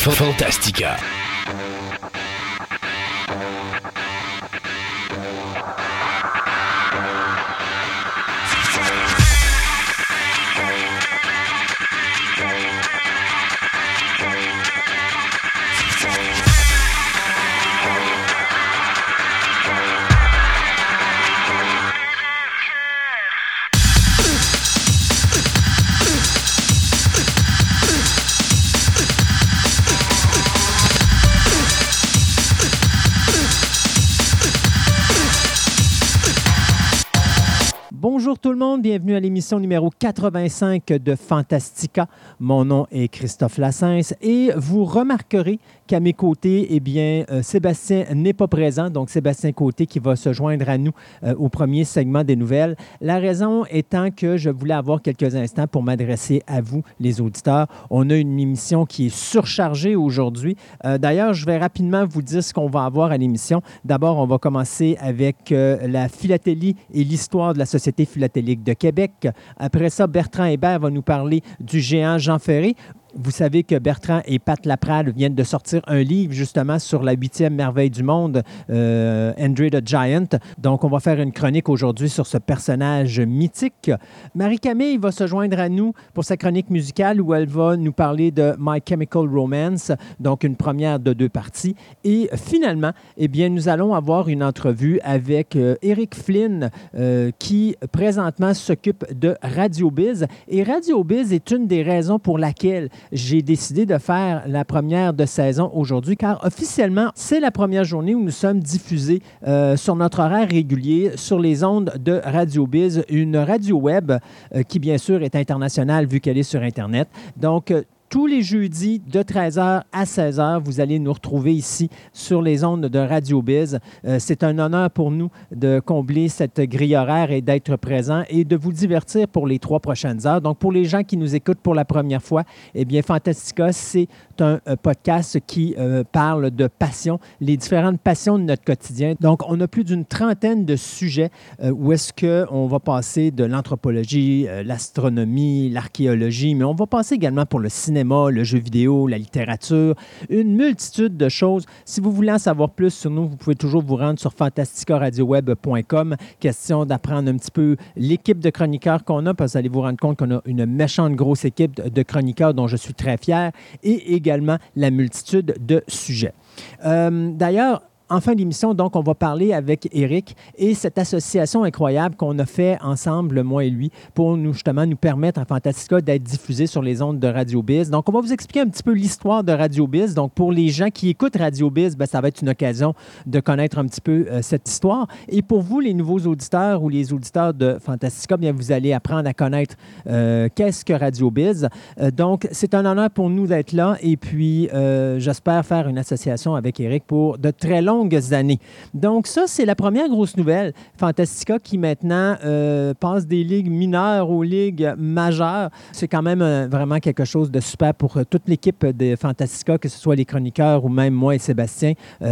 Fantastica. Bonjour tout le monde, bienvenue à l'émission numéro 85 de Fantastica. Mon nom est Christophe Lassens et vous remarquerez qu'à mes côtés, Sébastien n'est pas présent, donc Sébastien Côté qui va se joindre à nous au premier segment des nouvelles. La raison étant que je voulais avoir quelques instants pour m'adresser à vous, les auditeurs. On a une émission qui est surchargée aujourd'hui. D'ailleurs, je vais rapidement vous dire ce qu'on va avoir à l'émission. D'abord, on va commencer avec la philatélie et l'histoire de la Société philatélique de Québec. Après ça, Bertrand Hébert va nous parler du géant Jean Ferré. Vous savez que Bertrand et Pat Laprade viennent de sortir un livre justement sur la 8e merveille du monde, Andre the Giant. Donc, on va faire une chronique aujourd'hui sur ce personnage mythique. Marie-Camille va se joindre à nous pour sa chronique musicale où elle va nous parler de My Chemical Romance, donc une première de 2 parties. Et finalement, nous allons avoir une entrevue avec Eric Flynn qui présentement s'occupe de Radio Biz. Et Radio Biz est une des raisons pour laquelle j'ai décidé de faire la première de saison aujourd'hui, car officiellement, c'est la première journée où nous sommes diffusés sur notre horaire régulier sur les ondes de Radio Biz, une radio web qui, bien sûr, est internationale vu qu'elle est sur Internet. Donc, tous les jeudis de 13h à 16h, vous allez nous retrouver ici sur les ondes de Radio Biz. C'est un honneur pour nous de combler cette grille horaire et d'être présent et de vous divertir pour les 3 prochaines heures. Donc, pour les gens qui nous écoutent pour la première fois, Fantastica, c'est un podcast qui parle de passion, les différentes passions de notre quotidien. Donc, on a plus d'une trentaine de sujets où est-ce qu'on va passer de l'anthropologie, l'astronomie, l'archéologie, mais on va passer également pour le cinéma, le jeu vidéo, la littérature, une multitude de choses. Si vous voulez en savoir plus sur nous, vous pouvez toujours vous rendre sur fantasticaradioweb.com. Question d'apprendre un petit peu l'équipe de chroniqueurs qu'on a, parce que vous allez vous rendre compte qu'on a une méchante grosse équipe de chroniqueurs dont je suis très fier, et également la multitude de sujets. D'ailleurs, en fin d'émission, donc, on va parler avec Eric et cette association incroyable qu'on a fait ensemble, moi et lui, pour nous permettre à Fantastica d'être diffusé sur les ondes de Radio Biz. Donc, on va vous expliquer un petit peu l'histoire de Radio Biz. Donc, pour les gens qui écoutent Radio Biz, ça va être une occasion de connaître un petit peu cette histoire. Et pour vous, les nouveaux auditeurs ou les auditeurs de Fantastica, vous allez apprendre à connaître qu'est-ce que Radio Biz. Donc, c'est un honneur pour nous d'être là et puis j'espère faire une association avec Eric pour de très longues années. Donc ça, c'est la première grosse nouvelle. Fantastica qui maintenant passe des ligues mineures aux ligues majeures. C'est quand même vraiment quelque chose de super pour toute l'équipe de Fantastica, que ce soit les chroniqueurs ou même moi et Sébastien.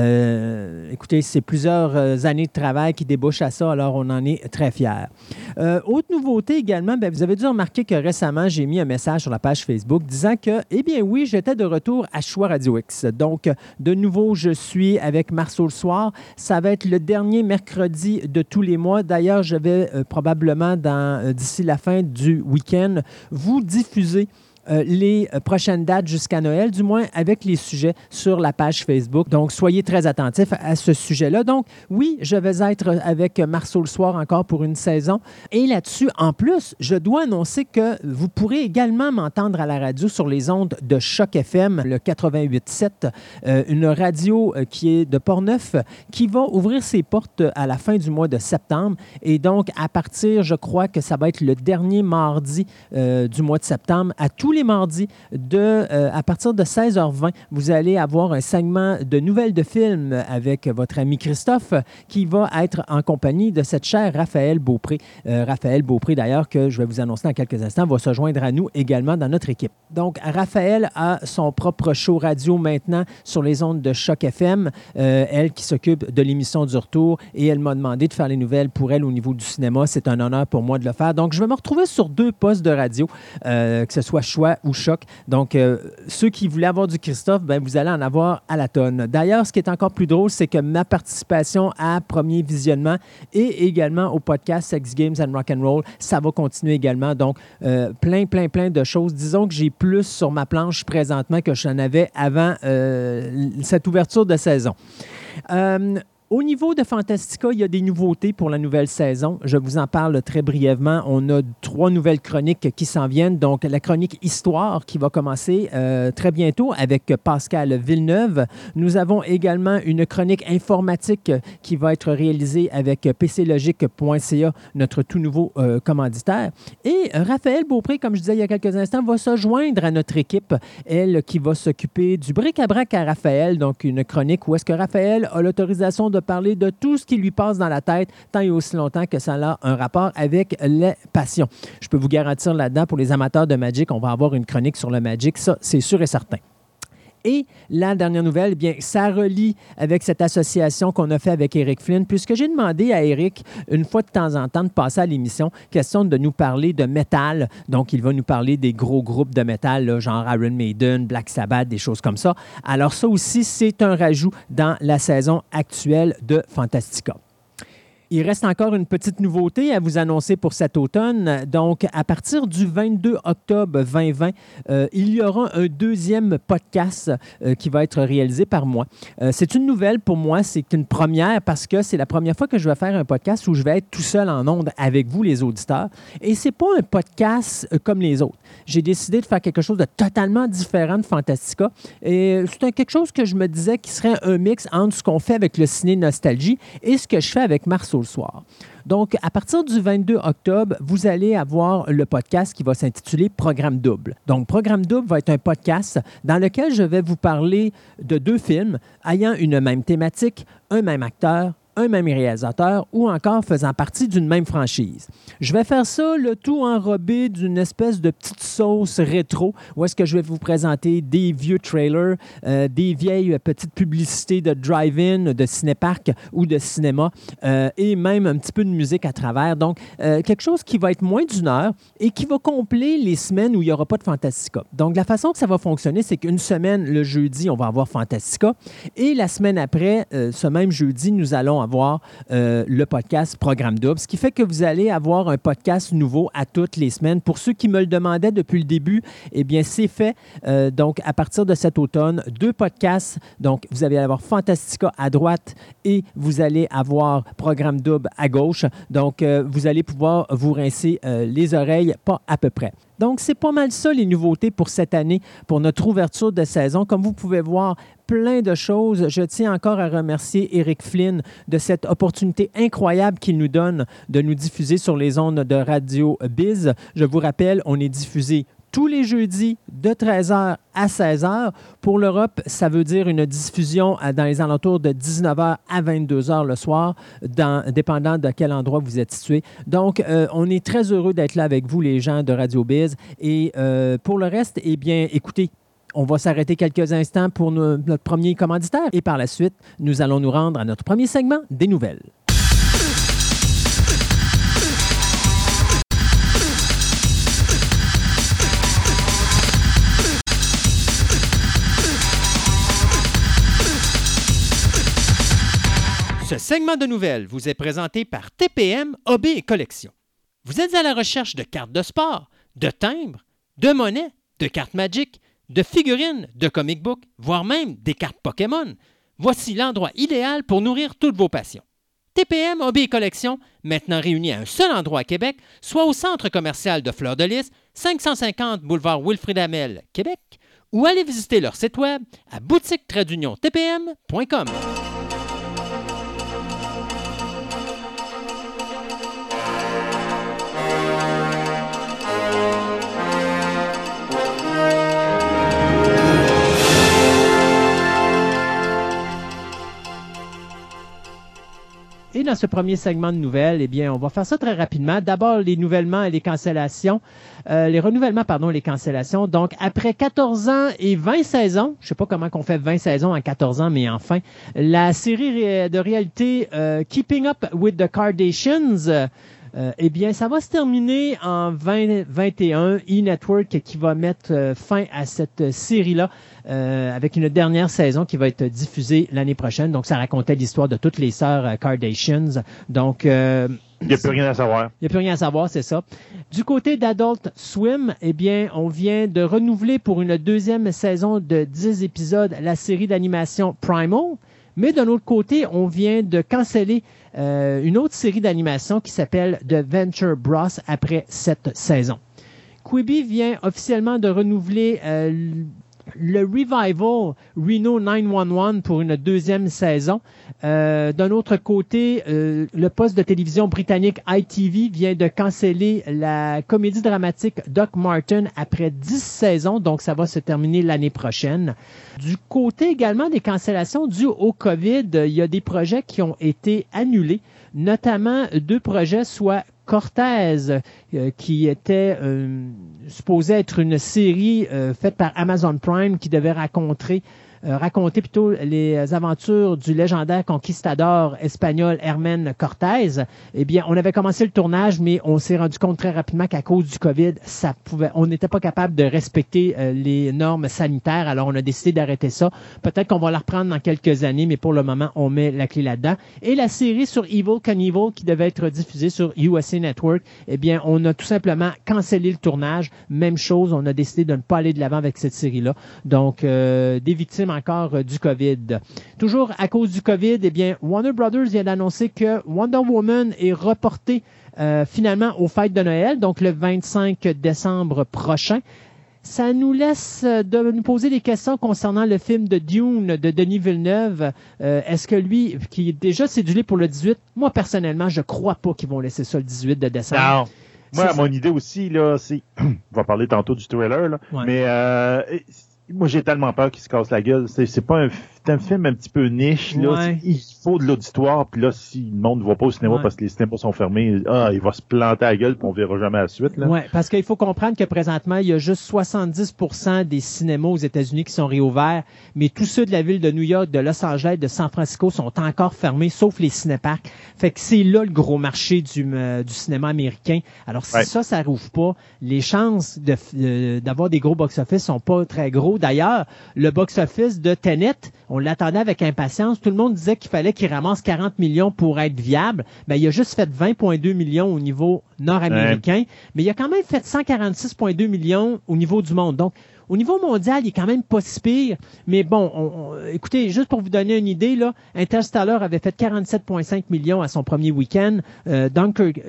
Écoutez, c'est plusieurs années de travail qui débouchent à ça, alors on en est très fiers. Autre nouveauté également, vous avez dû remarquer que récemment, j'ai mis un message sur la page Facebook disant que, oui, j'étais de retour à Choix Radio X. Donc, de nouveau, je suis avec Marceau le soir. Ça va être le dernier mercredi de tous les mois. D'ailleurs, je vais probablement, d'ici la fin du week-end, vous diffuser les prochaines dates jusqu'à Noël, du moins avec les sujets sur la page Facebook. Donc, soyez très attentifs à ce sujet-là. Donc, oui, je vais être avec Marceau le soir encore pour une saison. Et là-dessus, en plus, je dois annoncer que vous pourrez également m'entendre à la radio sur les ondes de Choc FM, le 88.7, une radio qui est de Portneuf, qui va ouvrir ses portes à la fin du mois de septembre. Et donc, à partir, je crois que ça va être le dernier mardi du mois de septembre, à tous les mardis, à partir de 16h20, vous allez avoir un segment de nouvelles de films avec votre ami Christophe qui va être en compagnie de cette chère Raphaël Beaupré. Raphaël Beaupré, d'ailleurs, que je vais vous annoncer dans quelques instants, va se joindre à nous également dans notre équipe. Donc, Raphaël a son propre show radio maintenant sur les ondes de Choc FM. Elle qui s'occupe de l'émission du retour et elle m'a demandé de faire les nouvelles pour elle au niveau du cinéma. C'est un honneur pour moi de le faire. Donc, je vais me retrouver sur 2 postes de radio, que ce soit Choix Choix ou Choc. Donc, ceux qui voulaient avoir du Christophe, ben, vous allez en avoir à la tonne. D'ailleurs, ce qui est encore plus drôle, c'est que ma participation à Premier Visionnement et également au podcast Sex Games and Rock'n'Roll, ça va continuer également. Donc, plein de choses. Disons que j'ai plus sur ma planche présentement que je n'en avais avant cette ouverture de saison. Au niveau de Fantastica, il y a des nouveautés pour la nouvelle saison. Je vous en parle très brièvement. On a 3 nouvelles chroniques qui s'en viennent. Donc, la chronique Histoire qui va commencer très bientôt avec Pascal Villeneuve. Nous avons également une chronique informatique qui va être réalisée avec pclogique.ca, notre tout nouveau commanditaire. Et Raphaël Beaupré, comme je disais il y a quelques instants, va se joindre à notre équipe, elle qui va s'occuper du bric-à-brac à Raphaël. Donc, une chronique où est-ce que Raphaël a l'autorisation de parler de tout ce qui lui passe dans la tête tant et aussi longtemps que ça a un rapport avec les passions. Je peux vous garantir là-dedans, pour les amateurs de Magic, on va avoir une chronique sur le Magic, ça, c'est sûr et certain. Et la dernière nouvelle, eh bien, ça relie avec cette association qu'on a fait avec Eric Flynn, puisque j'ai demandé à Eric, une fois de temps en temps, de passer à l'émission, question de nous parler de métal. Donc, il va nous parler des gros groupes de métal, là, genre Iron Maiden, Black Sabbath, des choses comme ça. Alors, ça aussi, c'est un rajout dans la saison actuelle de Fantastica. Il reste encore une petite nouveauté à vous annoncer pour cet automne. Donc, à partir du 22 octobre 2020, il y aura un deuxième podcast qui va être réalisé par moi. C'est une nouvelle pour moi, c'est une première parce que c'est la première fois que je vais faire un podcast où je vais être tout seul en ondes avec vous, les auditeurs. Et c'est pas un podcast comme les autres. J'ai décidé de faire quelque chose de totalement différent de Fantastica. Et c'est quelque chose que je me disais qui serait un mix entre ce qu'on fait avec le Ciné Nostalgie et ce que je fais avec Marceau le soir. Donc, à partir du 22 octobre, vous allez avoir le podcast qui va s'intituler Programme Double. Donc, Programme Double va être un podcast dans lequel je vais vous parler de 2 films ayant une même thématique, un même acteur, un même réalisateur ou encore faisant partie d'une même franchise. Je vais faire ça, le tout enrobé d'une espèce de petite sauce rétro où est-ce que je vais vous présenter des vieux trailers, des vieilles petites publicités de drive-in, de cinéparc ou de cinéma et même un petit peu de musique à travers. Donc, quelque chose qui va être moins d'1 heure et qui va combler les semaines où il n'y aura pas de Fantastica. Donc, la façon que ça va fonctionner, c'est qu'une semaine, le jeudi, on va avoir Fantastica et la semaine après, ce même jeudi, nous allons avoir le podcast Programme Double, ce qui fait que vous allez avoir un podcast nouveau à toutes les semaines. Pour ceux qui me le demandaient depuis le début, eh bien, c'est fait. Donc, à partir de cet automne, 2 podcasts. Donc, vous allez avoir Fantastica à droite et vous allez avoir Programme Double à gauche. Donc, vous allez pouvoir vous rincer les oreilles, pas à peu près. Donc, c'est pas mal ça, les nouveautés pour cette année, pour notre ouverture de saison. Comme vous pouvez voir, plein de choses. Je tiens encore à remercier Eric Flynn de cette opportunité incroyable qu'il nous donne de nous diffuser sur les ondes de Radio Biz. Je vous rappelle, on est diffusé tous les jeudis de 13h à 16h. Pour l'Europe, ça veut dire une diffusion dans les alentours de 19h à 22h le soir, dépendant de quel endroit vous êtes situé. Donc, on est très heureux d'être là avec vous, les gens de Radio Biz. Et pour le reste, eh bien, écoutez, on va s'arrêter quelques instants pour notre premier commanditaire. Et par la suite, nous allons nous rendre à notre premier segment des nouvelles. Ce segment de nouvelles vous est présenté par TPM Hobby et Collection. Vous êtes à la recherche de cartes de sport, de timbres, de monnaies, de cartes Magic, de figurines, de comic book, voire même des cartes Pokémon. Voici l'endroit idéal pour nourrir toutes vos passions. TPM Hobby et Collection, maintenant réunis à un seul endroit à Québec, soit au centre commercial de Fleur-de-Lys, 550 boulevard Wilfrid Hamel, Québec, ou allez visiter leur site web à boutique-tpm.com. Et dans ce premier segment de nouvelles, eh bien, on va faire ça très rapidement. D'abord, les renouvellements et les cancellations. Les cancellations. Donc, après 14 ans et 20 saisons, je ne sais pas comment on fait 20 saisons en 14 ans, mais enfin, la série de réalité Keeping Up with the Kardashians Eh bien, ça va se terminer en 2021. E-Network qui va mettre fin à cette série-là avec une dernière saison qui va être diffusée l'année prochaine. Donc, ça racontait l'histoire de toutes les sœurs Kardashians. Donc, il n'y a plus rien à savoir. Il n'y a plus rien à savoir, c'est ça. Du côté d'Adult Swim, eh bien, on vient de renouveler pour une deuxième saison de 10 épisodes la série d'animation Primal. Mais d'un autre côté, on vient de canceller une autre série d'animation qui s'appelle The Venture Bros après cette saison. Quibi vient officiellement de renouveler le revival Reno 911 pour une deuxième saison. D'un autre côté, le poste de télévision britannique ITV vient de canceller la comédie dramatique Doc Martin après 10 saisons, donc ça va se terminer l'année prochaine. Du côté également des cancellations dues au COVID, il y a des projets qui ont été annulés, notamment 2 projets, soit Cortez, qui était supposé être une série faite par Amazon Prime qui devait raconter plutôt les aventures du légendaire conquistador espagnol Herman Cortés. Eh bien, on avait commencé le tournage, mais on s'est rendu compte très rapidement qu'à cause du COVID, on n'était pas capable de respecter les normes sanitaires. Alors, on a décidé d'arrêter ça. Peut-être qu'on va la reprendre dans quelques années, mais pour le moment, on met la clé là-dedans. Et la série sur Evel Knievel, qui devait être diffusée sur USA Network, eh bien, on a tout simplement cancellé le tournage. Même chose, on a décidé de ne pas aller de l'avant avec cette série-là. Donc, des victimes encore du COVID. Toujours à cause du COVID, eh bien, Warner Brothers vient d'annoncer que Wonder Woman est reporté finalement aux fêtes de Noël, donc le 25 décembre prochain. Ça nous laisse de nous poser des questions concernant le film de Dune de Denis Villeneuve. Est-ce que lui, qui est déjà cédulé pour le 18, moi personnellement, je crois pas qu'ils vont laisser ça le 18 de décembre. Non. Moi, mon idée aussi, là, c'est... On va parler tantôt du trailer, là, ouais. Mais... moi, j'ai tellement peur qu'il se casse la gueule. C'est pas un film un petit peu niche, là. Ouais. Il faut de l'auditoire, puis là, si le monde ne va pas au cinéma parce que les cinémas sont fermés, il va se planter à la gueule, puis on verra jamais la suite, là. Ouais, parce qu'il faut comprendre que présentement, il y a juste 70% des cinémas aux États-Unis qui sont réouverts, mais tous ceux de la ville de New York, de Los Angeles, de San Francisco sont encore fermés, sauf les cinéparcs. Fait que c'est là le gros marché du cinéma américain. Alors, si ça rouvre pas, les chances d'avoir des gros box-office sont pas très gros. D'ailleurs, le box-office de Tenet, on l'attendait avec impatience. Tout le monde disait qu'il fallait qu'il ramasse 40 millions pour être viable. Ben, il a juste fait 20,2 millions au niveau nord-américain, mais il a quand même fait 146,2 millions au niveau du monde. Donc, au niveau mondial, il est quand même pas si pire. Mais bon, écoutez, juste pour vous donner une idée, là, Interstellar avait fait 47,5 millions à son premier week-end. Dunkirk,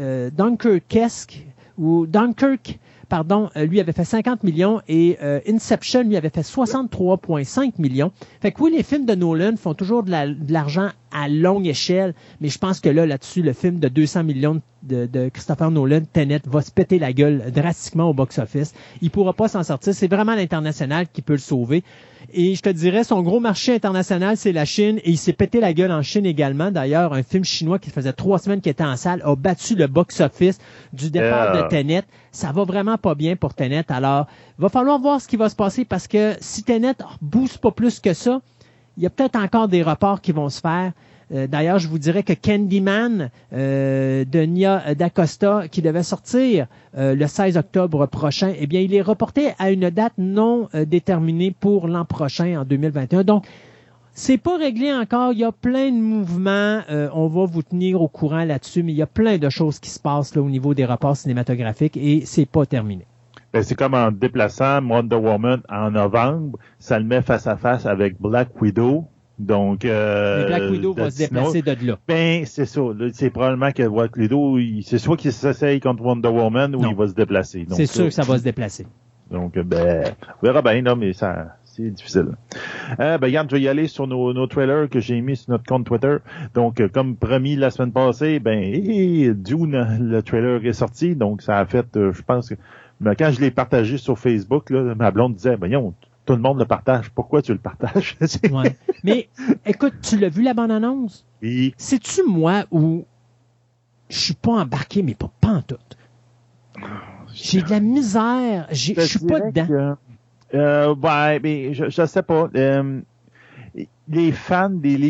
lui avait fait 50 millions et Inception, lui, avait fait 63,5 millions. Fait que oui, les films de Nolan font toujours de l'argent à longue échelle, mais je pense que là-dessus, le film de 200 millions de Christopher Nolan, Tenet, va se péter la gueule drastiquement au box-office. Il pourra pas s'en sortir. C'est vraiment l'international qui peut le sauver. Et je te dirais, son gros marché international, c'est la Chine, et il s'est pété la gueule en Chine également. D'ailleurs, un film chinois qui faisait 3 semaines qu'il était en salle a battu le box-office du départ de Tenet. Ça va vraiment pas bien pour Tenet. Alors, il va falloir voir ce qui va se passer parce que si Tenet booste pas plus que ça, il y a peut-être encore des reports qui vont se faire. D'ailleurs, je vous dirais que Candyman de Nia DaCosta, qui devait sortir le 16 octobre prochain, eh bien, il est reporté à une date non déterminée pour l'an prochain, en 2021. Donc, c'est pas réglé encore. Il y a plein de mouvements. On va vous tenir au courant là-dessus, mais il y a plein de choses qui se passent là, au niveau des reports cinématographiques et c'est pas terminé. Ben, c'est comme en déplaçant Wonder Woman en novembre, ça le met face à face avec Black Widow. Donc, Black Widow va se déplacer de là. Ben, c'est ça. Là, c'est probablement que Black Widow, c'est soit qu'il s'essaye contre Wonder Woman ou il va se déplacer. C'est sûr que ça va se déplacer. Donc, ben, on verra bien, là, mais ça, c'est difficile. Yann, je vais y aller sur nos trailers que j'ai mis sur notre compte Twitter. Donc, comme promis la semaine passée, Dune, le trailer est sorti. Donc, ça a fait, je pense que, quand je l'ai partagé sur Facebook, là, ma blonde disait, tout le monde le partage. Pourquoi tu le partages? Ouais. Mais, écoute, tu l'as vu la bande-annonce? Oui. C'est-tu moi où je suis pas embarqué, mais pas en tout? J'ai de la misère. Je suis pas dedans. Mais je sais pas. Les fans des livres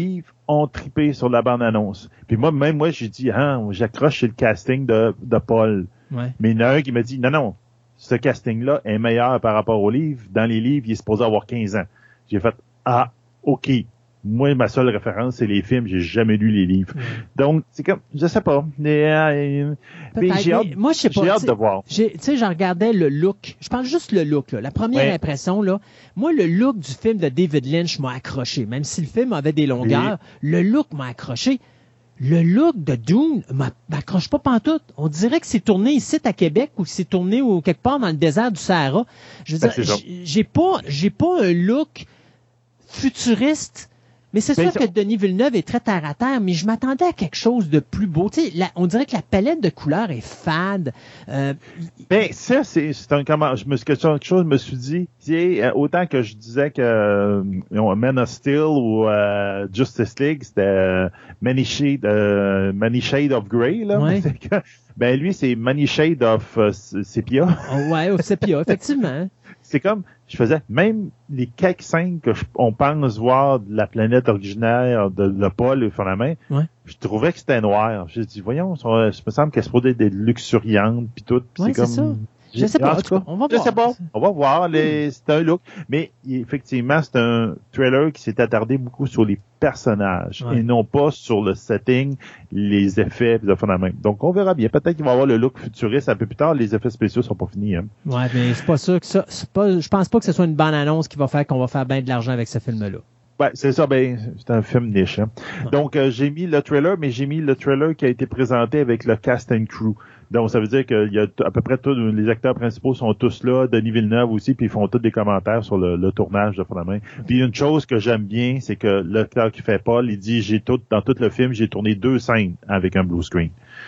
ont trippé sur la bande-annonce. Puis moi, j'ai dit, j'accroche sur le casting de Paul. Ouais. Mais il y en a un qui m'a dit, non, ce casting-là est meilleur par rapport au livre. Dans les livres, il est supposé avoir 15 ans. J'ai fait, OK. Moi, ma seule référence, c'est les films. J'ai jamais lu les livres. Donc, c'est comme, je sais pas. Mais j'ai hâte, moi, je sais pas. J'ai hâte de voir. Tu sais, je regardais le look. Je parle juste le look, là. La première impression, là. Moi, le look du film de David Lynch m'a accroché. Même si le film avait des longueurs, le look m'a accroché. Le look de Dune m'accroche pas pantoute. On dirait que c'est tourné ici à Québec ou que c'est tourné quelque part dans le désert du Sahara. Je veux dire, j'ai pas un look futuriste. Mais c'est sûr que Denis Villeneuve est très terre à terre, mais je m'attendais à quelque chose de plus beau. Tu sais, on dirait que la palette de couleurs est fade. Ça, c'est quelque chose, je me suis dit, autant que je disais que Man of Steel ou Justice League, c'était Many Shades of Grey, là. Ouais. Lui, c'est Many Shades of Sepia. Of Sepia, effectivement. C'est comme, je faisais, même les quelques scènes on pense voir de la planète originaire de Paul et Fondament, je trouvais que c'était noir. J'ai dit, voyons, ça me semble qu'elle se produit des luxuriantes puis tout. Pis c'est comme, ça. Je sais pas. On va voir. Je sais pas. On va voir. C'est un look. Mais effectivement, c'est un trailer qui s'est attardé beaucoup sur les personnages et non pas sur le setting, les effets de fondament. Donc, on verra bien. Peut-être qu'il va y avoir le look futuriste un peu plus tard. Les effets spéciaux sont pas finis. Hein. Ouais, mais c'est pas sûr que ça. Je pense pas que ce soit une bonne annonce qui va faire qu'on va faire bien de l'argent avec ce film-là. Ouais, c'est ça, c'est un film niche. Hein. Ouais. Donc, j'ai mis le trailer, mais j'ai mis le trailer qui a été présenté avec le cast and crew. Donc, ça veut dire qu'il y a à peu près tous les acteurs principaux sont tous là, Denis Villeneuve aussi, puis ils font tous des commentaires sur le tournage de Fondament. Puis une chose que j'aime bien, c'est que l'acteur qui fait Paul, il dit, dans tout le film, j'ai tourné 2 scènes avec un blue screen.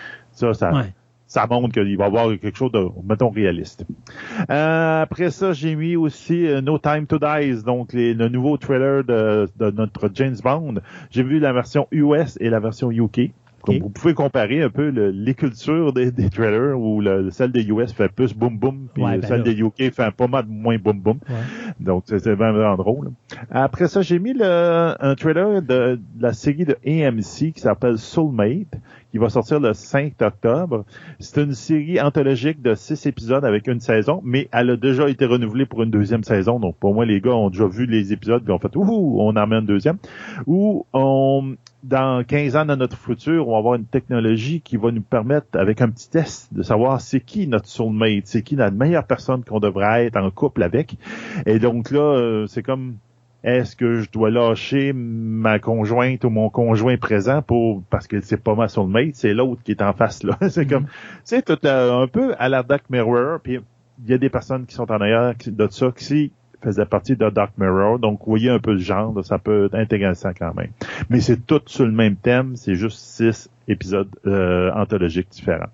Ça montre qu'il va y avoir quelque chose de, mettons, réaliste. Après ça, j'ai mis aussi No Time to Die, donc le nouveau trailer de notre James Bond. J'ai vu la version US et la version UK. Donc, vous pouvez comparer un peu les cultures des trailers où celle des US fait plus boum boum, puis celle des UK fait pas mal moins boum boum. Ouais. Donc, c'est vraiment drôle. Après ça, j'ai mis un trailer de la série de AMC qui s'appelle Soulmate, qui va sortir le 5 octobre. C'est une série anthologique de 6 épisodes avec une saison, mais elle a déjà été renouvelée pour une 2e saison. Donc, pour moi, les gars ont déjà vu les épisodes puis ont fait « Ouh, on en met une 2e ». Ou dans 15 ans dans notre futur, on va avoir une technologie qui va nous permettre, avec un petit test, de savoir c'est qui notre soulmate, c'est qui la meilleure personne qu'on devrait être en couple avec. Et donc là, c'est comme, est-ce que je dois lâcher ma conjointe ou mon conjoint présent parce que c'est pas ma soulmate, c'est l'autre qui est en face là. C'est comme, tu sais, tout un peu à la Dark Mirror, puis il y a des personnes qui sont en arrière de ça qui faisait partie de Dark Mirror, donc vous voyez un peu le genre, ça peut être intéressant quand même. Mais c'est tout sur le même thème, c'est juste 6 épisodes anthologiques différents.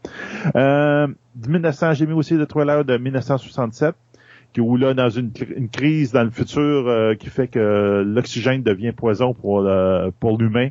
J'ai mis aussi le trailer de 1967, où là, dans une crise dans le futur qui fait que l'oxygène devient poison pour l'humain.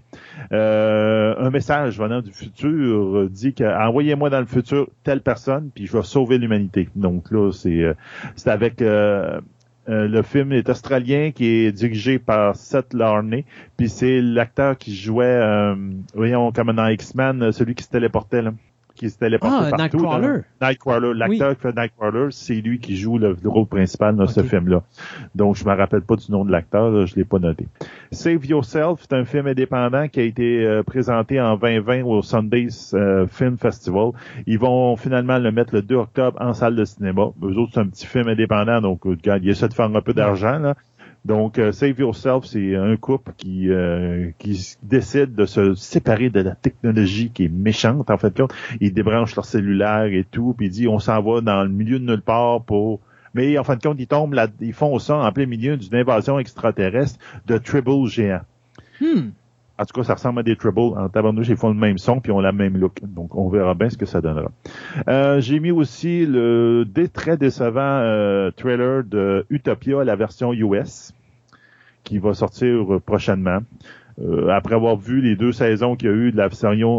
Un message venant du futur dit que envoyez-moi dans le futur telle personne, puis je vais sauver l'humanité. Donc là, c'est avec le film est australien qui est dirigé par Seth Larney, puis c'est l'acteur qui jouait, comme dans X-Men, celui qui se téléportait là. Qui se téléportait partout. Nightcrawler. L'acteur qui fait Nightcrawler, c'est lui qui joue le rôle principal dans ce film-là. Donc, je me rappelle pas du nom de l'acteur, là, je l'ai pas noté. Save Yourself, c'est un film indépendant qui a été présenté en 2020 au Sundance Film Festival. Ils vont finalement le mettre le 2 octobre en salle de cinéma. Eux autres, c'est un petit film indépendant, donc regarde, ils essaient de faire un peu d'argent, là. Donc, Save Yourself, c'est un couple qui décide de se séparer de la technologie qui est méchante, en fait. Là, ils débranchent leur cellulaire et tout, puis ils disent, on s'en va dans le milieu de nulle part Mais en fin de compte, ils font ça en plein milieu d'une invasion extraterrestre de tribbles géants. En tout cas, ça ressemble à des tribbles. En tabarnouche, ils font le même son puis ont la même look. Donc, on verra bien ce que ça donnera. J'ai mis aussi le très décevant trailer de Utopia, la version US, qui va sortir prochainement. Après avoir vu les 2 saisons qu'il y a eu de la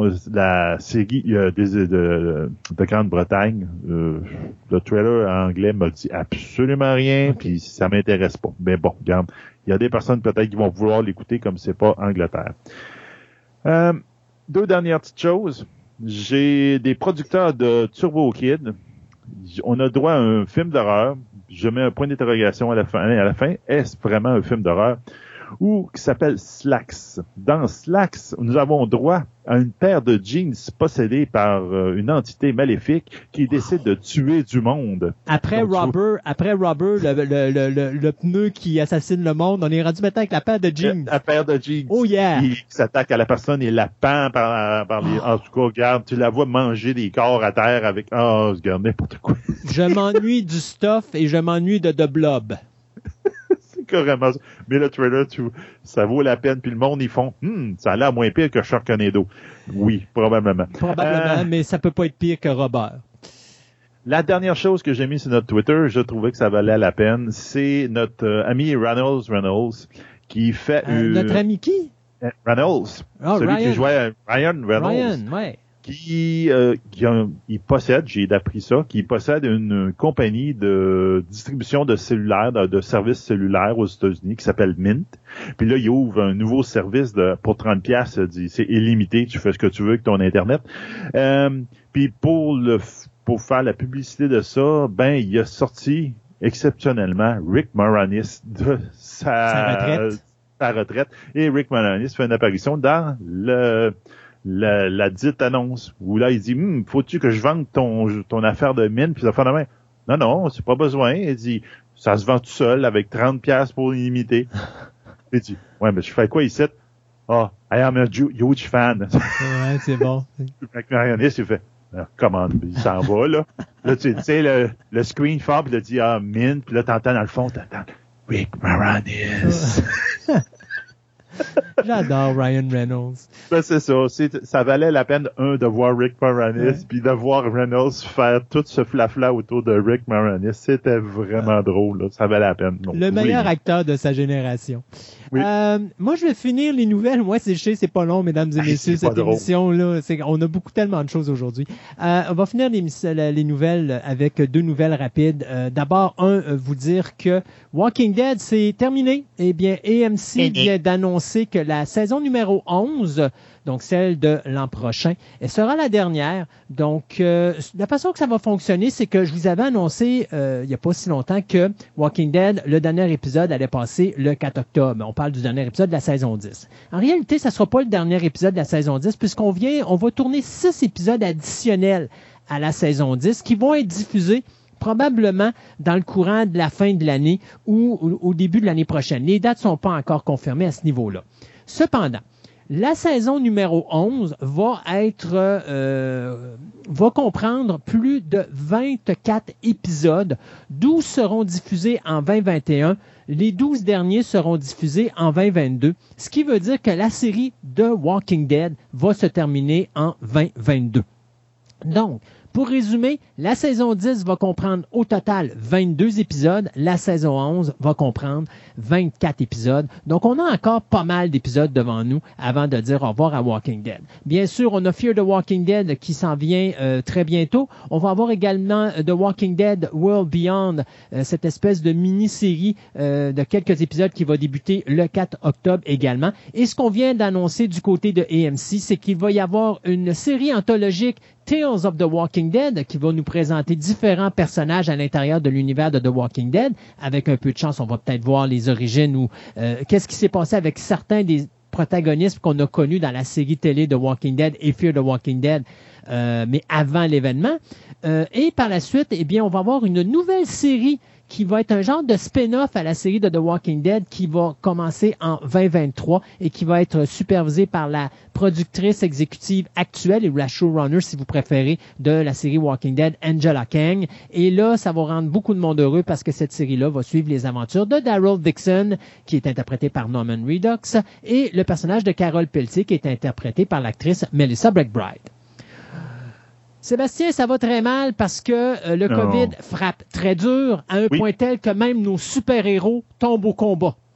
série de Grande-Bretagne, le trailer en anglais m'a dit absolument rien, puis ça m'intéresse pas. Mais bon, regarde, il y a des personnes peut-être qui vont vouloir l'écouter comme c'est pas Angleterre. Deux dernières petites choses. J'ai des producteurs de Turbo Kid. On a droit à un film d'horreur. Je mets un point d'interrogation à la fin. Est-ce vraiment un film d'horreur? Ou qui s'appelle Slacks. Dans Slacks, nous avons droit à une paire de jeans possédés par une entité maléfique qui décide de tuer du monde. Après Robert, le pneu qui assassine le monde, on est rendu maintenant avec la paire de jeans. La paire de jeans. Oh yeah! Qui s'attaque à la personne et la pend par les... En tout cas, regarde, tu la vois manger des corps à terre avec... Oh, regarde, n'importe quoi. Je m'ennuie du stuff et je m'ennuie de The Blob. Carrément. Mais le trailer, ça vaut la peine. Puis le monde, ils font, ça a l'air moins pire que Sharknado. Oui, probablement. Probablement, mais ça peut pas être pire que Robert. La dernière chose que j'ai mis sur notre Twitter, je trouvais que ça valait la peine, c'est notre ami Reynolds qui fait... notre ami qui? Reynolds. Oh, celui Ryan. qui jouait Ryan Reynolds. Ryan, ouais. Il possède, j'ai appris ça, qu'il possède une compagnie de distribution de cellulaires, de services cellulaires aux États-Unis qui s'appelle Mint. Puis là, il ouvre un nouveau service pour 30$, c'est illimité, tu fais ce que tu veux avec ton Internet. Puis pour faire la publicité de ça, il a sorti exceptionnellement Rick Moranis de sa retraite. Et Rick Moranis fait une apparition dans la dite annonce où là il dit faut-tu que je vende ton affaire de mine puis ça fait de même. Non, c'est pas besoin. Il dit ça se vend tout seul avec 30$ pour l'illimité. Il dit ouais, mais je fais quoi ici? I am a huge fan. Ouais, c'est bon. Marianiste, il fait comment il s'en va là. Là tu sais le screen fort puis il dit mine puis là t'entends dans le fond Rick Moranis. J'adore Ryan Reynolds. C'est ça. Ça valait la peine, de voir Rick Moranis, puis de voir Reynolds faire tout ce flafla autour de Rick Moranis. C'était vraiment drôle. Là. Ça valait la peine. Donc, le meilleur acteur de sa génération. Oui. Moi, je vais finir les nouvelles. Moi, c'est pas long, mesdames et messieurs, cette émission-là. On a tellement de choses aujourd'hui. On va finir les nouvelles avec deux nouvelles rapides. D'abord, vous dire que Walking Dead, c'est terminé. Eh bien, AMC vient d'annoncer que la saison numéro 11, donc celle de l'an prochain, elle sera la dernière. Donc, la façon que ça va fonctionner, c'est que je vous avais annoncé il n'y a pas si longtemps que Walking Dead, le dernier épisode allait passer le 4 octobre. On parle du dernier épisode de la saison 10. En réalité, ça ne sera pas le dernier épisode de la saison 10 puisqu'on va tourner 6 épisodes additionnels à la saison 10 qui vont être diffusés probablement dans le courant de la fin de l'année ou au début de l'année prochaine. Les dates ne sont pas encore confirmées à ce niveau-là. Cependant, la saison numéro 11 va comprendre plus de 24 épisodes, 12 seront diffusés en 2021, les 12 derniers seront diffusés en 2022, ce qui veut dire que la série de Walking Dead va se terminer en 2022. Donc, pour résumer, la saison 10 va comprendre au total 22 épisodes. La saison 11 va comprendre 24 épisodes. Donc, on a encore pas mal d'épisodes devant nous avant de dire au revoir à Walking Dead. Bien sûr, on a Fear the Walking Dead qui s'en vient très bientôt. On va avoir également The Walking Dead World Beyond, cette espèce de mini-série de quelques épisodes qui va débuter le 4 octobre également. Et ce qu'on vient d'annoncer du côté de AMC, c'est qu'il va y avoir une série anthologique Tales of the Walking Dead qui va nous présenter différents personnages à l'intérieur de l'univers de The Walking Dead. Avec un peu de chance, on va peut-être voir les origines ou qu'est-ce qui s'est passé avec certains des protagonistes qu'on a connus dans la série télé de Walking Dead et Fear the Walking Dead, mais avant l'événement. Et par la suite, eh bien, on va avoir une nouvelle série qui va être un genre de spin-off à la série de The Walking Dead qui va commencer en 2023 et qui va être supervisée par la productrice exécutive actuelle, ou la showrunner, si vous préférez, de la série Walking Dead, Angela Kang. Et là, ça va rendre beaucoup de monde heureux parce que cette série-là va suivre les aventures de Daryl Dixon, qui est interprété par Norman Reedus, et le personnage de Carol Pelletier, qui est interprété par l'actrice Melissa McBride. Sébastien, ça va très mal parce que le COVID frappe très dur à un point tel que même nos super-héros tombent au combat.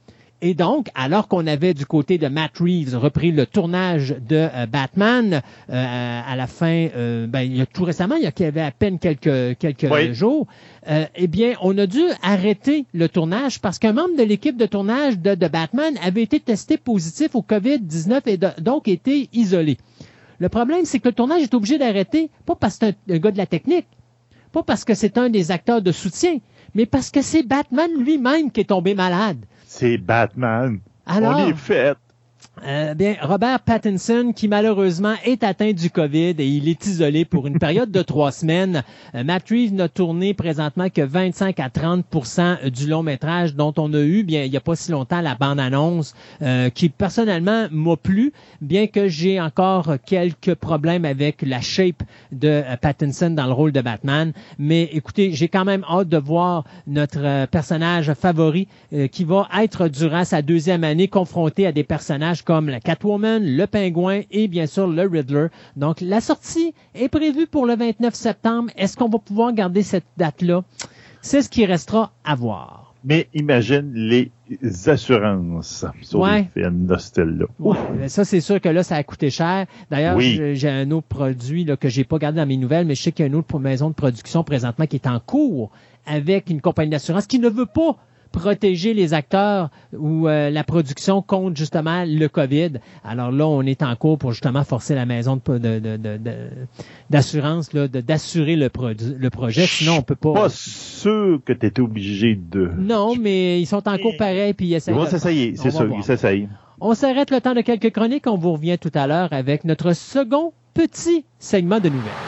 Et donc, alors qu'on avait du côté de Matt Reeves repris le tournage de Batman à la fin, il y a tout récemment, il y avait à peine quelques jours, eh bien, on a dû arrêter le tournage parce qu'un membre de l'équipe de tournage de Batman avait été testé positif au COVID-19 et donc été isolé. Le problème, c'est que le tournage est obligé d'arrêter, pas parce que c'est un gars de la technique, pas parce que c'est un des acteurs de soutien, mais parce que c'est Batman lui-même qui est tombé malade. C'est Batman. Alors, on est fait. Robert Pattinson, qui malheureusement est atteint du COVID et il est isolé pour une période de 3 semaines. Matt Reeves n'a tourné présentement que 25 à 30% du long métrage dont on a eu, il n'y a pas si longtemps, la bande-annonce qui personnellement m'a plu, bien que j'ai encore quelques problèmes avec la shape de Pattinson dans le rôle de Batman. Mais écoutez, j'ai quand même hâte de voir notre personnage favori qui va être durant sa 2e année confronté à des personnages comme la Catwoman, le Pingouin et bien sûr le Riddler. Donc, la sortie est prévue pour le 29 septembre. Est-ce qu'on va pouvoir garder cette date-là? C'est ce qui restera à voir. Mais imagine les assurances sur les films de ce style-là. Ouais, ça, c'est sûr que là, ça a coûté cher. D'ailleurs, j'ai un autre produit là, que j'ai pas gardé dans mes nouvelles, mais je sais qu'il y a une autre maison de production présentement qui est en cours avec une compagnie d'assurance qui ne veut pas protéger les acteurs ou la production contre justement le COVID. Alors là, on est en cours pour justement forcer la maison d'assurance d'assurer le projet. Sinon, on peut pas. Pas sûr que tu étais obligé de. Non, mais ils sont en cours pareil puis ils essaient. Ils vont s'essayer, c'est sûr, ils s'essayent. On s'arrête le temps de quelques chroniques. On vous revient tout à l'heure avec notre second petit segment de nouvelles.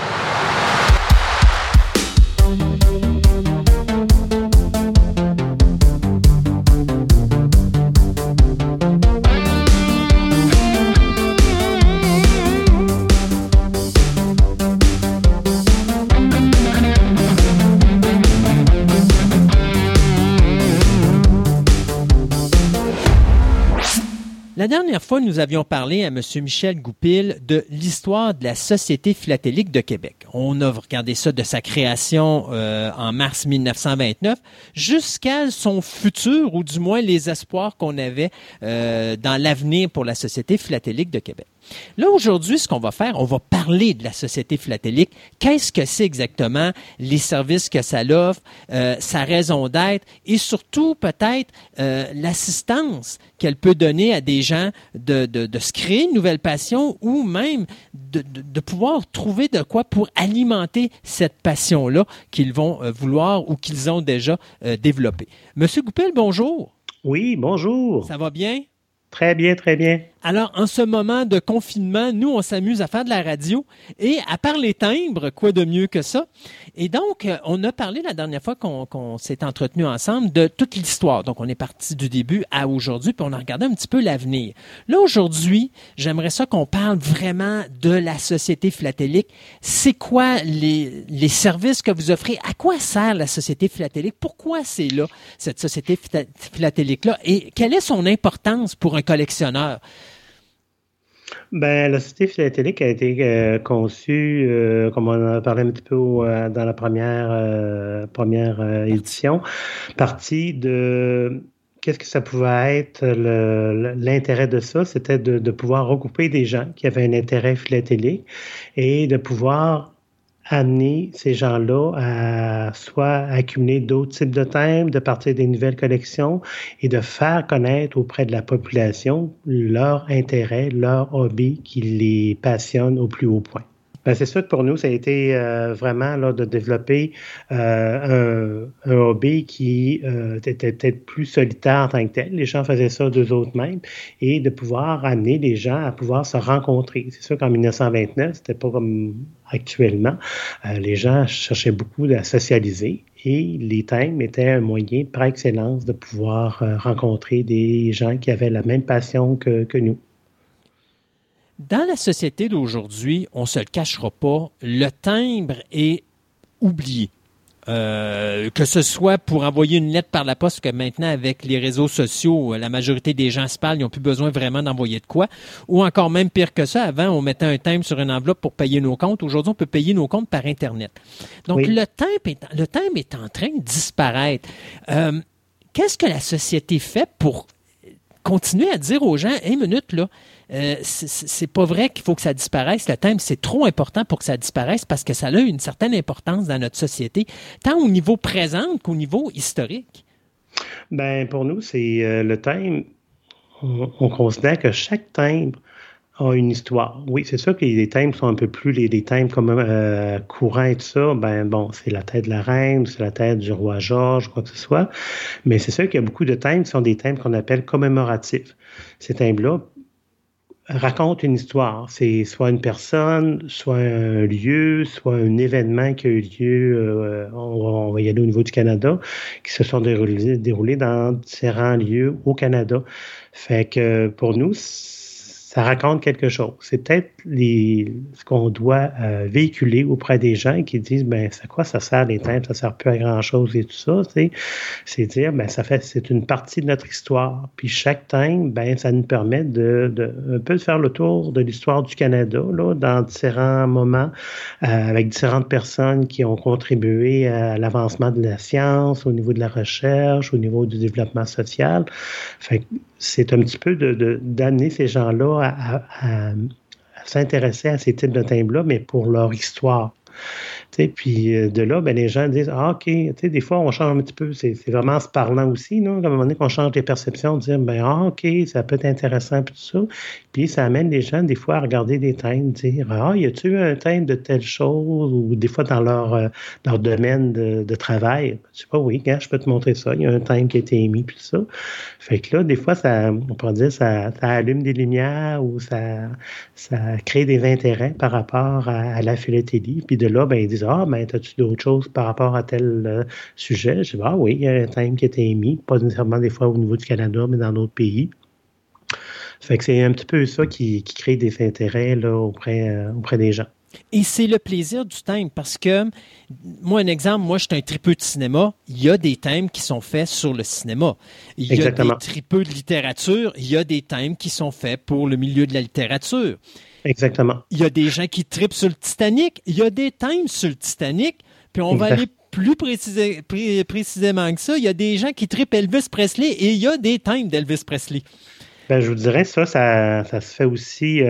La dernière fois, nous avions parlé à M. Michel Goupil de l'histoire de la Société philatélique de Québec. On a regardé ça de sa création en mars 1929 jusqu'à son futur, ou du moins les espoirs qu'on avait dans l'avenir pour la Société philatélique de Québec. Là, aujourd'hui, ce qu'on va faire, on va parler de la Société philatélique. Qu'est-ce que c'est exactement, les services que ça offre, sa raison d'être et surtout, peut-être, l'assistance qu'elle peut donner à des gens de se créer une nouvelle passion ou même de pouvoir trouver de quoi pour alimenter cette passion-là qu'ils vont vouloir ou qu'ils ont déjà développée. Monsieur Goupil, bonjour. Oui, bonjour. Ça va bien? Très bien, très bien. Alors, en ce moment de confinement, nous, on s'amuse à faire de la radio et à part les timbres, quoi de mieux que ça? Et donc, on a parlé la dernière fois qu'on s'est entretenu ensemble de toute l'histoire. Donc, on est parti du début à aujourd'hui, puis on a regardé un petit peu l'avenir. Là, aujourd'hui, j'aimerais ça qu'on parle vraiment de la Société philatélique. C'est quoi les services que vous offrez? À quoi sert la Société philatélique? Pourquoi c'est là, cette Société philatélique-là? Et quelle est son importance pour un collectionneur? La Société philatélique a été conçue, comme on en a parlé un petit peu dans la première édition, partie de qu'est-ce que ça pouvait être l'intérêt de ça, c'était de pouvoir regrouper des gens qui avaient un intérêt philatélique et de pouvoir amener ces gens-là à soit accumuler d'autres types de thèmes, de partir des nouvelles collections et de faire connaître auprès de la population leur intérêt, leur hobby qui les passionne au plus haut point. C'est sûr que pour nous, ça a été vraiment là, de développer un hobby qui était peut-être plus solitaire en tant que tel. Les gens faisaient ça d'eux autres mêmes et de pouvoir amener les gens à pouvoir se rencontrer. C'est sûr qu'en 1929, c'était pas comme actuellement. Les gens cherchaient beaucoup à socialiser et les thèmes étaient un moyen par excellence de pouvoir rencontrer des gens qui avaient la même passion que nous. Dans la société d'aujourd'hui, on ne se le cachera pas, le timbre est oublié. Que ce soit pour envoyer une lettre par la poste, que maintenant, avec les réseaux sociaux, la majorité des gens se parlent, ils n'ont plus besoin vraiment d'envoyer de quoi. Ou encore même pire que ça, avant, on mettait un timbre sur une enveloppe pour payer nos comptes. Aujourd'hui, on peut payer nos comptes par Internet. Donc, oui. le timbre est en train de disparaître. Qu'est-ce que la société fait pour continuer à dire aux gens, hey, minute, là, c'est pas vrai qu'il faut que ça disparaisse. Le thème, c'est trop important pour que ça disparaisse parce que ça a une certaine importance dans notre société, tant au niveau présent qu'au niveau historique. Ben, pour nous, c'est le thème. On considère que chaque thème a une histoire. Oui, c'est sûr que les thèmes sont un peu plus les thèmes comme courants et tout ça. Ben bon, c'est la tête de la reine, c'est la tête du roi George, quoi que ce soit. Mais c'est sûr qu'il y a beaucoup de thèmes qui sont des thèmes qu'on appelle commémoratifs. Ces thèmes-là racontent une histoire. C'est soit une personne, soit un lieu, soit un événement qui a eu lieu, on va y aller au niveau du Canada, qui se sont déroulés dans différents lieux au Canada. Fait que pour nous, ça raconte quelque chose. C'est peut-être ce qu'on doit véhiculer auprès des gens qui disent, ben, c'est quoi ça sert les thèmes, ça sert plus à grand-chose et tout ça, tu sais. C'est dire, ben, c'est une partie de notre histoire. Puis chaque thème, ben, ça nous permet un peu de faire le tour de l'histoire du Canada, là, dans différents moments, avec différentes personnes qui ont contribué à l'avancement de la science, au niveau de la recherche, au niveau du développement social. Fait que c'est un petit peu d'amener ces gens-là à s'intéresser à ces types de thèmes-là, mais pour leur histoire. Puis de là, ben, les gens disent, ah, OK, des fois, on change un petit peu. C'est vraiment en se parlant aussi, là, à un moment donné qu'on change les perceptions, de dire, ben, ah, OK, ça peut être intéressant, puis tout ça. Puis ça amène les gens, des fois, à regarder des thèmes, dire, ah, y a-tu un thème de telle chose, ou des fois dans leur domaine de travail. Je sais pas, oui, je peux te montrer ça. Il y a un thème qui a été émis, puis tout ça. Fait que là, des fois, on pourrait dire, ça allume des lumières, ou ça crée des intérêts par rapport à la philatélie. Puis de là, ben, ils disent, ah, ben, as-tu d'autres choses par rapport à tel sujet? Je dis, ah oui, il y a un thème qui a été émis, pas nécessairement des fois au niveau du Canada, mais dans d'autres pays. Fait que c'est un petit peu ça qui crée des intérêts là, auprès des gens. Et c'est le plaisir du thème parce que, moi, un exemple, moi, je suis un tripeux de cinéma. Il y a des thèmes qui sont faits sur le cinéma. Il y a des tripeux de littérature. Il y a des thèmes qui sont faits pour le milieu de la littérature. Exactement. Il y a des gens qui trippent sur le Titanic. Il y a des thèmes sur le Titanic. Puis on va aller plus précisément que ça. Il y a des gens qui trippent Elvis Presley et il y a des thèmes d'Elvis Presley. Ben, je vous dirais, ça se fait aussi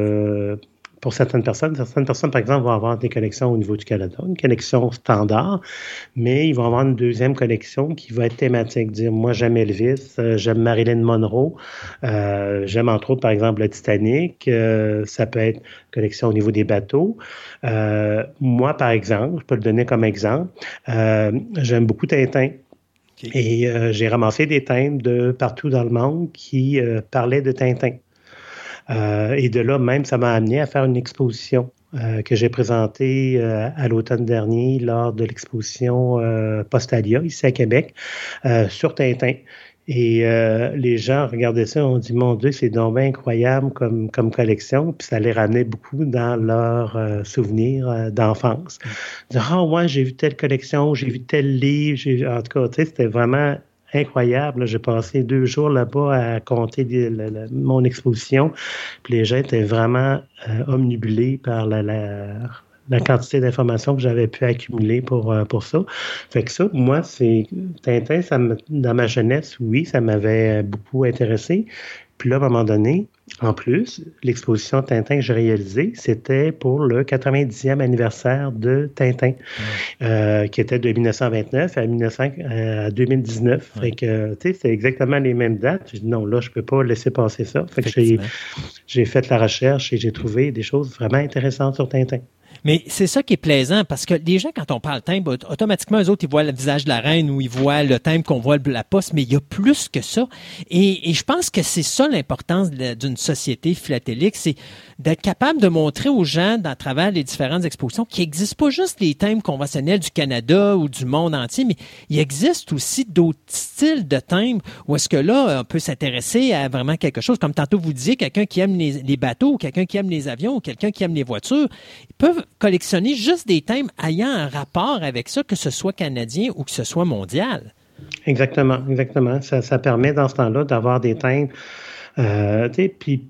pour certaines personnes. Certaines personnes, par exemple, vont avoir des collections au niveau du Canada, une collection standard, mais ils vont avoir une deuxième collection qui va être thématique. Dire, moi, j'aime Elvis, j'aime Marilyn Monroe, j'aime entre autres, par exemple, le Titanic. Ça peut être une collection au niveau des bateaux. Moi, par exemple, je peux le donner comme exemple, j'aime beaucoup Tintin. Okay. Et j'ai ramassé des thèmes de partout dans le monde qui parlaient de Tintin. Et de là, même, ça m'a amené à faire une exposition que j'ai présentée à l'automne dernier lors de l'exposition Postalia, ici à Québec, sur Tintin. Et les gens regardaient ça et ont dit, mon Dieu, c'est donc bien incroyable comme collection. Puis ça les ramenait beaucoup dans leurs souvenirs d'enfance. Dire, ah ouais, j'ai vu telle collection, j'ai vu tel livre. En tout cas, tu sais, c'était vraiment incroyable. Là, j'ai passé 2 jours là-bas à compter mon exposition. Puis les gens étaient vraiment omnibulés par la quantité d'informations que j'avais pu accumuler pour ça. Fait que ça, moi, c'est Tintin, dans ma jeunesse, oui, ça m'avait beaucoup intéressé. Puis là, à un moment donné, en plus, l'exposition Tintin que j'ai réalisée, c'était pour le 90e anniversaire de Tintin, qui était de 1929 à 2019. Fait que, tu sais, c'est exactement les mêmes dates. J'ai dit non, là, je peux pas laisser passer ça. Fait que j'ai fait la recherche et j'ai trouvé des choses vraiment intéressantes sur Tintin. Mais c'est ça qui est plaisant, parce que les gens, quand on parle thème, automatiquement, eux autres, ils voient le visage de la reine ou ils voient le thème qu'on voit la poste, mais il y a plus que ça. Et je pense que c'est ça l'importance d'une société philatélique, c'est d'être capable de montrer aux gens, à travers les différentes expositions, qu'il n'existe pas juste les thèmes conventionnels du Canada ou du monde entier, mais il existe aussi d'autres styles de thèmes où est-ce que là, on peut s'intéresser à vraiment quelque chose. Comme tantôt vous disiez, quelqu'un qui aime les bateaux, ou quelqu'un qui aime les avions, ou quelqu'un qui aime les voitures, ils peuvent collectionner juste des thèmes ayant un rapport avec ça, que ce soit canadien ou que ce soit mondial. Exactement. Ça permet dans ce temps-là d'avoir des thèmes, tu sais, puis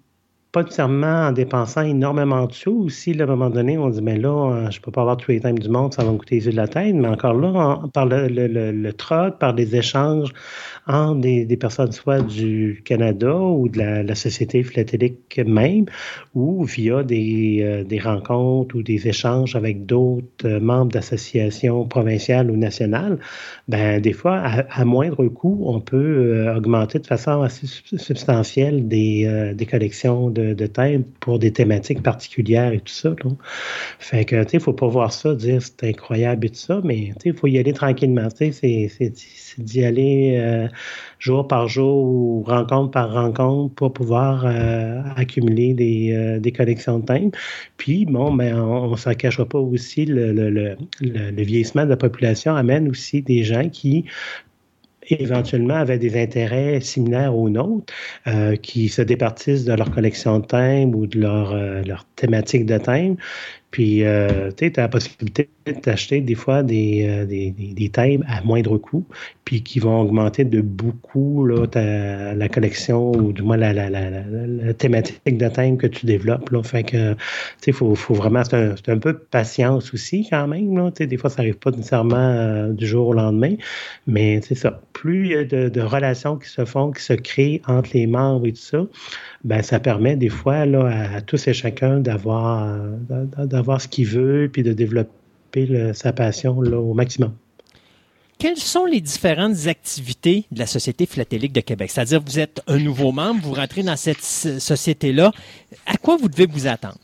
pas nécessairement en dépensant énormément de sous. Aussi, là, à un moment donné, on dit, mais là, je peux pas avoir tous les timbres du monde, ça va me coûter les yeux de la tête. Mais encore là, par le troc, par des échanges entre des personnes, soit du Canada ou de la Société philatélique même, ou via des rencontres ou des échanges avec d'autres membres d'associations provinciales ou nationales, ben des fois, à moindre coût, on peut augmenter de façon assez substantielle des collections de thèmes pour des thématiques particulières et tout ça. Là. Fait que, tu sais, il faut pas voir ça, dire c'est incroyable et tout ça, mais tu sais, il faut y aller tranquillement. Tu sais, c'est d'y aller jour par jour ou rencontre par rencontre pour pouvoir accumuler des collections de thèmes. Puis, bon, ben, on ne s'en cachera pas aussi, le vieillissement de la population amène aussi des gens qui éventuellement avaient des intérêts similaires aux nôtres, qui se départissent de leur collection de thèmes ou de leur thématique de thèmes. Puis, tu sais, tu as la possibilité d'acheter des fois des thèmes à moindre coût, puis qui vont augmenter de beaucoup là, la collection ou du moins la thématique de thème que tu développes. Là. Fait que, tu sais, faut vraiment... C'est un peu de patience aussi quand même. Là. Tu sais, des fois, ça n'arrive pas nécessairement du jour au lendemain, mais c'est ça. Plus il y a de relations qui se font, qui se créent entre les membres et tout ça, ben ça permet des fois là, à tous et chacun d'avoir ce qu'il veut puis de développer sa passion là, au maximum. Quelles sont les différentes activités de la Société philatélique de Québec? C'est-à-dire, vous êtes un nouveau membre, vous rentrez dans cette société-là. À quoi vous devez vous attendre?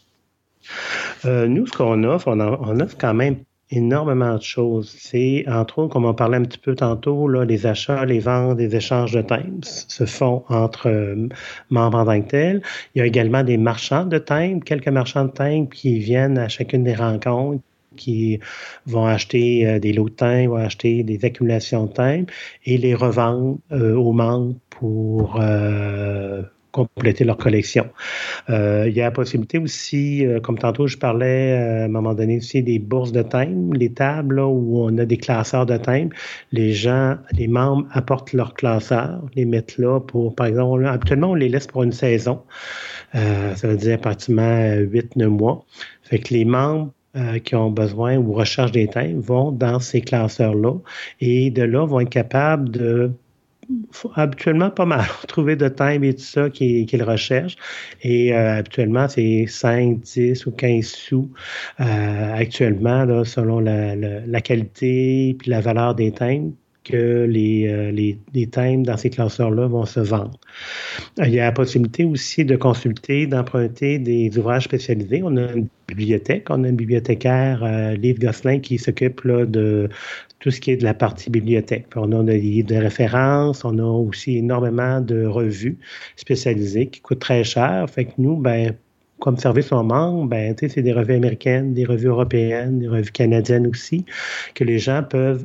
Nous, ce qu'on offre, on offre quand même énormément de choses. C'est, entre autres, comme on parlait un petit peu tantôt, là, les achats, les ventes, les échanges de thèmes se font entre membres en tant que tels. Il y a également des marchands de thèmes, quelques marchands de thèmes qui viennent à chacune des rencontres, qui vont acheter des lots de thèmes, vont acheter des accumulations de thèmes et les revendre aux membres pour compléter leur collection. Il y a la possibilité aussi, comme tantôt je parlais à un moment donné aussi, des bourses de thèmes, les tables là, où on a des classeurs de thèmes. Les membres apportent leurs classeurs, les mettent là pour, par exemple, habituellement on les laisse pour une saison. Ça veut dire pratiquement 8-9 mois. Fait que les membres qui ont besoin ou recherchent des thèmes vont dans ces classeurs-là et de là vont être capables de habituellement pas mal trouver de thèmes et tout ça qu'ils recherchent. Et habituellement, c'est 5, 10 ou 15 sous actuellement, là, selon la qualité et la valeur des thèmes que les thèmes dans ces classeurs-là vont se vendre. Il y a la possibilité aussi de consulter, d'emprunter des ouvrages spécialisés. On a une bibliothèque, on a une bibliothécaire, Liv Gosselin, qui s'occupe là, de tout ce qui est de la partie bibliothèque. Puis on a des livres de référence, on a aussi énormément de revues spécialisées qui coûtent très cher. Fait que nous, ben comme service aux membres, ben, tu sais, c'est des revues américaines, des revues européennes, des revues canadiennes aussi, que les gens peuvent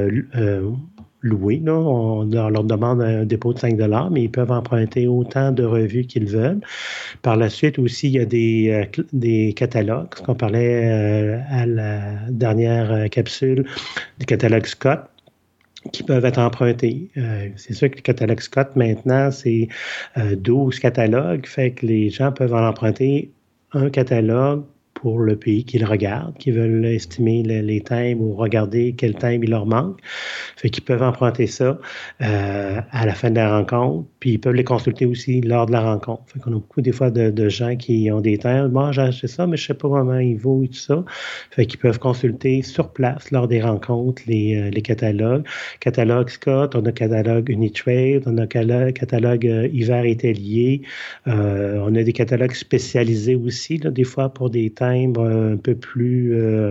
louer. Là. On leur demande un dépôt de 5 $, mais ils peuvent emprunter autant de revues qu'ils veulent. Par la suite aussi, il y a des catalogues, ce qu'on parlait à la dernière capsule, des catalogues Scott, qui peuvent être empruntés. C'est sûr que le catalogue Scott, maintenant, c'est 12 catalogues, fait que les gens peuvent en emprunter un catalogue pour le pays qu'ils regardent, qui veulent estimer les thèmes ou regarder quel thème il leur manque. Fait qu'ils peuvent emprunter ça à la fin de la rencontre, puis ils peuvent les consulter aussi lors de la rencontre. Fait qu'on a beaucoup des fois de gens qui ont des thèmes. Moi, j'ai acheté ça, mais je sais pas vraiment il vaut et tout ça. Fait qu'ils peuvent consulter sur place lors des rencontres les catalogues. Catalogue Scott, on a catalogue Unitrade, on a catalogue Hiver Ételier. On a des catalogues spécialisés aussi, là, des fois pour des thèmes un peu plus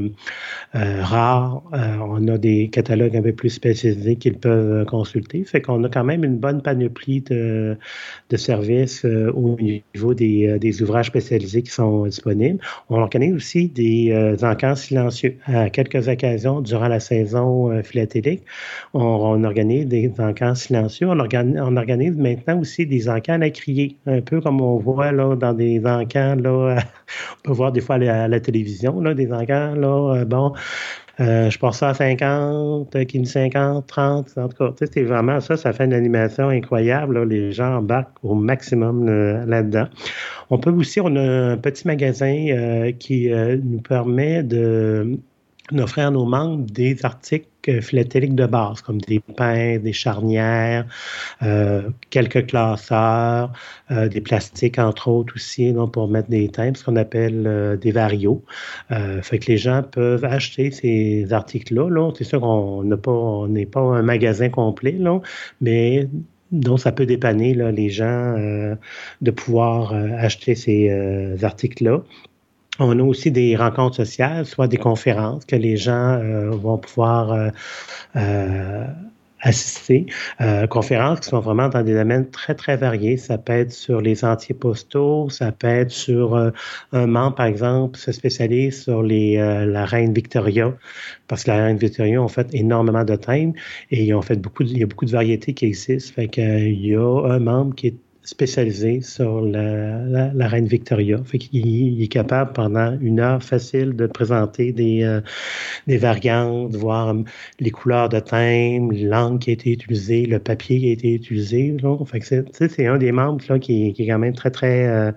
rares. On a des catalogues un peu plus spécialisés qu'ils peuvent consulter. Fait qu'on a quand même une bonne panoplie de services au niveau des ouvrages spécialisés qui sont disponibles. On organise aussi des encans silencieux. À quelques occasions, durant la saison philatélique, on organise des encans silencieux. On organise maintenant aussi des encans à crier, un peu comme on voit là, dans des encans, là, on peut voir des fois à la télévision, là, des encans, là, bon, Je passe ça à 50, qui dit 50, 30, en tout cas. Tu sais, c'est vraiment ça fait une animation incroyable. Là. Les gens embarquent au maximum là-dedans. On a un petit magasin qui nous permet d'offrir à nos membres des articles philatéliques de base, comme des pinces, des charnières, quelques classeurs, des plastiques, entre autres aussi, là, pour mettre des timbres, ce qu'on appelle des varios. Fait que les gens peuvent acheter ces articles-là. Là. C'est sûr qu'on n'est pas un magasin complet, là, mais donc, ça peut dépanner là, les gens de pouvoir acheter ces articles-là. On a aussi des rencontres sociales, soit des conférences que les gens vont pouvoir assister. Conférences qui sont vraiment dans des domaines très, très variés. Ça peut être sur les sentiers postaux, ça peut être sur un membre, par exemple, se spécialise sur la reine Victoria, parce que la reine Victoria ont fait énormément de thèmes et il y a beaucoup de variétés qui existent. Fait qu'il y a un membre qui est spécialisé sur la reine Victoria. Fait qu'il est capable pendant 1 heure facile de présenter des variantes, de voir les couleurs de thème, l'angle qui a été utilisé, le papier qui a été utilisé. Là. Fait que c'est un des membres là, qui est quand même très, très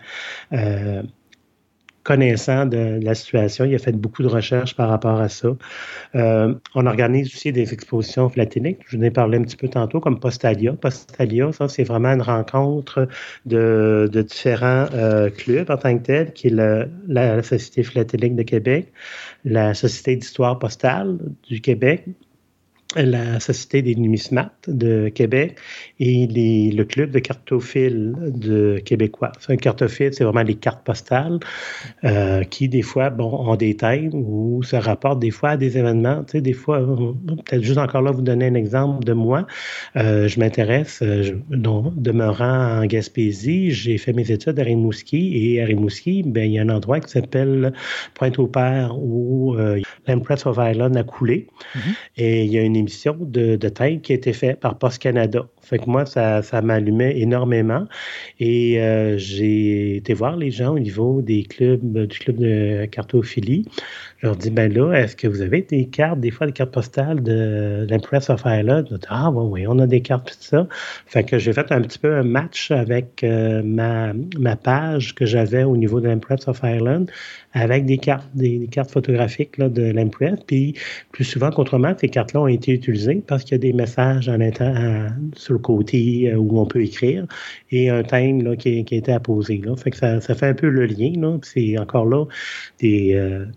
connaissant de la situation. Il a fait beaucoup de recherches par rapport à ça. On organise aussi des expositions philatéliques. Je vous en ai parlé un petit peu tantôt, comme Postalia. Postalia, ça, c'est vraiment une rencontre de différents clubs en tant que tel, qui est la Société philatélique de Québec, la Société d'histoire postale du Québec, la Société des numismates de Québec et le Club de cartophiles de Québécois. Un cartophile, c'est vraiment les cartes postales qui, des fois, ont des thèmes ou se rapportent des fois à des événements. Tu sais, des fois, peut-être juste encore là, vous donner un exemple de moi. Je m'intéresse, demeurant en Gaspésie, j'ai fait mes études à Rimouski et à Rimouski, il y a un endroit qui s'appelle Pointe-au-Père où l'Empress of Ireland a coulé. Mm-hmm. Et il y a une émission de thème qui a été faite par Post Canada. Fait que moi, ça m'allumait énormément. Et j'ai été voir les gens au niveau du club de cartophilie. Je leur dis, là, est-ce que vous avez des cartes, des fois des cartes postales de l'Empress of Ireland? Ah, oui, on a des cartes, tout ça. Fait que j'ai fait un petit peu un match avec ma page que j'avais au niveau de l'Empress of Ireland avec des cartes photographiques là, de l'Empress. Puis, plus souvent qu'autrement, ces cartes-là ont été utilisées parce qu'il y a des messages sur le côté où on peut écrire et un thème là, qui a été apposé. Là. Fait que ça fait un peu le lien. Là. Puis c'est encore là des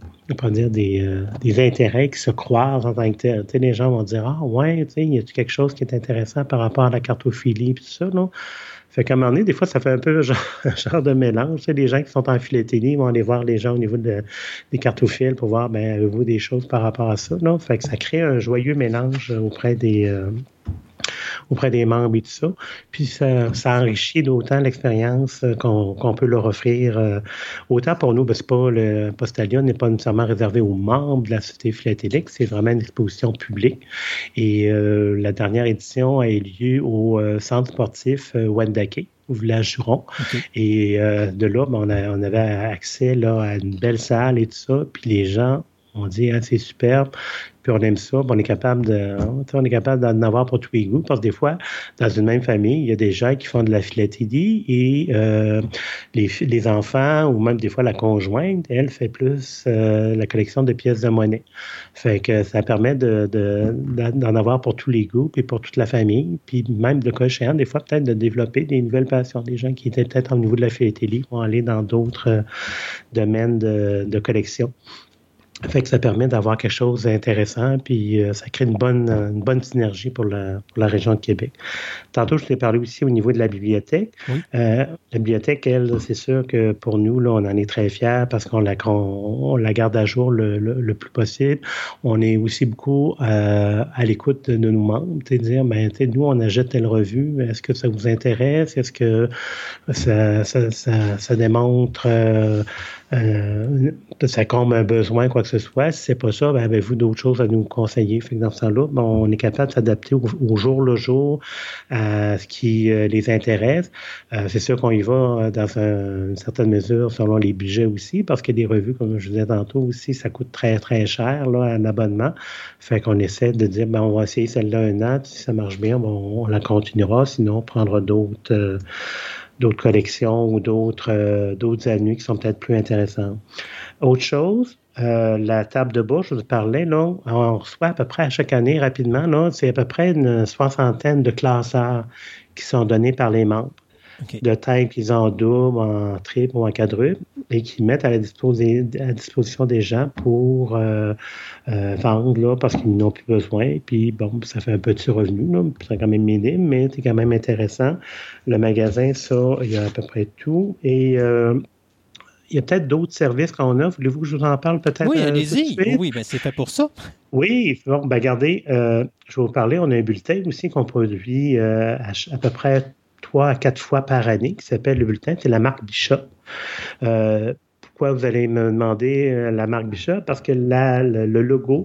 intérêts qui se croisent en tant que tel. Tu sais, les gens vont dire, ah ouais, tu sais, y a-t-il quelque chose qui est intéressant par rapport à la cartophilie et tout ça, non? Fait qu'à un moment donné, des fois, ça fait un peu genre de mélange. Tu sais, les gens qui sont en philatélie vont aller voir les gens au niveau des cartophiles pour voir, avez-vous des choses par rapport à ça, non? Fait que ça crée un joyeux mélange auprès des membres et tout ça. Puis ça enrichit d'autant l'expérience qu'on peut leur offrir. Autant pour nous, le Postalia n'est pas nécessairement réservé aux membres de la Société philatélique, c'est vraiment une exposition publique. Et la dernière édition a eu lieu au centre sportif Wendake, au village Juron. Okay. Et de là, on avait accès là, à une belle salle et tout ça. Puis les gens ont dit, c'est superbe. Puis on aime ça, on est capable d'en avoir pour tous les goûts, parce que des fois, dans une même famille, il y a des gens qui font de la philatélie et les enfants, ou même des fois la conjointe, elle fait plus la collection de pièces de monnaie. Fait que ça permet d'en avoir pour tous les goûts, puis pour toute la famille, puis même de cas échéant, des fois peut-être de développer des nouvelles passions. Des gens qui étaient peut-être au niveau de la philatélie vont aller dans d'autres domaines de collection. Fait que ça permet d'avoir quelque chose d'intéressant, puis ça crée une bonne synergie pour la région de Québec. Tantôt, je t'ai parlé aussi au niveau de la bibliothèque. Oui. La bibliothèque, elle, c'est sûr que pour nous, là, on en est très fiers parce qu'on la garde à jour le plus possible. On est aussi beaucoup à l'écoute de nos membres, dire, nous, on achète telle revue, est-ce que ça vous intéresse? Est-ce que ça démontre ça comble un besoin, quoi que ce soit. Si c'est pas ça, ben, avez-vous d'autres choses à nous conseiller? Fait que dans ce temps-là, ben, on est capable de s'adapter au jour le jour à ce qui les intéresse. C'est sûr qu'on y va dans une certaine mesure selon les budgets aussi, parce que des revues, comme je disais tantôt aussi, ça coûte très, très cher là, un abonnement. Fait qu'on essaie de dire, ben, on va essayer celle-là un an, si ça marche bien, bon, on la continuera, sinon on prendra d'autres collections ou d'autres annuaires qui sont peut-être plus intéressantes. Autre chose, la table de bourse, je vous parlais, là, on reçoit à peu près à chaque année, rapidement, là, c'est à peu près une soixantaine de classeurs qui sont donnés par les membres. Okay. De taille qu'ils ont en double, en triple ou en quadruple, et qui mettent à la disposition des gens pour vendre, là, parce qu'ils n'ont plus besoin. Puis, bon, ça fait un petit revenu, là, c'est quand même minime, mais c'est quand même intéressant. Le magasin, ça, il y a à peu près tout. Et il y a peut-être d'autres services qu'on a. Voulez-vous que je vous en parle peut-être? Oui, allez-y. Oui, ben c'est fait pour ça. Oui, bon, ben regardez, je vais vous parler. On a un bulletin aussi qu'on produit à peu près 3 à 4 fois par année qui s'appelle le bulletin. C'est la marque Bishop. Pourquoi vous allez me demander la marque Bishop? Parce que le logo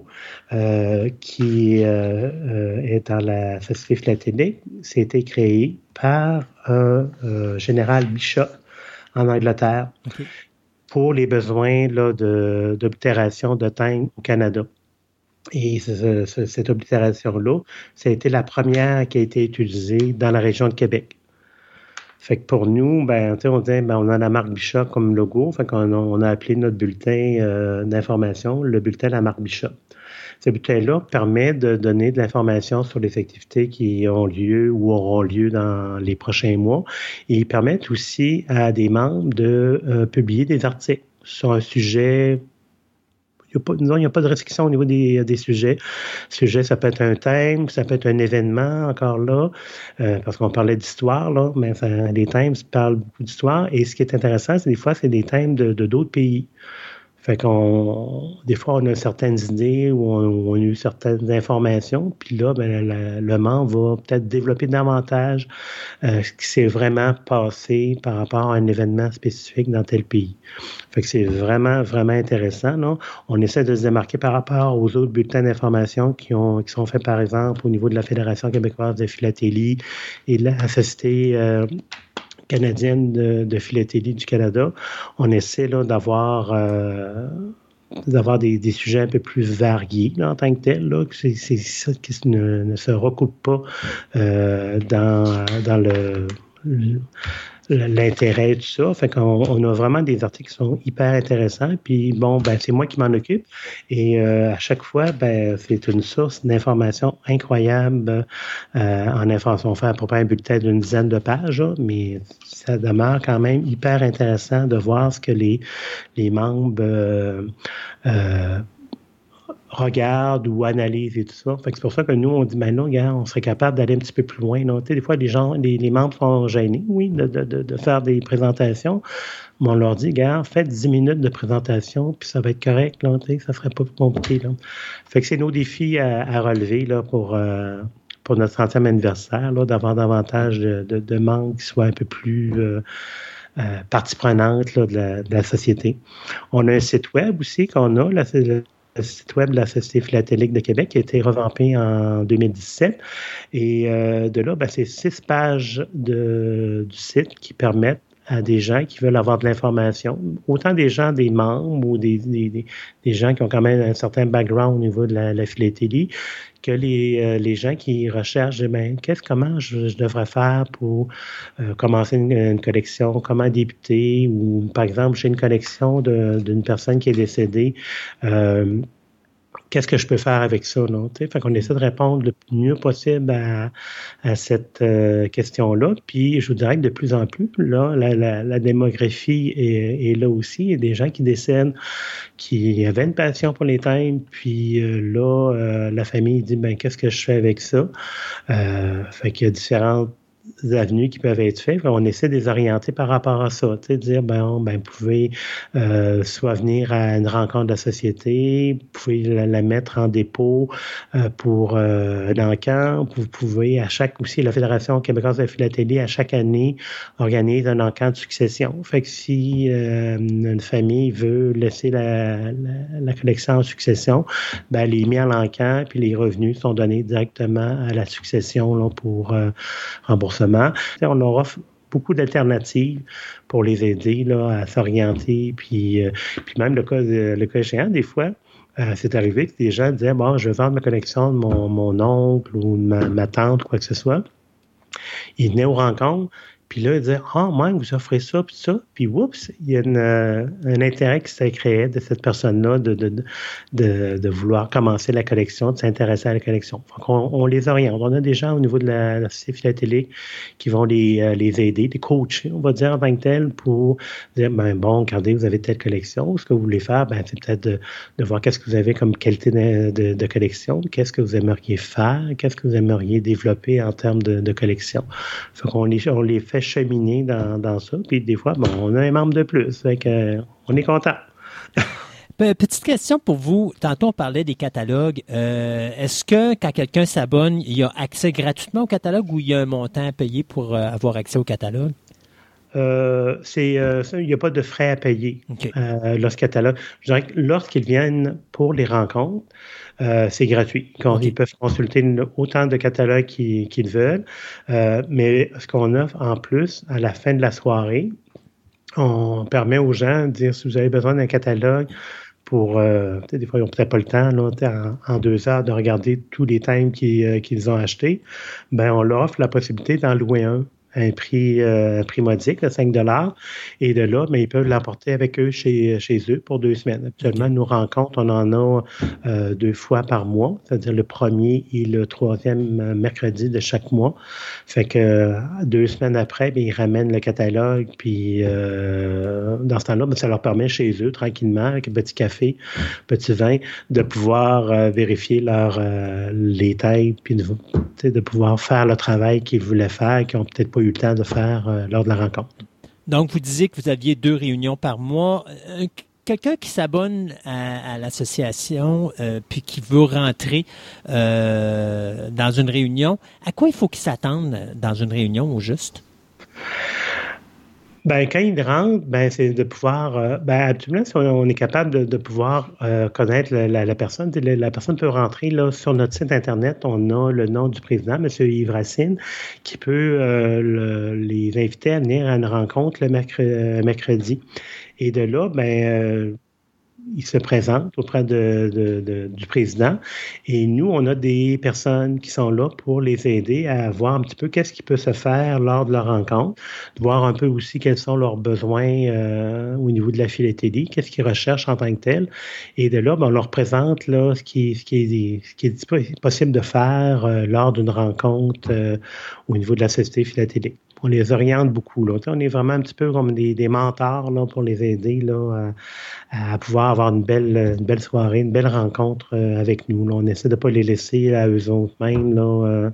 qui est dans la Société philatélique, c'était créé par un général Bishop en Angleterre. Okay. Pour les besoins là, d'oblitération de timbre au Canada. Et cette oblitération-là, ça a été la première qui a été utilisée dans la région de Québec. Fait que pour nous, ben, on disait, ben, on a la marque Bishop comme logo. Fait qu'on a appelé notre bulletin d'information le bulletin de la marque Bishop. Ce bulletin-là permet de donner de l'information sur les activités qui ont lieu ou auront lieu dans les prochains mois. Et ils permettent aussi à des membres de publier des articles sur un sujet. Il n'y a pas de restriction au niveau des sujets. Sujet, ça peut être un thème, ça peut être un événement, encore là, parce qu'on parlait d'histoire, là, mais les thèmes parlent beaucoup d'histoire. Et ce qui est intéressant, c'est des fois, c'est des thèmes de d'autres pays. Fait des fois, on a certaines idées ou on a eu certaines informations, puis là, ben, le membre va peut-être développer davantage ce qui s'est vraiment passé par rapport à un événement spécifique dans tel pays. Fait que c'est vraiment, vraiment intéressant, là. On essaie de se démarquer par rapport aux autres bulletins d'information qui sont faits, par exemple, au niveau de la Fédération québécoise de philatélie et de la Société canadienne de philatélie du Canada. On essaie là, d'avoir des sujets un peu plus variés là, en tant que tel, là, c'est ça qui ne se recoupe pas dans l'intérêt, tout ça. Fait qu'on a vraiment des articles qui sont hyper intéressants. Puis bon, ben c'est moi qui m'en occupe. Et à chaque fois, ben c'est une source d'informations incroyable en information. On fait à peu près un bulletin d'une dizaine de pages, là, mais ça demeure quand même hyper intéressant de voir ce que les membres regardent ou analysent et tout ça. Fait que c'est pour ça que nous, on dit, ben là, regarde, on serait capable d'aller un petit peu plus loin. Tu sais, des fois, les membres sont gênés, oui, de faire des présentations. Mais on leur dit, regarde, faites 10 minutes de présentation, puis ça va être correct, là, tu sais, ça serait pas plus compliqué, là. Fait que c'est nos défis à relever, là, pour notre 30e anniversaire, là, d'avoir davantage de membres qui soient un peu plus partie prenante là, de la société. On a un site web aussi qu'on a, là, c'est le site web de la Société philatélique de Québec qui a été revampé en 2017. Et de là, ben, c'est 6 pages du site qui permettent à des gens qui veulent avoir de l'information, autant des gens, des membres ou des gens qui ont quand même un certain background au niveau de la philatélie, que les gens qui recherchent, comment je devrais faire pour commencer une collection, comment débuter, ou par exemple, j'ai une collection d'une personne qui est décédée, qu'est-ce que je peux faire avec ça, non? Fait qu'on essaie de répondre le mieux possible à cette question-là. Puis je vous dirais que de plus en plus, là, la démographie est là aussi. Il y a des gens qui décèdent, qui avaient une passion pour les timbres, puis là, la famille dit, qu'est-ce que je fais avec ça? Fait qu'il y a différentes avenues qui peuvent être faites. On essaie de les orienter par rapport à ça. Tu sais, dire, vous pouvez soit venir à une rencontre de la société, vous pouvez la mettre en dépôt pour l'encan. Vous pouvez, aussi, la Fédération québécoise de la philatélie, à chaque année, organise un encan de succession. Fait que si une famille veut laisser la collection en succession, elle est mise à l'encan, puis les revenus sont donnés directement à la succession là, pour remboursement. On leur offre beaucoup d'alternatives pour les aider là, à s'orienter. Puis même le cas échéant, des fois, c'est arrivé que des gens disaient, je vais vendre ma collection de mon oncle ou de ma tante, quoi que ce soit. Ils venaient aux rencontres. Puis là, ils disaient, moi, vous offrez ça, puis ça. Puis, oups, il y a un intérêt qui s'est créé de cette personne-là de vouloir commencer la collection, de s'intéresser à la collection. Donc, on les oriente. On a des gens au niveau de la Société philatélique qui vont les aider, les coacher, on va dire, en tant que tel, pour dire, regardez, vous avez telle collection. Ce que vous voulez faire, c'est peut-être de voir qu'est-ce que vous avez comme qualité de collection, qu'est-ce que vous aimeriez faire, qu'est-ce que vous aimeriez développer en termes de collection. Fait qu'on les fait cheminer dans ça. Puis des fois, on a un membre de plus. Fait que, on est content. Petite question pour vous. Tantôt, on parlait des catalogues. Est-ce que quand quelqu'un s'abonne, il y a accès gratuitement au catalogue ou il y a un montant à payer pour avoir accès au catalogue? Il n'y a pas de frais à payer catalogue. Je dirais que lorsqu'ils viennent pour les rencontres, c'est gratuit. Ils peuvent consulter autant de catalogues qu'ils veulent. Mais ce qu'on offre en plus, à la fin de la soirée, on permet aux gens de dire si vous avez besoin d'un catalogue pour, des fois, ils n'ont peut-être pas le temps, là, en 2 heures, de regarder tous les thèmes qu'ils ont achetés. On leur offre la possibilité d'en louer un. Un prix modique, là, 5 $. Et de là, ils peuvent l'emporter avec eux chez eux pour 2 semaines. Actuellement, nos rencontres, on en a 2 fois par mois, c'est-à-dire le 1er et le 3e mercredi de chaque mois. Fait que 2 semaines après, ils ramènent le catalogue, puis dans ce temps-là, ça leur permet chez eux, tranquillement, avec un petit café, petit vin, de pouvoir vérifier les tailles, puis de pouvoir faire le travail qu'ils voulaient faire, qu'ils n'ont peut-être pas eu le temps de faire lors de la rencontre. Donc, vous disiez que vous aviez 2 réunions par mois. Quelqu'un qui s'abonne à l'association puis qui veut rentrer dans une réunion, à quoi il faut qu'il s'attende dans une réunion au juste? Quand il rentre, c'est de pouvoir... absolument, si on est capable de pouvoir connaître la personne, la personne peut rentrer là, sur notre site Internet. On a le nom du président, M. Yves Racine, qui peut les inviter à venir à une rencontre le mercredi. Et de là, il se présente auprès du président et nous, on a des personnes qui sont là pour les aider à voir un petit peu qu'est-ce qui peut se faire lors de leur rencontre, de voir un peu aussi quels sont leurs besoins au niveau de la philatélie, qu'est-ce qu'ils recherchent en tant que tel. Et de là, on leur présente là, ce qui est possible de faire lors d'une rencontre au niveau de la Société philatélique. On les oriente beaucoup. Là. On est vraiment un petit peu comme des mentors là, pour les aider là, à pouvoir avoir une belle soirée, une belle rencontre avec nous. Là. On essaie de ne pas les laisser à eux autres mêmes là,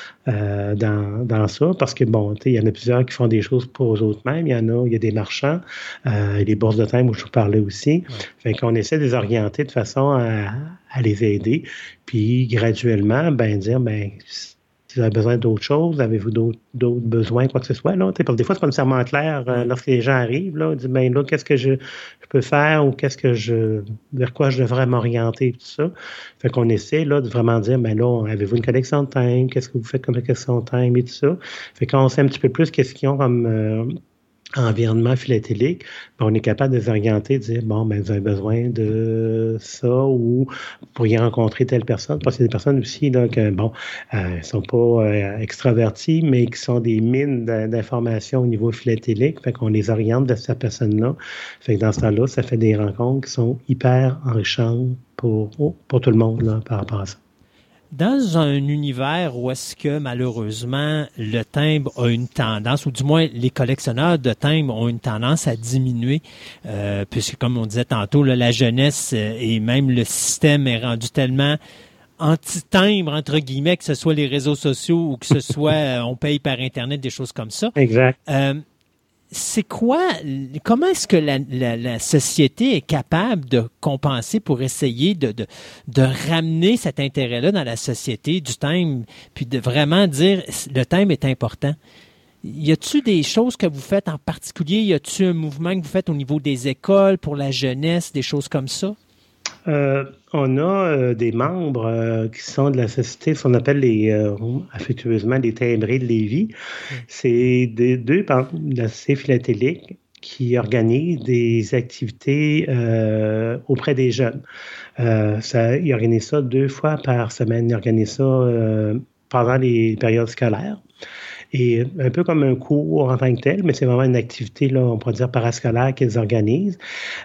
dans ça, parce que il y en a plusieurs qui font des choses pour eux autres mêmes. Il y a des marchands, les bourses de thème où je vous parlais aussi. Fait qu'on essaie de les orienter de façon à les aider. Puis graduellement, dire si vous avez besoin d'autres choses, avez-vous d'autres besoins, quoi que ce soit, là? Parce que des fois, c'est pas nécessairement clair lorsque les gens arrivent, là, ils disent, là, qu'est-ce que je peux faire ou vers quoi je devrais m'orienter, tout ça. Fait qu'on essaie, là, de vraiment dire, là, avez-vous une collection de thèmes? Qu'est-ce que vous faites comme collection de thèmes et tout ça? Fait qu'on sait un petit peu plus qu'est-ce qu'ils ont comme environnement philatélique, on est capable de les orienter, de dire, vous avez besoin de ça ou vous pourriez rencontrer telle personne, parce qu'il y a des personnes aussi, là, que, sont pas extraverties, mais qui sont des mines d'informations au niveau philatélique, fait qu'on les oriente de cette personne-là. Fait que dans ce temps-là, ça fait des rencontres qui sont hyper enrichantes pour tout le monde, là, par rapport à ça. Dans un univers où est-ce que, malheureusement, le timbre a une tendance, ou du moins les collectionneurs de timbres ont une tendance à diminuer, puisque, comme on disait tantôt, là, la jeunesse et même le système est rendu tellement anti-timbre, entre guillemets, que ce soit les réseaux sociaux ou que ce soit on paye par Internet, des choses comme ça. Exact. C'est quoi, comment est-ce que la société est capable de compenser pour essayer de ramener cet intérêt-là dans la société du thème, puis de vraiment dire le thème est important? Y a-t-il des choses que vous faites en particulier? Y a-t-il un mouvement que vous faites au niveau des écoles, pour la jeunesse, des choses comme ça? On a des membres qui sont de la société, ce qu'on appelle affectueusement les timbrés de Lévis. C'est deux membres de la société philatélique qui organisent des activités auprès des jeunes. Ils organisent ça 2 fois par semaine. Ils organisent ça pendant les périodes scolaires. Et un peu comme un cours en tant que tel, mais c'est vraiment une activité, là, on pourrait dire, parascolaire qu'ils organisent.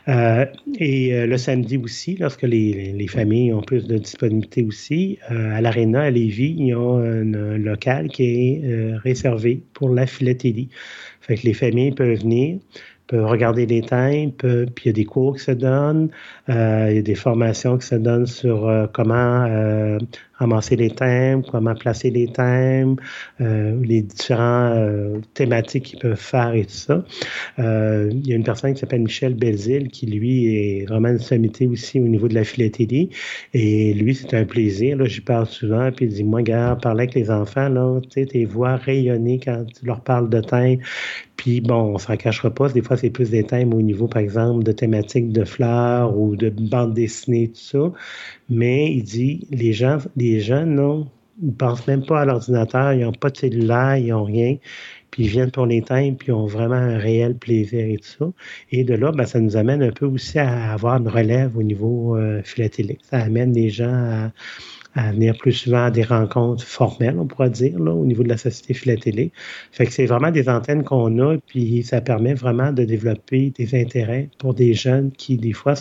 Le samedi aussi, lorsque les familles ont plus de disponibilité aussi, à l'Aréna, à Lévis, il y a un local qui est réservé pour la philatélie. Fait que les familles peuvent venir, peuvent regarder les thèmes, puis il y a des cours qui se donnent, il y a des formations qui se donnent sur comment ramasser les thèmes, comment placer les thèmes, les différentes thématiques qu'ils peuvent faire et tout ça. Il y a une personne qui s'appelle Michel Belzile qui, lui, est vraiment une sommité aussi au niveau de la philatélie. Et lui, c'est un plaisir. Là, j'y parle souvent, puis il dit, moi, regarde, parler avec les enfants, là, tu sais, tes voix rayonner quand tu leur parles de thèmes. Puis, bon, on s'en cachera pas. Des fois, c'est plus des thèmes au niveau, par exemple, de thématiques de fleurs ou de bandes dessinées, tout ça. Mais il dit, les jeunes, non, ils ne pensent même pas à l'ordinateur, ils n'ont pas de cellulaire, ils n'ont rien. Puis ils viennent pour les thèmes, puis ils ont vraiment un réel plaisir et tout ça. Et de là, ben, ça nous amène un peu aussi à avoir une relève au niveau philatélique. Ça amène les gens à venir plus souvent à des rencontres formelles, on pourrait dire, là, au niveau de la société philatélique. Fait que c'est vraiment des antennes qu'on a, puis ça permet vraiment de développer des intérêts pour des jeunes qui, des fois,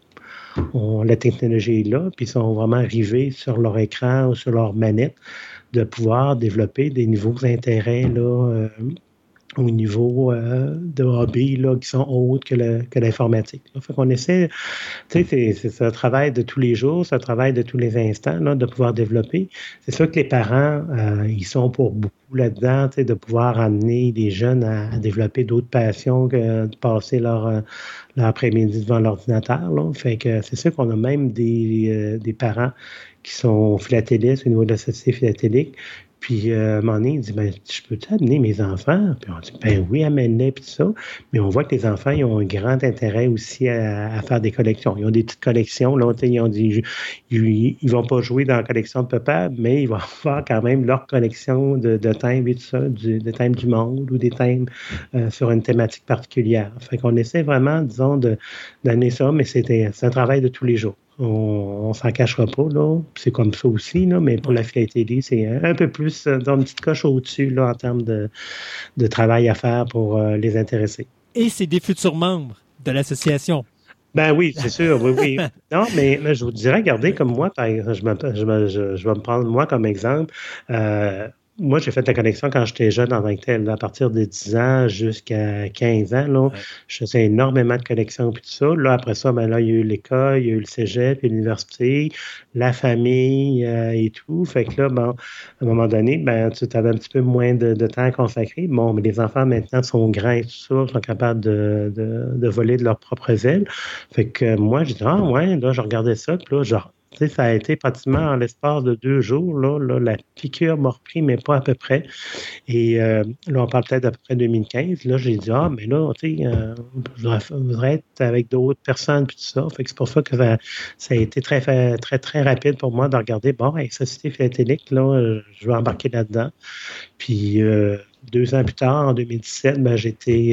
ont la technologie est là, puis sont vraiment arrivés sur leur écran ou sur leur manette, de pouvoir développer des nouveaux intérêts là, au niveau de hobby là, qui sont autres que l'informatique. Fait qu'on essaie, tu sais, c'est un travail de tous les jours, c'est un travail de tous les instants là, de pouvoir développer. C'est sûr que les parents, ils sont pour beaucoup là-dedans, tu sais, de pouvoir amener des jeunes à développer d'autres passions que de passer leur après-midi devant l'ordinateur. Là. Fait que c'est sûr qu'on a même des parents qui sont philatélistes au niveau de la société philatélique. Puis, à un moment donné, il dit, ben, je peux-tu amener mes enfants? Puis on dit, ben oui, amène-les, puis tout ça. Mais on voit que les enfants, ils ont un grand intérêt aussi à faire des collections. Ils ont des petites collections. Là, ils ont dit, ils vont pas jouer dans la collection de papa, mais ils vont avoir quand même leur collection de thèmes et tout ça, des thèmes du monde ou des thèmes sur une thématique particulière. Fait qu'on essaie vraiment, disons, d'amener ça, mais c'est un travail de tous les jours. On s'en cachera pas, là. C'est comme ça aussi, là, mais pour la philatélie, c'est un peu plus dans une petite coche au-dessus, là, en termes de travail à faire pour les intéresser. Et c'est des futurs membres de l'association. Ben oui, c'est sûr, oui. Non, mais je vous dirais, regardez, comme moi, par exemple, je vais me prendre moi comme exemple. Moi, j'ai fait la collection quand j'étais jeune en tant que tel. À partir de 10 ans jusqu'à 15 ans, là, je faisais énormément de collections et tout ça. Là, après ça, ben là, il y a eu l'école, il y a eu le cégep, l'université, la famille et tout. Fait que là, bon, à un moment donné, ben, tu avais un petit peu moins de temps à consacrer. Bon, mais les enfants, maintenant, sont grands et tout ça, sont capables de voler de leurs propres ailes. Fait que moi, j'ai dit, ah ouais, là, je regardais ça, puis là, genre, tu sais, ça a été pratiquement en l'espace de 2 jours. Là, la piqûre m'a repris, mais pas à peu près. Et là, on parle peut-être d'à peu près 2015. Là, j'ai dit, mais là, tu sais, je voudrais être avec d'autres personnes, puis tout ça. Fait que c'est pour ça que ça a été très, très, très rapide pour moi de regarder, bon, avec Société philatélique, là, je vais embarquer là-dedans. Puis 2 ans plus tard, en 2017, ben, j'ai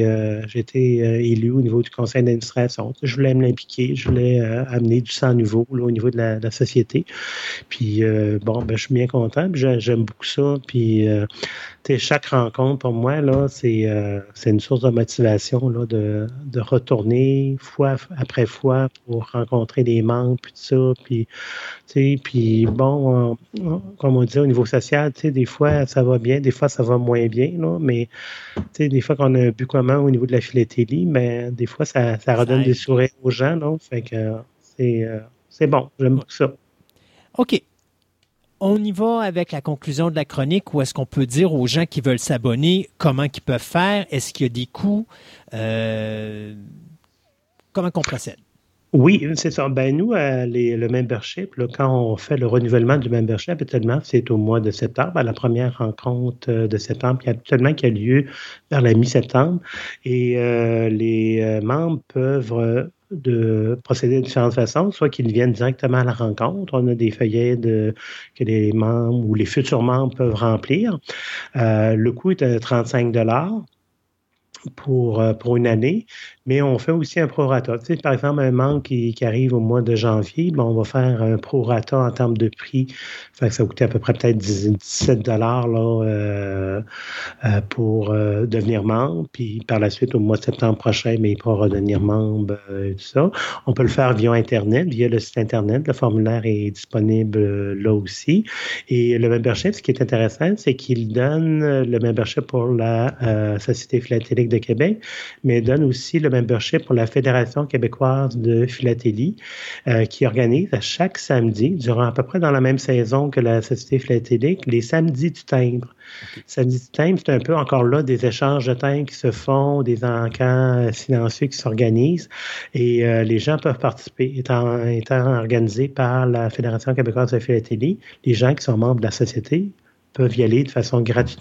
été élu au niveau du conseil d'administration. Je voulais me l'impliquer, je voulais amener du sang nouveau là, au niveau de la société. Puis, bon, ben, je suis bien content, puis j'aime beaucoup ça. Puis, chaque rencontre, pour moi, là, c'est une source de motivation là, de retourner fois après fois pour rencontrer des membres, puis tout ça. Puis bon, comme on dit au niveau social, des fois, ça va bien, des fois, ça va moins bien, là, mais des fois qu'on a un but commun au niveau de la philatélie, mais des fois, ça redonne des sourires aux gens, là, fait que c'est bon, j'aime beaucoup ça. OK. On y va avec la conclusion de la chronique où est-ce qu'on peut dire aux gens qui veulent s'abonner comment ils peuvent faire? Est-ce qu'il y a des coûts? Comment qu'on procède? Oui, c'est ça. Ben nous, le membership, là, quand on fait le renouvellement du membership, habituellement, c'est au mois de septembre, à la première rencontre de septembre, qui a lieu vers la mi-septembre. Et les membres peuvent procéder de différentes façons, soit qu'ils viennent directement à la rencontre. On a des feuillets que les membres ou les futurs membres peuvent remplir. Le coût est de 35 $ pour une année, mais on fait aussi un prorata. Tu sais, par exemple, un membre qui arrive au mois de janvier, on va faire un prorata en termes de prix. Fait que ça va coûter à peu près peut-être 17 $ là, pour devenir membre. Puis par la suite, au mois de septembre prochain, mais il pourra redevenir membre et tout ça. On peut le faire via Internet, via le site Internet. Le formulaire est disponible là aussi. Et le membership, ce qui est intéressant, c'est qu'il donne le membership pour la Société philatélique de Québec, mais il donne aussi le membership pour la Fédération québécoise de philatélie, qui organise à chaque samedi, durant à peu près dans la même saison que la Société philatélique, les samedis du timbre. Okay. Samedi du timbre, c'est un peu encore là des échanges de timbres qui se font, des encans silencieux qui s'organisent, et les gens peuvent participer. Étant organisé par la Fédération québécoise de philatélie, les gens qui sont membres de la Société peuvent y aller de façon gratuite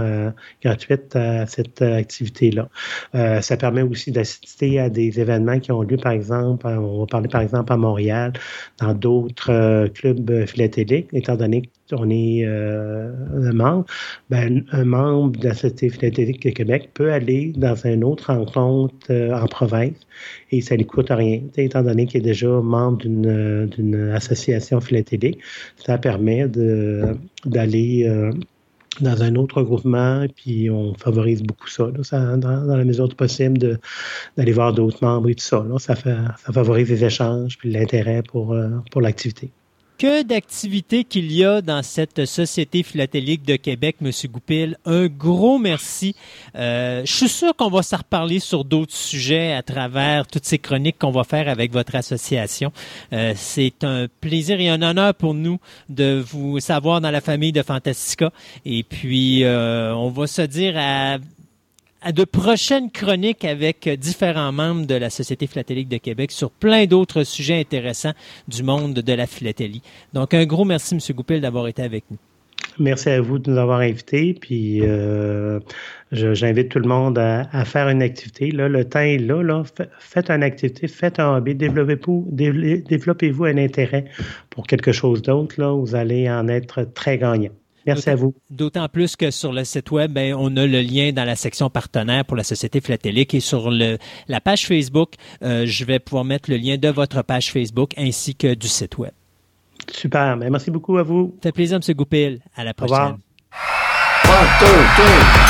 à cette activité-là. Ça permet aussi d'assister à des événements qui ont lieu, par exemple, on va parler par exemple à Montréal, dans d'autres clubs philatéliques, étant donné qu'on est un membre, un membre de la Société philatélique de Québec peut aller dans une autre rencontre en province et ça ne lui coûte rien. Étant donné qu'il est déjà membre d'une association philatélique, ça permet d'aller dans un autre groupement, puis on favorise beaucoup ça, là, dans la mesure du possible d'aller voir d'autres membres et tout ça. Là, ça favorise les échanges puis l'intérêt pour l'activité. Que d'activités qu'il y a dans cette Société philatélique de Québec, M. Goupil. Un gros merci. Je suis sûr qu'on va s'en reparler sur d'autres sujets à travers toutes ces chroniques qu'on va faire avec votre association. C'est un plaisir et un honneur pour nous de vous savoir dans la famille de Fantastica. Et puis, on va se dire à de prochaines chroniques avec différents membres de la Société philatélique de Québec sur plein d'autres sujets intéressants du monde de la philatélie. Donc, un gros merci, M. Goupil, d'avoir été avec nous. Merci à vous de nous avoir invités. Puis, j'invite tout le monde à faire une activité. Là, le temps est là. Faites une activité, faites un hobby, développez-vous un intérêt pour quelque chose d'autre. Là, vous allez en être très gagnant. Merci à vous. D'autant plus que sur le site web, on a le lien dans la section partenaire pour la Société philatélique et sur la page Facebook, je vais pouvoir mettre le lien de votre page Facebook ainsi que du site web. Super. Merci beaucoup à vous. Ça fait plaisir, M. Goupil. À la prochaine. Au revoir.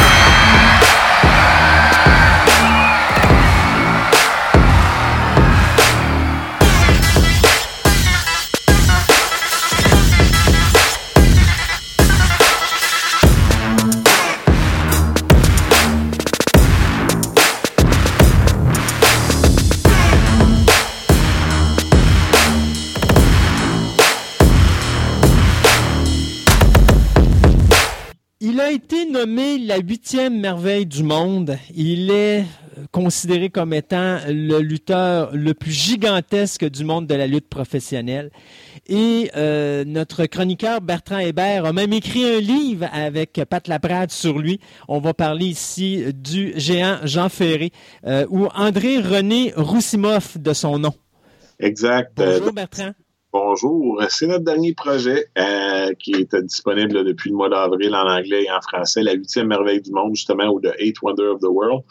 Il a été nommé la 8e merveille du monde. Il est considéré comme étant le lutteur le plus gigantesque du monde de la lutte professionnelle. Et notre chroniqueur Bertrand Hébert a même écrit un livre avec Pat Laprade sur lui. On va parler ici du géant Jean Ferré, ou André-René Roussimoff de son nom. Exact. Bonjour Bertrand. Bonjour. C'est notre dernier projet qui est disponible depuis le mois d'avril en anglais et en français, la 8e merveille du monde, justement, ou The Eighth Wonder of the World.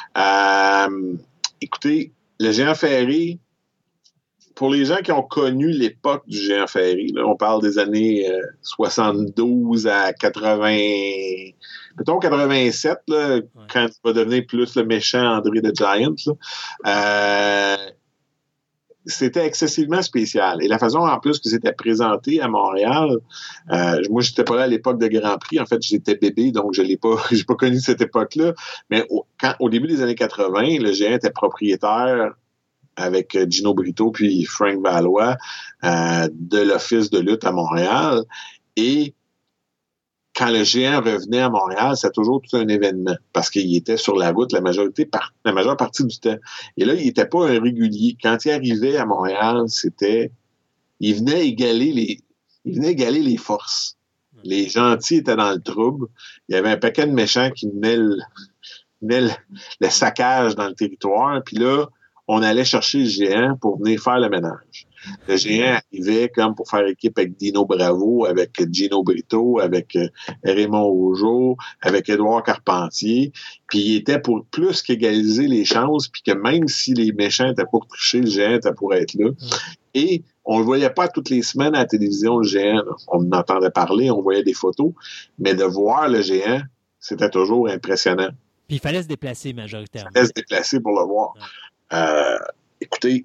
Écoutez, le géant Ferré, pour les gens qui ont connu l'époque du géant Ferré, là, on parle des années 72 à 80, mettons 87, là, ouais. Quand il va devenir plus le méchant André the Giant, là, c'était excessivement spécial. Et la façon, en plus, que c'était présenté à Montréal, moi, j'étais pas là à l'époque de Grand Prix. En fait, j'étais bébé, donc j'ai pas connu cette époque-là. Mais au début des années 80, le géant était propriétaire avec Gino Brito puis Frank Valois de l'Office de lutte à Montréal. Et quand le géant revenait à Montréal, c'était toujours tout un événement parce qu'il était sur la route la majeure partie du temps. Et là, il n'était pas un régulier. Quand il arrivait à Montréal, il venait égaler les forces. Les gentils étaient dans le trouble. Il y avait un paquet de méchants qui venaient le saccage dans le territoire. Puis là, on allait chercher le géant pour venir faire le ménage. Le géant arrivait comme pour faire équipe avec Dino Bravo, avec Gino Brito, avec Raymond Rougeau, avec Édouard Carpentier. Puis il était pour plus qu'égaliser les chances, puis que même si les méchants étaient pour tricher, le géant était pour être là. Et on le voyait pas toutes les semaines à la télévision, le géant. Là. On en entendait parler, on voyait des photos, mais de voir le géant, c'était toujours impressionnant. Puis il fallait se déplacer majoritairement. Il fallait se déplacer pour le voir. Écoutez,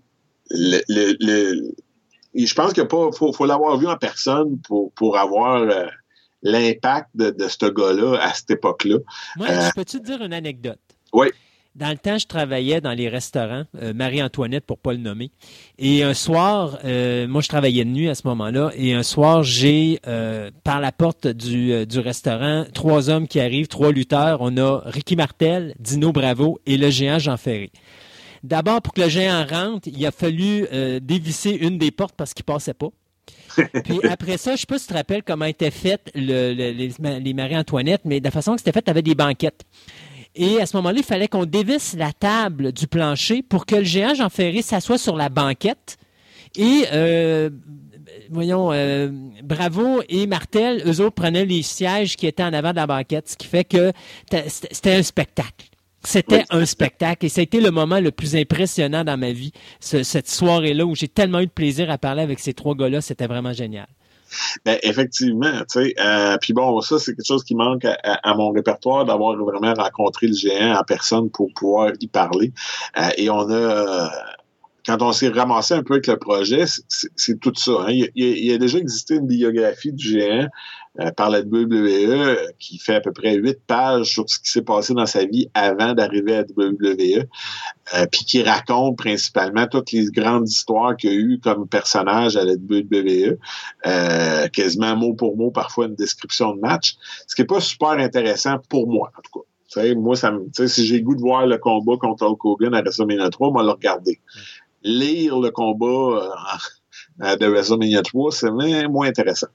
je pense qu'il faut l'avoir vu en personne pour avoir l'impact de ce gars-là à cette époque-là. Moi, je peux-tu te dire une anecdote? Oui. Dans le temps, je travaillais dans les restaurants, Marie-Antoinette pour pas le nommer. Et un soir, moi je travaillais de nuit à ce moment-là, et un soir, j'ai par la porte du restaurant 3 hommes qui arrivent, 3 lutteurs. On a Ricky Martel, Dino Bravo et le géant Jean Ferré. D'abord, pour que le géant rentre, il a fallu dévisser une des portes parce qu'il passait pas. Puis après ça, je sais pas si tu te rappelles comment étaient faites les Marie-Antoinette, mais de la façon que c'était fait, tu avais des banquettes. Et à ce moment-là, il fallait qu'on dévisse la table du plancher pour que le géant Jean Ferré s'assoie sur la banquette. Et, Bravo et Martel, eux autres prenaient les sièges qui étaient en avant de la banquette, ce qui fait que c'était un spectacle. C'était un spectacle et ça a été le moment le plus impressionnant dans ma vie, cette soirée-là où j'ai tellement eu de plaisir à parler avec ces 3 gars-là. C'était vraiment génial. Ben, effectivement, tu sais. Puis bon, ça, c'est quelque chose qui manque à mon répertoire, d'avoir vraiment rencontré le géant en personne pour pouvoir y parler. Et on a... quand on s'est ramassé un peu avec le projet, c'est tout ça. Hein. Il y a déjà existé une biographie du géant par la WWE qui fait à peu près 8 pages sur ce qui s'est passé dans sa vie avant d'arriver à la WWE, puis qui raconte principalement toutes les grandes histoires qu'il y a eu comme personnage à la WWE, quasiment mot pour mot, parfois une description de match, ce qui n'est pas super intéressant pour moi, en tout cas. T'sais, moi, si j'ai le goût de voir le combat contre Hulk Hogan à WrestleMania 3, moi, le regarder. Lire le combat de WrestleMania 3, c'est moins intéressant.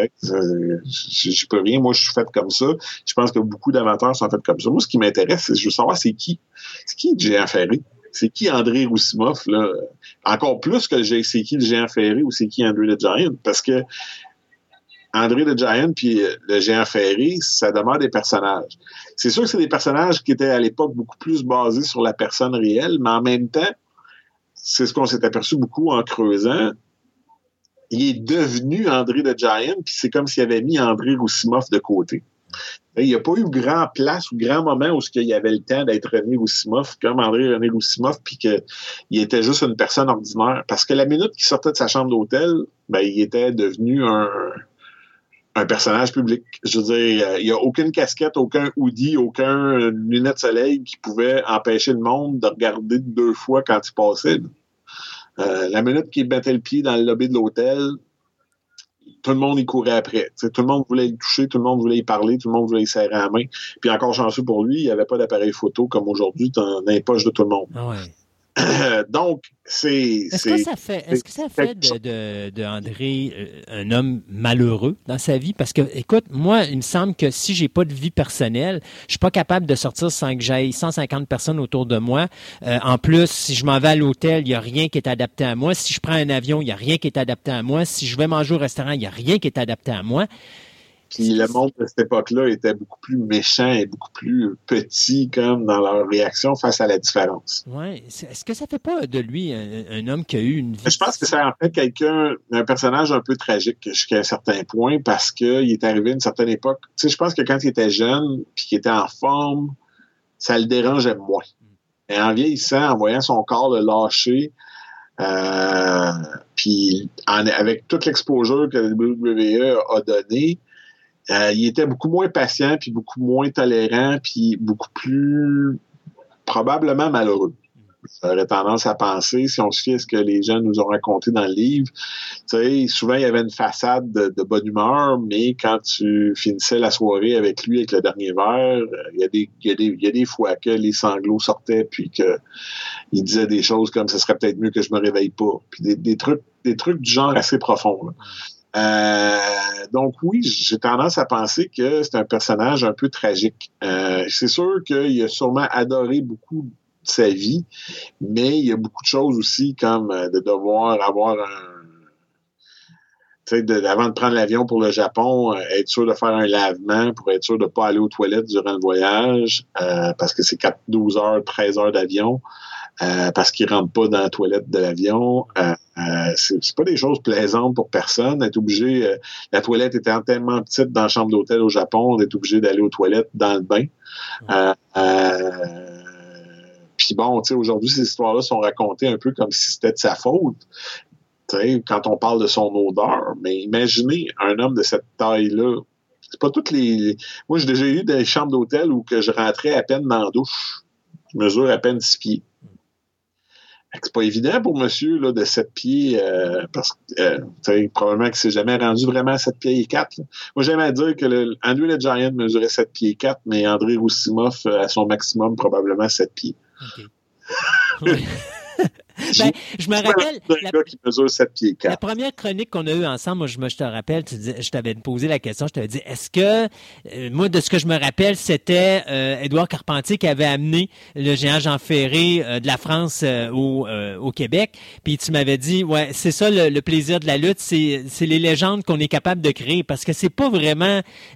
Je peux rien. Moi, je suis fait comme ça. Je pense que beaucoup d'amateurs sont faits comme ça. Moi, ce qui m'intéresse, c'est je veux savoir c'est qui le géant Ferré. C'est qui André Roussimoff, là? Encore plus que c'est qui le géant Ferré ou c'est qui André the Giant. Parce que André the Giant puis le géant Ferré, ça demeure des personnages. C'est sûr que c'est des personnages qui étaient à l'époque beaucoup plus basés sur la personne réelle, mais en même temps, c'est ce qu'on s'est aperçu beaucoup en creusant. Il est devenu André the Giant, puis c'est comme s'il avait mis André Roussimoff de côté. Il n'y a pas eu grand place ou grand moment où il y avait le temps d'être René Roussimoff, comme André Roussimoff, puis qu'il était juste une personne ordinaire. Parce que la minute qu'il sortait de sa chambre d'hôtel, ben, il était devenu un personnage public. Je veux dire, il n'y a aucune casquette, aucun hoodie, aucun lunette de soleil qui pouvait empêcher le monde de regarder 2 fois quand il passait. La minute qu'il mettait le pied dans le lobby de l'hôtel, tout le monde y courait après. T'sais, tout le monde voulait le toucher, tout le monde voulait y parler, tout le monde voulait y serrer la main. Puis encore chanceux pour lui, il n'y avait pas d'appareil photo comme aujourd'hui dans les poches de tout le monde. Ah ouais. Donc, Est-ce que ça fait de André un homme malheureux dans sa vie? Parce que, écoute, moi, il me semble que si j'ai pas de vie personnelle, je suis pas capable de sortir sans que j'aille 150 personnes autour de moi. En plus, si je m'en vais à l'hôtel, il y a rien qui est adapté à moi. Si je prends un avion, il y a rien qui est adapté à moi. Si je vais manger au restaurant, il y a rien qui est adapté à moi. Puis le monde de cette époque-là était beaucoup plus méchant et beaucoup plus petit comme dans leur réaction face à la différence. Oui. Est-ce que ça fait pas de lui un homme qui a eu une vie... Je pense que c'est en fait un personnage un peu tragique jusqu'à un certain point parce qu'il est arrivé à une certaine époque. Tu sais, je pense que quand il était jeune puis qu'il était en forme, ça le dérangeait moins. Et en vieillissant, en voyant son corps le lâcher, puis avec toute l'exposure que la WWE a donnée, il était beaucoup moins patient, puis beaucoup moins tolérant, puis beaucoup plus probablement malheureux. j'aurais tendance à penser, si on se fie à ce que les gens nous ont raconté dans le livre, tu sais, souvent il y avait une façade de bonne humeur, mais quand tu finissais la soirée avec lui, avec le dernier verre, il y a des fois que les sanglots sortaient, puis que il disait des choses comme « ce serait peut-être mieux que je me réveille pas », puis des trucs du genre assez profonds, là. Donc oui, j'ai tendance à penser que c'est un personnage un peu tragique. C'est sûr qu'il a sûrement adoré beaucoup de sa vie, mais il y a beaucoup de choses aussi comme de devoir avoir avant de prendre l'avion pour le Japon, être sûr de faire un lavement pour être sûr de ne pas aller aux toilettes durant le voyage, parce que c'est 12 heures, 13 heures d'avion. Parce qu'il rentre pas dans la toilette de l'avion. C'est pas des choses plaisantes pour personne. Être obligé, la toilette étant tellement petite dans la chambre d'hôtel au Japon, on est obligé d'aller aux toilettes dans le bain. Puis bon, tu sais, aujourd'hui, ces histoires-là sont racontées un peu comme si c'était de sa faute. Tu sais, quand on parle de son odeur. Mais imaginez un homme de cette taille-là. C'est pas toutes les. Moi, j'ai déjà eu des chambres d'hôtel où que je rentrais à peine dans la douche. Je mesure à peine 6 pieds. C'est pas évident pour monsieur là, de 7 pieds, parce que probablement qu'il s'est jamais rendu vraiment à 7 pieds et 4. Là. Moi, j'aime à dire que André le Giant mesurait 7 pieds et 4, mais André Roussimoff, à son maximum, probablement 7 pieds. OK. Oui. Ben, je me rappelle. Qui mesure 7 pieds 4. La première chronique qu'on a eue ensemble, moi, je te rappelle, je t'avais posé la question, je t'avais dit, est-ce que, moi, de ce que je me rappelle, c'était Édouard Carpentier qui avait amené le géant Jean Ferré de la France au Québec. Puis tu m'avais dit, ouais, c'est ça le plaisir de la lutte, c'est les légendes qu'on est capable de créer, parce que c'est pas vraiment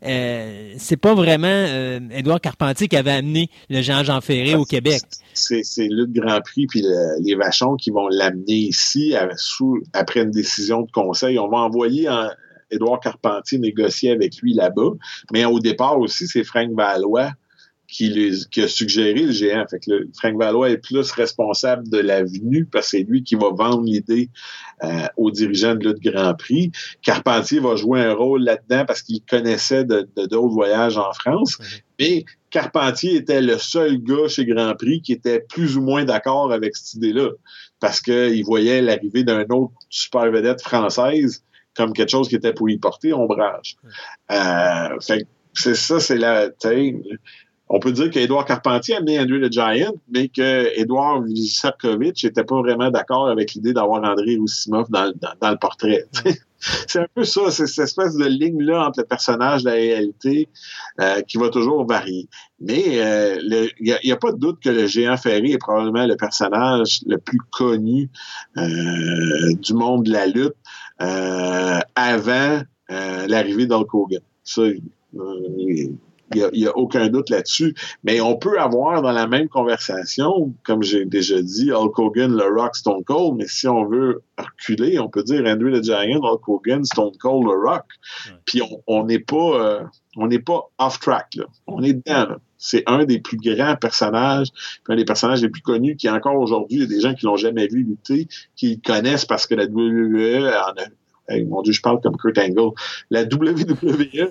Édouard Carpentier qui avait amené le géant Jean Ferré au Québec. C'est Lutte Grand Prix puis les Vachons qui vont l'amener ici après une décision de conseil. On va envoyer Édouard Carpentier négocier avec lui là-bas. Mais au départ aussi, c'est Frank Valois qui a suggéré le géant. Fait que Frank Valois est plus responsable de la venue parce que c'est lui qui va vendre l'idée aux dirigeants de Lutte Grand Prix. Carpentier va jouer un rôle là-dedans parce qu'il connaissait d'autres voyages en France. Mais Carpentier était le seul gars chez Grand Prix qui était plus ou moins d'accord avec cette idée-là parce qu'il voyait l'arrivée d'un autre super vedette française comme quelque chose qui était pour y porter ombrage. Fait que c'est ça, c'est la... On peut dire qu'Édouard Carpentier a amené André le Giant, mais qu'Édouard Visacovitch n'était pas vraiment d'accord avec l'idée d'avoir André Roussimoff dans le portrait. C'est un peu ça, c'est cette espèce de ligne-là entre le personnage et la réalité qui va toujours varier. Mais il n'y a pas de doute que le géant Ferré est probablement le personnage le plus connu du monde de la lutte avant l'arrivée d'Hulk Hogan. Ça, il y a aucun doute là-dessus. Mais on peut avoir dans la même conversation, comme j'ai déjà dit, Hulk Hogan, The Rock, Stone Cold, mais si on veut reculer, on peut dire André the Giant, Hulk Hogan, Stone Cold, The Rock. Puis on n'est pas off track, là. On est dedans, là. C'est un des plus grands personnages, un des personnages les plus connus qui encore aujourd'hui, il y a des gens qui l'ont jamais vu lutter, qui le connaissent parce que la WWE en a. Hey, mon Dieu, je parle comme Kurt Angle. La WWE,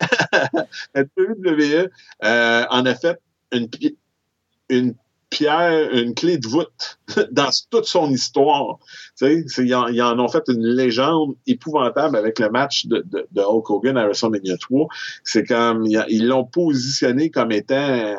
en a fait une clé de voûte dans toute son histoire. Tu sais, ils en ont fait une légende épouvantable avec le match de Hulk Hogan à WrestleMania 3. C'est comme, ils l'ont positionné comme étant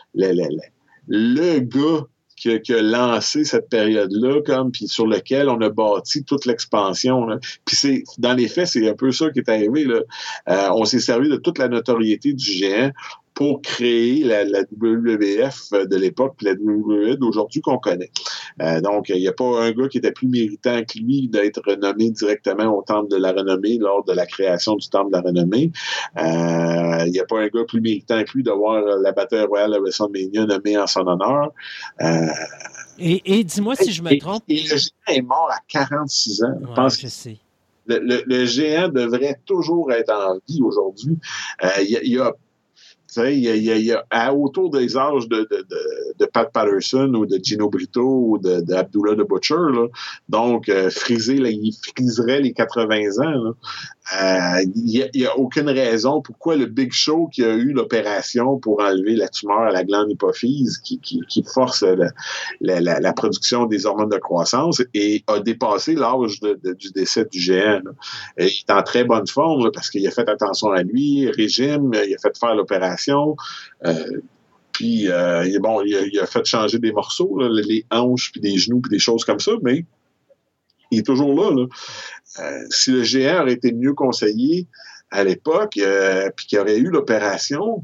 le gars qui a lancé cette période-là, puis sur lequel on a bâti toute l'expansion. Là. Puis dans les faits, c'est un peu ça qui est arrivé. Là. On s'est servi de toute la notoriété du géant pour créer la WWF de l'époque, puis la WWE d'aujourd'hui qu'on connaît. Donc, il n'y a pas un gars qui était plus méritant que lui d'être renommé directement au Temple de la Renommée lors de la création du Temple de la Renommée. Il n'y a pas un gars plus méritant que lui d'avoir la bataille royale de WrestleMania nommée en son honneur. Et dis-moi si je me trompe. Et le géant est mort à 46 ans. Ouais, je sais. Le géant devrait toujours être en vie aujourd'hui. Il y a autour des âges de Pat Patterson ou de Gino Brito ou d'Abdullah the Butcher, là. Donc, il friserait les 80 ans. Il n'y a aucune raison pourquoi le Big Show qui a eu l'opération pour enlever la tumeur à la glande hypophyse qui force la production des hormones de croissance et a dépassé l'âge du décès du géant. Là. Et il est en très bonne forme là, parce qu'il a fait attention à lui, régime, il a fait faire l'opération. Puis, il a fait changer des morceaux, là, les hanches, puis des genoux, puis des choses comme ça, mais il est toujours là. Si le géant aurait été mieux conseillé à l'époque, puis qu'il aurait eu l'opération,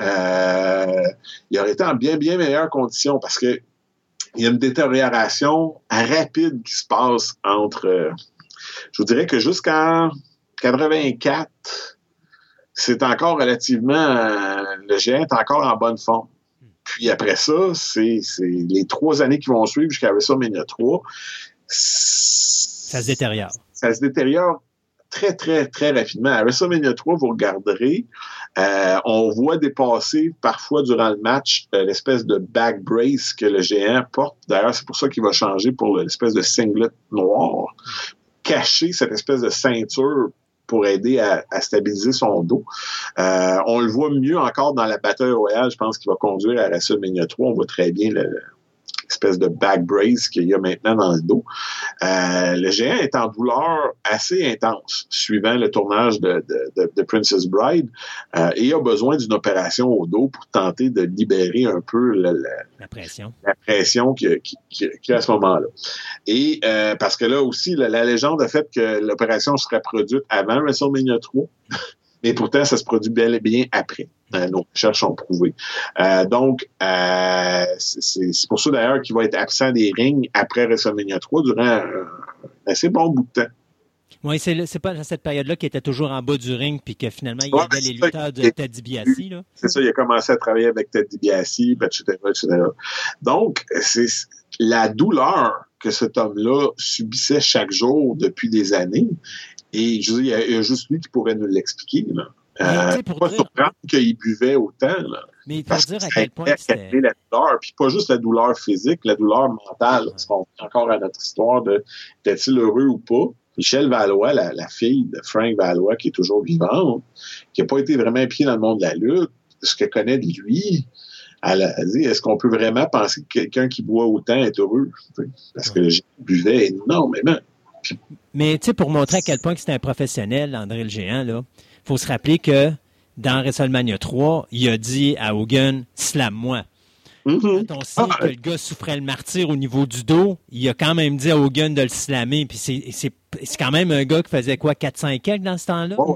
il aurait été en bien, bien meilleures conditions parce que il y a une détérioration rapide qui se passe entre... je vous dirais que jusqu'en 84, c'est encore relativement... le géant est encore en bonne forme. Puis après ça, c'est les 3 années qui vont suivre jusqu'à WrestleMania 3. Ça se détériore. Ça se détériore très, très, très rapidement. À WrestleMania 3, vous regarderez, on voit dépasser parfois durant le match l'espèce de back brace que le géant porte. D'ailleurs, c'est pour ça qu'il va changer pour l'espèce de singlet noir. Cacher cette espèce de ceinture pour aider à stabiliser son dos. On le voit mieux encore dans la bataille royale, je pense, qui va conduire à WrestleMania 3. On voit très bien l'espèce de back brace qu'il y a maintenant dans le dos. Le géant est en douleur assez intense suivant le tournage de Princess Bride et a besoin d'une opération au dos pour tenter de libérer un peu la pression qu'il y a à ce moment-là. Et parce que là aussi, la légende a fait que l'opération serait produite avant WrestleMania 3, mais pourtant, ça se produit bel et bien après. Nos recherches ont prouvé. Donc, c'est pour ça d'ailleurs qu'il va être absent des rings après WrestleMania 3 durant un assez bon bout de temps. Oui, c'est pas à cette période-là qu'il était toujours en bas du ring puis que finalement, il y avait les lutteurs de Ted DiBiase. Là. C'est ça, il a commencé à travailler avec Ted DiBiase, etc., etc. Donc, c'est la douleur que cet homme-là subissait chaque jour depuis des années. Et je veux dire, il y a juste lui qui pourrait nous l'expliquer. Là. Pas surprendre qu'il buvait autant. Là. Mais il faut dire à quel point c'était... la douleur, puis pas juste la douleur physique, la douleur mentale. Parce qu'on est encore à notre histoire de était-il heureux ou pas. Michelle Valois, la fille de Frank Valois, qui est toujours vivante, qui n'a pas été vraiment impliquée dans le monde de la lutte, ce qu'elle connaît de lui, elle a dit, est-ce qu'on peut vraiment penser que quelqu'un qui boit autant est heureux? Parce que j'ai buvait énormément. Mais tu sais, pour montrer à quel point que c'était un professionnel, André le Géant, là, faut se rappeler que dans WrestleMania 3, il a dit à Hogan, slam-moi. Mm-hmm. Quand on sait que le gars souffrait le martyre au niveau du dos, il a quand même dit à Hogan de le slammer. Puis c'est quand même un gars qui faisait quoi, 400 et quelques dans ce temps-là? Oh,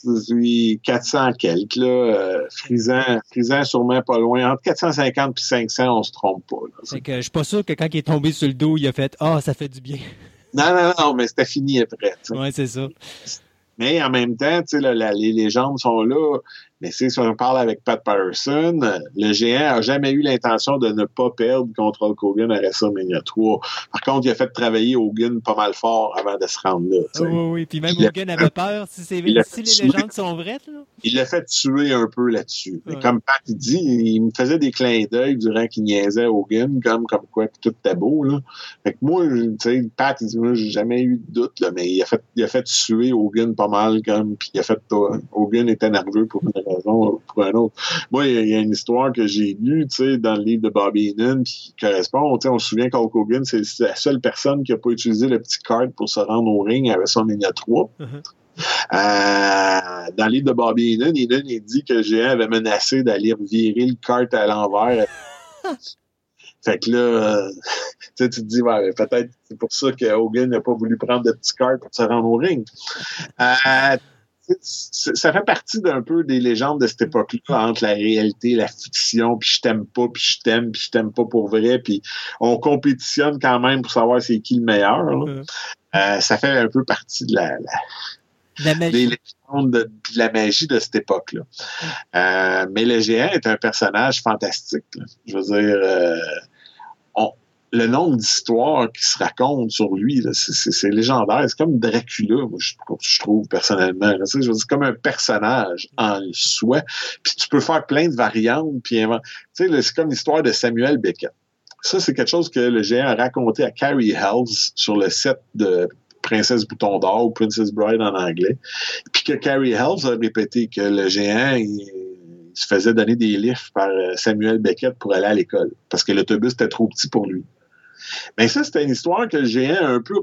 400 quelques, là. Frisant sûrement pas loin. Entre 450 et 500, on se trompe pas. C'est que je suis pas sûr que quand il est tombé sur le dos, il a fait « Ah, ça fait du bien ». Non, mais c'était fini après. Oui, c'est ça. Mais en même temps, tu sais, les légendes sont là. Mais si on parle avec Pat Patterson, le géant a jamais eu l'intention de ne pas perdre contre Hulk Hogan à WrestleMania 3. Par contre, il a fait travailler Hogan pas mal fort avant de se rendre là. Oui. Puis même Hogan avait peur si les légendes sont vraies. Là. Il l'a fait tuer un peu là-dessus. Ouais. Comme Pat dit, il me faisait des clins d'œil durant qu'il niaisait Hogan, comme quoi tout était beau. Là. Fait que moi, tu sais, Pat, il dit, moi, j'ai jamais eu de doute, là, mais il a fait tuer Hogan pas mal, comme, puis il a fait, Hogan était nerveux pour une raison, pour un autre. Moi, il y a une histoire que j'ai lue, tu sais, dans le livre de Bobby Heenan, qui correspond, tu sais, on se souvient qu'Hulk Hogan, c'est la seule personne qui a pas utilisé le petit card pour se rendre au ring à WrestleMania 3. Dans le livre de Bobby Heenan, il dit que le géant avait menacé d'aller virer le kart à l'envers. Fait que là, tu te dis, ouais, peut-être c'est pour ça que Hogan n'a pas voulu prendre de petit kart pour se rendre au ring. Ça fait partie d'un peu des légendes de cette époque-là, entre la réalité et la fiction, puis je t'aime pas, puis je t'aime pas pour vrai, puis on compétitionne quand même pour savoir c'est qui le meilleur. Ça fait un peu partie de la magie. Des légendes de la magie de cette époque-là. Mais le géant est un personnage fantastique. Là. Je veux dire, le nombre d'histoires qui se racontent sur lui, là, c'est légendaire. C'est comme Dracula, moi, je trouve personnellement. Là, je veux dire, c'est comme un personnage en soi. Puis tu peux faire plein de variantes. Puis c'est comme l'histoire de Samuel Beckett. Ça, c'est quelque chose que le géant a raconté à Carrie Helms sur le set de Princesse Bouton d'Or ou Princess Bride en anglais. Puis que Carrie Helms a répété que le géant, il se faisait donner des livres par Samuel Beckett pour aller à l'école, parce que l'autobus était trop petit pour lui. Mais ça, c'était une histoire que le géant a un peu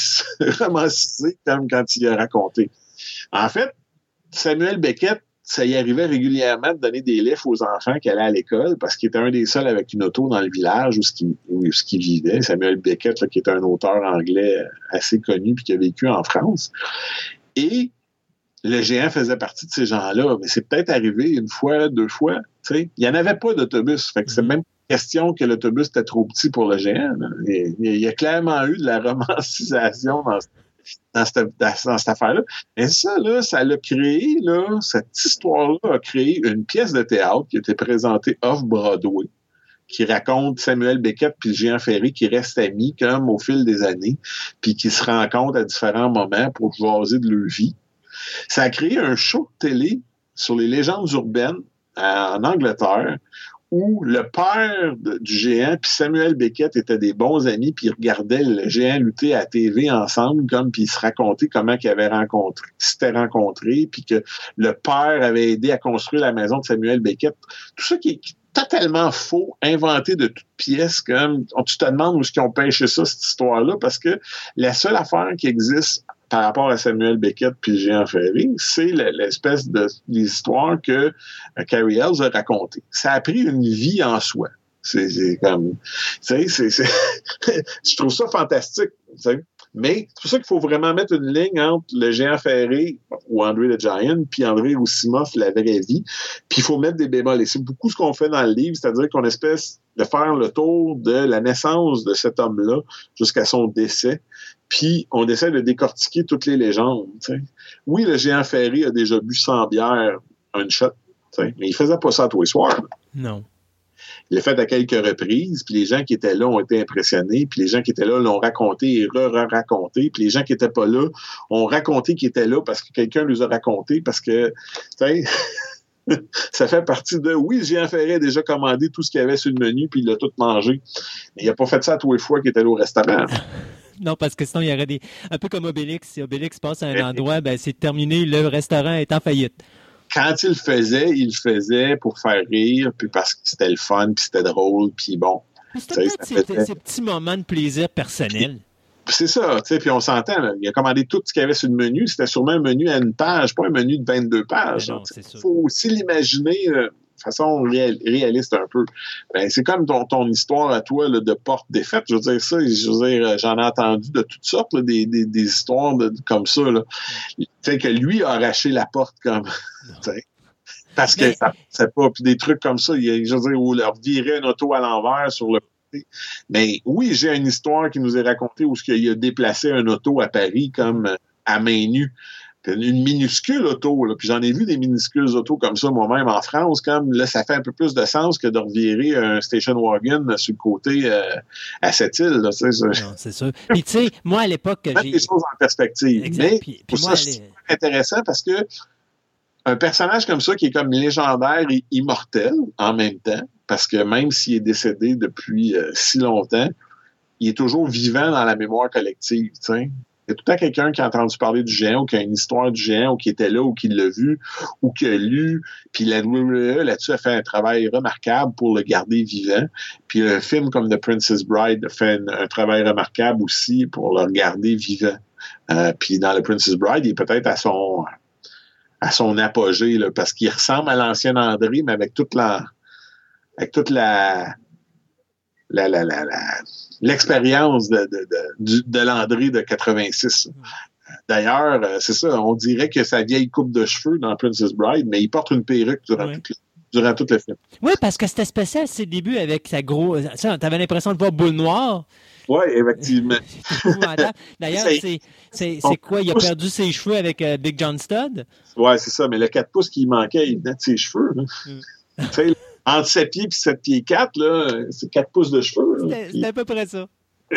romancisée comme quand il a raconté. En fait, Samuel Beckett, ça y arrivait régulièrement de donner des livres aux enfants qui allaient à l'école parce qu'il était un des seuls avec une auto dans le village où il vivait. Samuel Beckett, là, qui est un auteur anglais assez connu puis qui a vécu en France. Et le géant faisait partie de ces gens-là. Mais c'est peut-être arrivé une fois, 2 fois. Il n'y en avait pas d'autobus. Fait que c'est même question que l'autobus était trop petit pour le géant. Il y a clairement eu de la romancisation dans cette affaire-là. Et ça, là, ça l'a créé, là, cette histoire-là a créé une pièce de théâtre qui a été présentée off-Broadway, qui raconte Samuel Beckett puis le géant Ferré qui restent amis comme au fil des années, puis qui se rencontrent à différents moments pour jaser de leur vie. Ça a créé un show de télé sur les légendes urbaines en Angleterre, où le père du géant puis Samuel Beckett étaient des bons amis, puis ils regardaient le géant lutter à la TV ensemble, puis ils se racontaient comment ils s'étaient rencontrés, puis que le père avait aidé à construire la maison de Samuel Beckett. Tout ça qui est totalement faux, inventé de toutes pièces, comme tu te demandes où est-ce qu'ils ont pêché ça, cette histoire-là, parce que la seule affaire qui existe par rapport à Samuel Beckett puis le géant Ferré, c'est l'espèce d'histoire que Carrie Helms a racontée. Ça a pris une vie en soi. C'est comme, tu sais, je trouve ça fantastique, tu sais. Mais c'est pour ça qu'il faut vraiment mettre une ligne entre le géant Ferré ou André the Giant puis André Roussimoff, la vraie vie. Puis il faut mettre des bémols. Et c'est beaucoup ce qu'on fait dans le livre, c'est-à-dire qu'on espèce de faire le tour de la naissance de cet homme-là jusqu'à son décès. Puis on essaie de décortiquer toutes les légendes. T'sais. Oui, le géant Ferré a déjà bu 100 bières une shot, mais il faisait pas ça à tous les soirs. Non. Il l'a fait à quelques reprises, puis les gens qui étaient là ont été impressionnés, puis les gens qui étaient là l'ont raconté et re-raconté, puis les gens qui étaient pas là ont raconté qu'ils étaient là parce que quelqu'un les a racontés, parce que, tu sais, ça fait partie de... Oui, le géant Ferré a déjà commandé tout ce qu'il y avait sur le menu, puis il l'a tout mangé. Mais il a pas fait ça à tous les fois qu'il était allé au restaurant. Non, parce que sinon, il y aurait un peu comme Obélix. Si Obélix passe à un endroit, ben c'est terminé, le restaurant est en faillite. Quand il le faisait pour faire rire, puis parce que c'était le fun, puis c'était drôle, puis bon. C'était peut-être ces petits moments de plaisir personnel. C'est ça, tu sais, puis on s'entend, là, il a commandé tout ce qu'il y avait sur le menu, c'était sûrement un menu à une page, pas un menu de 22 pages. Il faut aussi l'imaginer de façon réaliste un peu. Ben, c'est comme ton histoire à toi là, de porte défaite, je veux dire ça, j'en ai entendu de toutes sortes, là, des histoires comme ça. Là. Fait que lui a arraché la porte comme... Parce que ça c'est pas, puis des trucs comme ça, je veux dire, où leur virer une auto à l'envers sur le côté. Mais oui, j'ai une histoire qui nous est racontée où il a déplacé un auto à Paris comme à main nue. Une minuscule auto, là, puis j'en ai vu des minuscules autos comme ça moi-même en France, comme là, ça fait un peu plus de sens que de revirer un station wagon sur le côté à cette île. Là, non, c'est sûr. Puis tu sais, moi à l'époque... Mettre les choses en perspective. Exact. Mais puis pour moi, ça, c'est intéressant parce que un personnage comme ça qui est comme légendaire et immortel en même temps, parce que même s'il est décédé depuis si longtemps, il est toujours vivant dans la mémoire collective, tu sais. Il y a tout le temps quelqu'un qui a entendu parler du géant ou qui a une histoire du géant ou qui était là ou qui l'a vu ou qui a lu. Puis la WWE, là-dessus, a fait un travail remarquable pour le garder vivant. Puis un film comme The Princess Bride a fait un travail remarquable aussi pour le garder vivant. Puis dans The Princess Bride, il est peut-être à son apogée, là, parce qu'il ressemble à l'ancien André, mais avec toute l'expérience de l'André de 86. D'ailleurs, c'est ça, on dirait que sa vieille coupe de cheveux dans Princess Bride, mais il porte une perruque durant tout le film. Oui, parce que c'était spécial ses débuts avec sa grosse... T'avais l'impression de voir Boule Noire. Oui, effectivement. D'ailleurs, c'est quoi? Il a perdu ses cheveux avec Big John Studd? Oui, c'est ça, mais le 4 pouces qui manquait, il venait de ses cheveux. Tu sais, entre 7 pieds et 7 pieds 4, là, c'est 4 pouces de cheveux. C'était à peu près ça.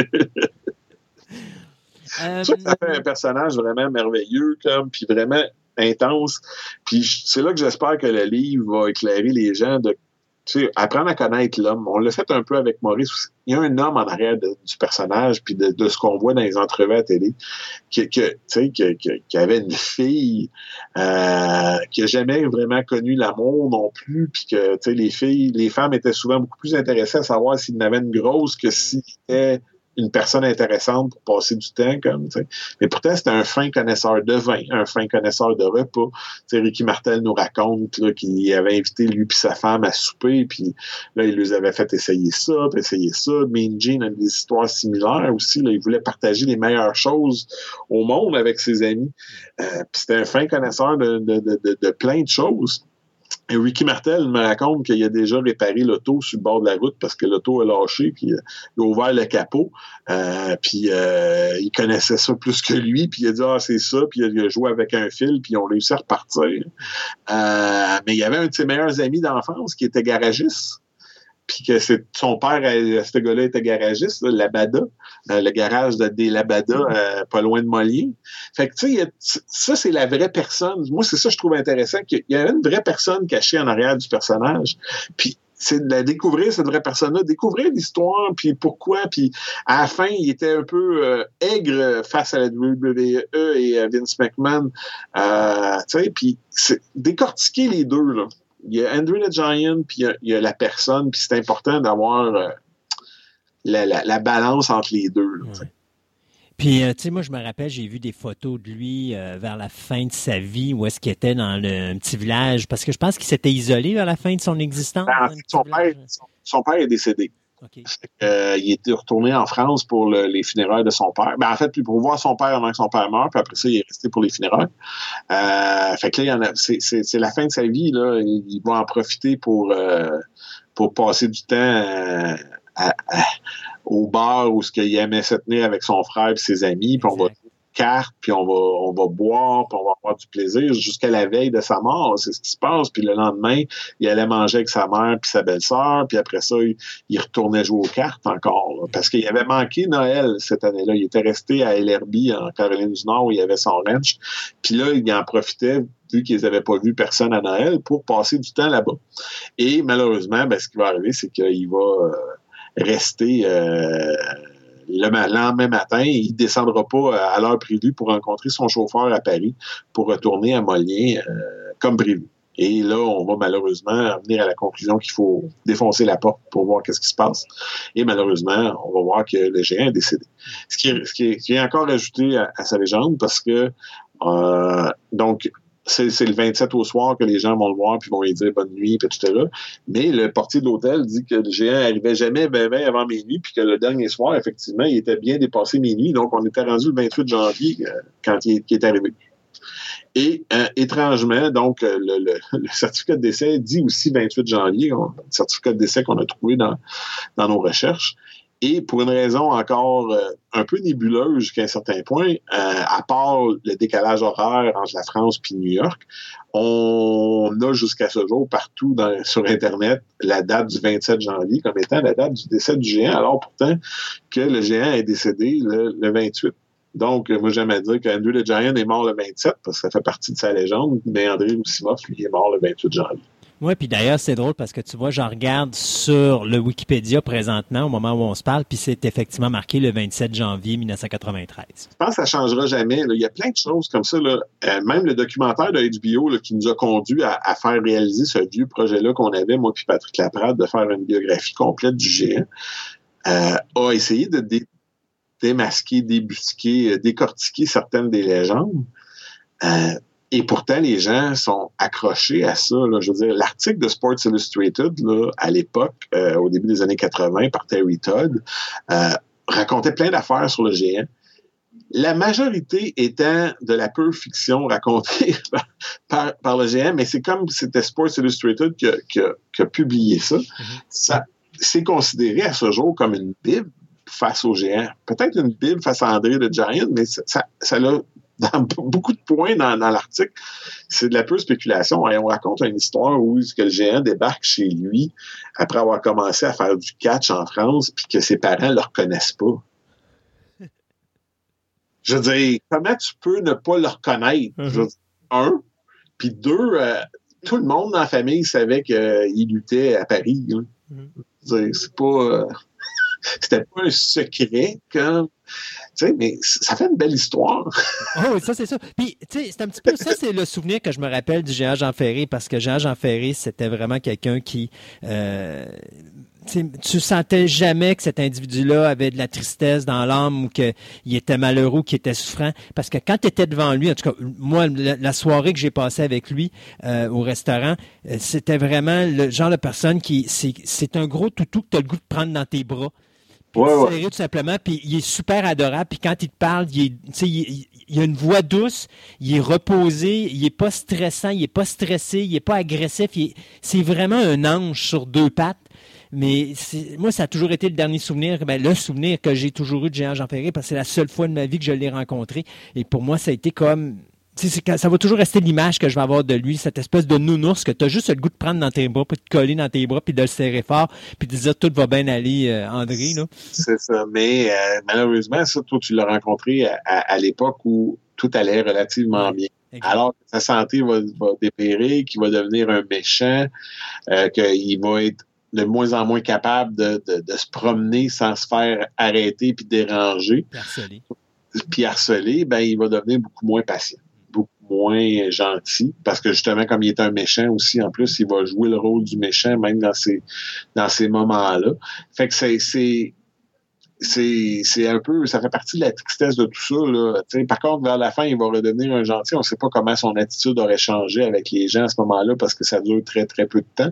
Ça fait un personnage vraiment merveilleux, puis vraiment intense. Puis c'est là que j'espère que le livre va éclairer les gens de tu sais, apprendre à connaître l'homme. On l'a fait un peu avec Maurice aussi. Il y a un homme en arrière du personnage, puis de ce qu'on voit dans les entrevues à télé, qui avait une fille qui a jamais vraiment connu l'amour non plus, puis que les femmes étaient souvent beaucoup plus intéressées à savoir s'il n'avait une grosse que s'il était une personne intéressante pour passer du temps, comme, tu sais. Mais pourtant, c'était un fin connaisseur de vin, un fin connaisseur de repas. Tu sais, Ricky Martel nous raconte là, qu'il avait invité lui et sa femme à souper, puis là, il les avait fait essayer ça, puis essayer ça. Mean Gene a des histoires similaires aussi. Là, il voulait partager les meilleures choses au monde avec ses amis. Puis c'était un fin connaisseur de plein de choses. Et Ricky Martel me raconte qu'il a déjà réparé l'auto sur le bord de la route parce que l'auto a lâché, puis il a ouvert le capot. Il connaissait ça plus que lui, puis il a dit « Ah, c'est ça », puis il a joué avec un fil, puis ils ont réussi à repartir. Mais il y avait un de ses meilleurs amis d'enfance qui était garagiste, puis que son père, ce gars-là, était garagiste, là, Labada, le garage des Labada, pas loin de Molière. Fait que, tu sais, ça, c'est la vraie personne. Moi, c'est ça que je trouve intéressant, qu'il y a une vraie personne cachée en arrière du personnage. Puis, c'est de la découvrir, cette vraie personne-là, découvrir l'histoire, puis pourquoi, puis à la fin, il était un peu aigre face à la WWE et à Vince McMahon, tu sais, puis décortiquer les deux, là. Il y a Andrew the Giant, puis il y a la personne, puis c'est important d'avoir la balance entre les deux. Là, ouais. Puis, tu sais, moi, je me rappelle, j'ai vu des photos de lui vers la fin de sa vie, où est-ce qu'il était dans un petit village, parce que je pense qu'il s'était isolé vers la fin de son existence. En fait, son père est décédé. Okay. Il était retourné en France pour les funérailles de son père. En fait, pour voir son père avant que son père meure, puis après ça, il est resté pour les funérailles. Fait que là, c'est la fin de sa vie, là. Il va en profiter pour passer du temps au bar où il aimait se tenir avec son frère et ses amis, puis on va carte, puis on va boire, puis on va avoir du plaisir jusqu'à la veille de sa mort. C'est ce qui se passe. Puis le lendemain, il allait manger avec sa mère puis sa belle-sœur, puis après ça, il retournait jouer aux cartes encore. Là, parce qu'il avait manqué Noël cette année-là. Il était resté à LRB, en Caroline du Nord, où il y avait son ranch. Puis là, il en profitait, vu qu'ils n'avaient pas vu personne à Noël, pour passer du temps là-bas. Et malheureusement, ce qui va arriver, c'est qu'il va rester... le lendemain matin, il ne descendra pas à l'heure prévue pour rencontrer son chauffeur à Paris pour retourner à Molière comme prévu. Et là, on va malheureusement venir à la conclusion qu'il faut défoncer la porte pour voir qu'est-ce qui se passe. Et malheureusement, on va voir que le géant est décédé. Ce qui est encore ajouté à sa légende parce que donc c'est le 27 au soir que les gens vont le voir puis vont lui dire bonne nuit, puis etc. Mais le portier de l'hôtel dit que le géant n'arrivait jamais ben avant minuit, puis que le dernier soir, effectivement, il était bien dépassé minuit. Donc, on était rendu le 28 janvier quand il est arrivé. Et étrangement, donc, le certificat de décès dit aussi 28 janvier, le certificat de décès qu'on a trouvé dans nos recherches. Et pour une raison encore un peu nébuleuse jusqu'à un certain point, à part le décalage horaire entre la France et New York, on a jusqu'à ce jour partout sur Internet la date du 27 janvier comme étant la date du décès du géant, alors pourtant que le géant est décédé le 28. Donc, moi, j'aime à dire qu'Andrew the Giant est mort le 27 parce que ça fait partie de sa légende, mais André Roussimoff, lui, est mort le 28 janvier. Oui, puis d'ailleurs, c'est drôle parce que tu vois, j'en regarde sur le Wikipédia présentement, au moment où on se parle, puis c'est effectivement marqué le 27 janvier 1993. Je pense que ça ne changera jamais. Là. Il y a plein de choses comme ça. Là. Même le documentaire de HBO là, qui nous a conduit à faire réaliser ce vieux projet-là qu'on avait, moi puis Patrick Laprade, de faire une biographie complète du géant, a essayé de démasquer, débusquer, décortiquer certaines des légendes. Et pourtant, les gens sont accrochés à ça. Là. Je veux dire, l'article de Sports Illustrated, là, à l'époque, au début des années 80, par Terry Todd, racontait plein d'affaires sur le géant. La majorité étant de la pure fiction racontée par le géant, mais c'est comme c'était Sports Illustrated qui a publié ça. Mm-hmm. Ça, c'est considéré à ce jour comme une bible face au géant. Peut-être une bible face à André the Giant, mais ça l'a dans beaucoup de points dans l'article, c'est de la pure spéculation. Et on raconte une histoire où que le géant débarque chez lui après avoir commencé à faire du catch en France puis que ses parents ne le reconnaissent pas. Je veux dire, comment tu peux ne pas le reconnaître? Mm-hmm. Je veux dire, un, puis deux, tout le monde dans la famille savait qu'il luttait à Paris. C'est pas... c'était pas un secret, comme... Tu sais, mais ça fait une belle histoire. Oh, oui, ça, c'est ça. Puis, tu sais, c'est un petit peu ça, c'est le souvenir que je me rappelle du géant Jean Ferré, parce que géant Jean Ferré, c'était vraiment quelqu'un qui... tu sentais jamais que cet individu-là avait de la tristesse dans l'âme ou qu'il était malheureux ou qu'il était souffrant. Parce que quand tu étais devant lui, en tout cas, moi, la soirée que j'ai passée avec lui au restaurant, c'était vraiment le genre de personne qui... C'est un gros toutou que tu as le goût de prendre dans tes bras. Puis serré, tout simplement, puis il est super adorable, puis quand il te parle, il a une voix douce, il est reposé, il est pas stressant, il est pas stressé, il est pas agressif, c'est vraiment un ange sur deux pattes. Mais moi, ça a toujours été le dernier souvenir, le souvenir que j'ai toujours eu de géant Jean Ferré, parce que c'est la seule fois de ma vie que je l'ai rencontré. Et pour moi, ça a été comme... Ça va toujours rester l'image que je vais avoir de lui, cette espèce de nounours que tu as juste le goût de prendre dans tes bras, puis de coller dans tes bras, puis de le serrer fort, puis de dire tout va bien aller, André. Là. C'est ça. Mais malheureusement, ça, toi, tu l'as rencontré à l'époque où tout allait relativement bien. Exact. Alors que sa santé va dépérir, qu'il va devenir un méchant, qu'il va être de moins en moins capable de se promener sans se faire arrêter puis déranger. Puis harceler, ben il va devenir beaucoup moins patient, beaucoup moins gentil, parce que justement, comme il est un méchant aussi, en plus, il va jouer le rôle du méchant même dans ces moments-là. Fait que c'est un peu, ça fait partie de la tristesse de tout ça, là. T'sais, par contre, vers la fin, il va redevenir un gentil. On ne sait pas comment son attitude aurait changé avec les gens à ce moment-là, parce que ça dure très, très peu de temps.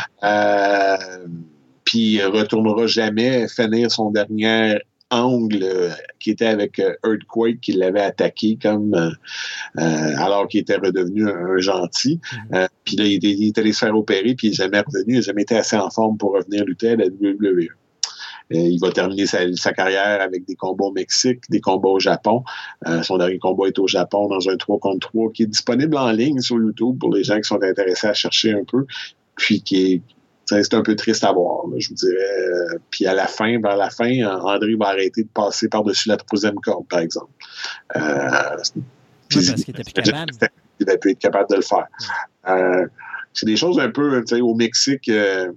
Puis il retournera jamais finir son dernier angle qui était avec Earthquake, qui l'avait attaqué comme alors qu'il était redevenu un gentil. Puis là, il est allé se faire opérer, puis il n'est jamais revenu, il n'a jamais été assez en forme pour revenir lutter à la WWE. Il va terminer sa carrière avec des combats au Mexique, des combats au Japon. Son dernier combat est au Japon dans un 3 contre 3 qui est disponible en ligne sur YouTube pour les gens qui sont intéressés à chercher un peu, puis c'est un peu triste à voir, là, je vous dirais. Puis vers la fin, André va arrêter de passer par-dessus la troisième corde, par exemple. Parce qu'il était plus capable. Il va plus être capable de le faire. C'est des choses un peu, au Mexique,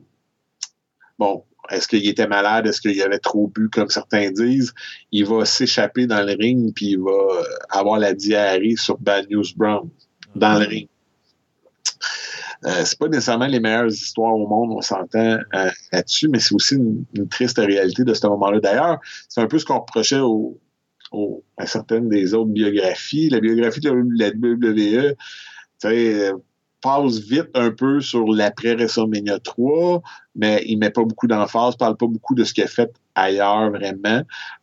est-ce qu'il était malade? Est-ce qu'il avait trop bu, comme certains disent? Il va s'échapper dans le ring, puis il va avoir la diarrhée sur Bad News Brown, dans le ring. C'est pas nécessairement les meilleures histoires au monde, on s'entend là-dessus, mais c'est aussi une triste réalité de ce moment-là. D'ailleurs, c'est un peu ce qu'on reprochait à certaines des autres biographies. La biographie de la WWE, passe vite un peu sur l'après-WrestleMania 3, mais il met pas beaucoup d'emphase, parle pas beaucoup de ce qu'il a fait ailleurs, vraiment.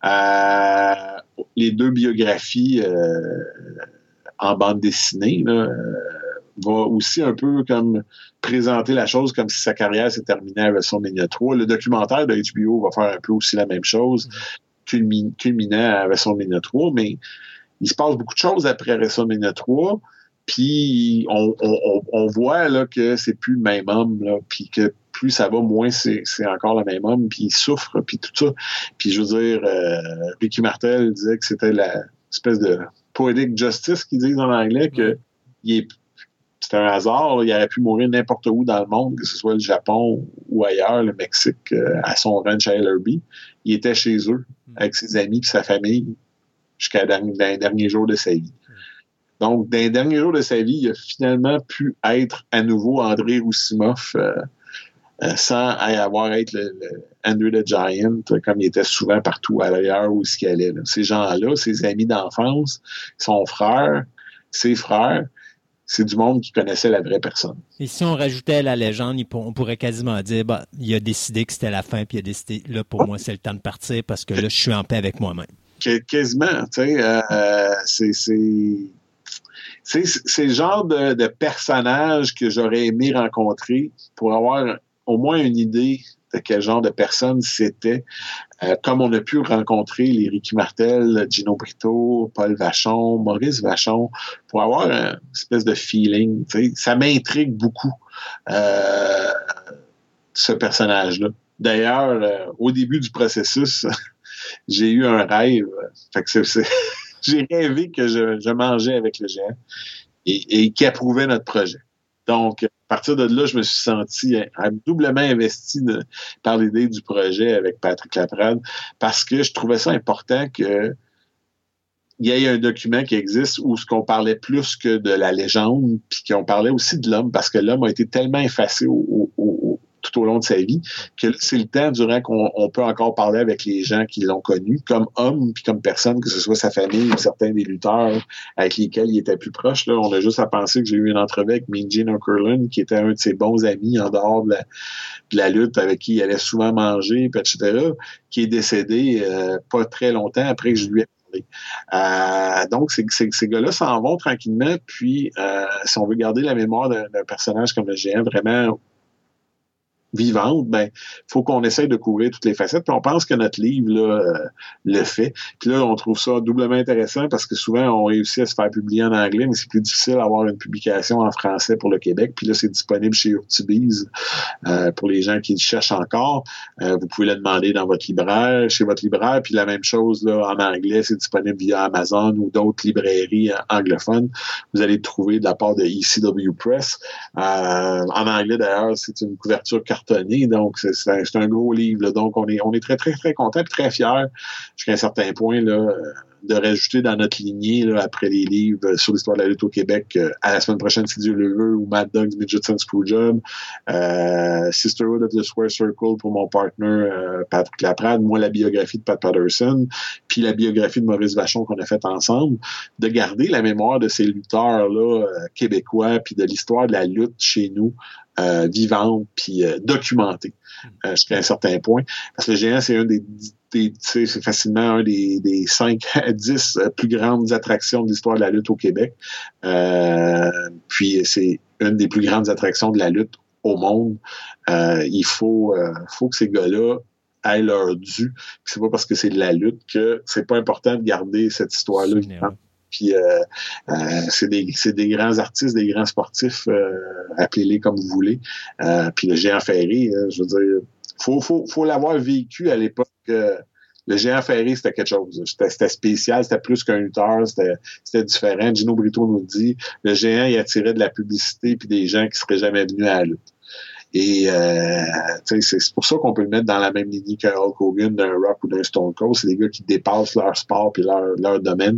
Les deux biographies en bande dessinée, là, va aussi un peu comme présenter la chose comme si sa carrière s'est terminée à WrestleMania 3. Le documentaire de HBO va faire un peu aussi la même chose, culminant à WrestleMania 3, mais il se passe beaucoup de choses après WrestleMania 3, puis on voit là que c'est plus le même homme, là, puis que plus ça va, moins c'est encore le même homme, puis il souffre, puis tout ça. Puis je veux dire, Ricky Martel disait que c'était la espèce de poetic justice qu'ils disent en anglais, que c'est un hasard, il aurait pu mourir n'importe où dans le monde, que ce soit le Japon ou ailleurs, le Mexique, à son ranch à LRB. Il était chez eux, avec ses amis et sa famille, jusqu'à dans les derniers jours de sa vie. Donc, dans les derniers jours de sa vie, il a finalement pu être à nouveau André Roussimoff, sans avoir être le Andrew the Giant, comme il était souvent partout ailleurs où il allait. Là. Ces gens-là, ses amis d'enfance, son frère, ses frères, c'est du monde qui connaissait la vraie personne. Et si on rajoutait la légende, on pourrait quasiment dire, il a décidé que c'était la fin, puis il a décidé, là, pour moi, c'est le temps de partir parce que là, je suis en paix avec moi-même. Quasiment, tu sais, c'est le genre de personnage que j'aurais aimé rencontrer pour avoir au moins une idée de quel genre de personne c'était. Comme on a pu rencontrer les Ricky Martel, Gino Brito, Paul Vachon, Maurice Vachon, pour avoir une espèce de feeling. Tu sais, ça m'intrigue beaucoup, ce personnage-là. D'ailleurs, au début du processus, j'ai eu un rêve. Fait que j'ai rêvé que je mangeais avec le géant et qu'il approuvait notre projet. Donc, à partir de là, je me suis senti doublement investi par l'idée du projet avec Patrick Laprade parce que je trouvais ça important que il y ait un document qui existe où ce qu'on parlait plus que de la légende, puis qu'on parlait aussi de l'homme, parce que l'homme a été tellement effacé tout au long de sa vie, que c'est le temps durant qu'on peut encore parler avec les gens qui l'ont connu, comme homme, puis comme personne, que ce soit sa famille ou certains des lutteurs avec lesquels il était plus proche. Là, on a juste à penser que j'ai eu une entrevue avec Mean Gene Okerlund, qui était un de ses bons amis en dehors de la lutte, avec qui il allait souvent manger, etc., qui est décédé pas très longtemps après que je lui ai parlé. Donc, ces gars-là s'en vont tranquillement, puis si on veut garder la mémoire d'un personnage comme le géant vraiment vivante, ben, faut qu'on essaye de couvrir toutes les facettes. Puis on pense que notre livre là, le fait. Puis là, on trouve ça doublement intéressant parce que souvent, on réussit à se faire publier en anglais, mais c'est plus difficile d'avoir une publication en français pour le Québec. Puis là, c'est disponible chez Urtubise pour les gens qui le cherchent encore. Vous pouvez le demander dans votre libraire, chez votre libraire. Puis la même chose là en anglais, c'est disponible via Amazon ou d'autres librairies anglophones. Vous allez le trouver de la part de ECW Press. En anglais, d'ailleurs, c'est une couverture cartonnée. Donc, c'est un gros livre. Là. Donc, on est très, très, très content et très fiers jusqu'à un certain point là, de rajouter dans notre lignée, là, après les livres sur l'histoire de la lutte au Québec, à la semaine prochaine, si Dieu le veut, ou Mad Dogs, Midgets and Screwjob, Sisterhood of the Square Circle pour mon partner Patrick Laprade, moi la biographie de Pat Patterson, puis la biographie de Maurice Vachon qu'on a faite ensemble, de garder la mémoire de ces lutteurs-là québécois, puis de l'histoire de la lutte chez nous, vivante, puis documentée jusqu'à un certain point. Parce que le géant, c'est c'est facilement un des 5 à 10 plus grandes attractions de l'histoire de la lutte au Québec. Puis c'est une des plus grandes attractions de la lutte au monde. Il faut que ces gars-là aient leur dû. C'est pas parce que c'est de la lutte que c'est pas important de garder cette histoire-là. Puis c'est des grands artistes, des grands sportifs, appelez-les comme vous voulez. Puis le géant ferré, je veux dire, faut l'avoir vécu à l'époque. Le géant ferré, c'était quelque chose. C'était spécial, c'était plus qu'un lutteur, c'était différent. Gino Brito nous dit, le géant, il attirait de la publicité puis des gens qui seraient jamais venus à la lutte. Et c'est pour ça qu'on peut le mettre dans la même lignée qu'un Hulk Hogan, d'un Rock ou d'un Stone Cold. C'est des gars qui dépassent leur sport puis leur domaine.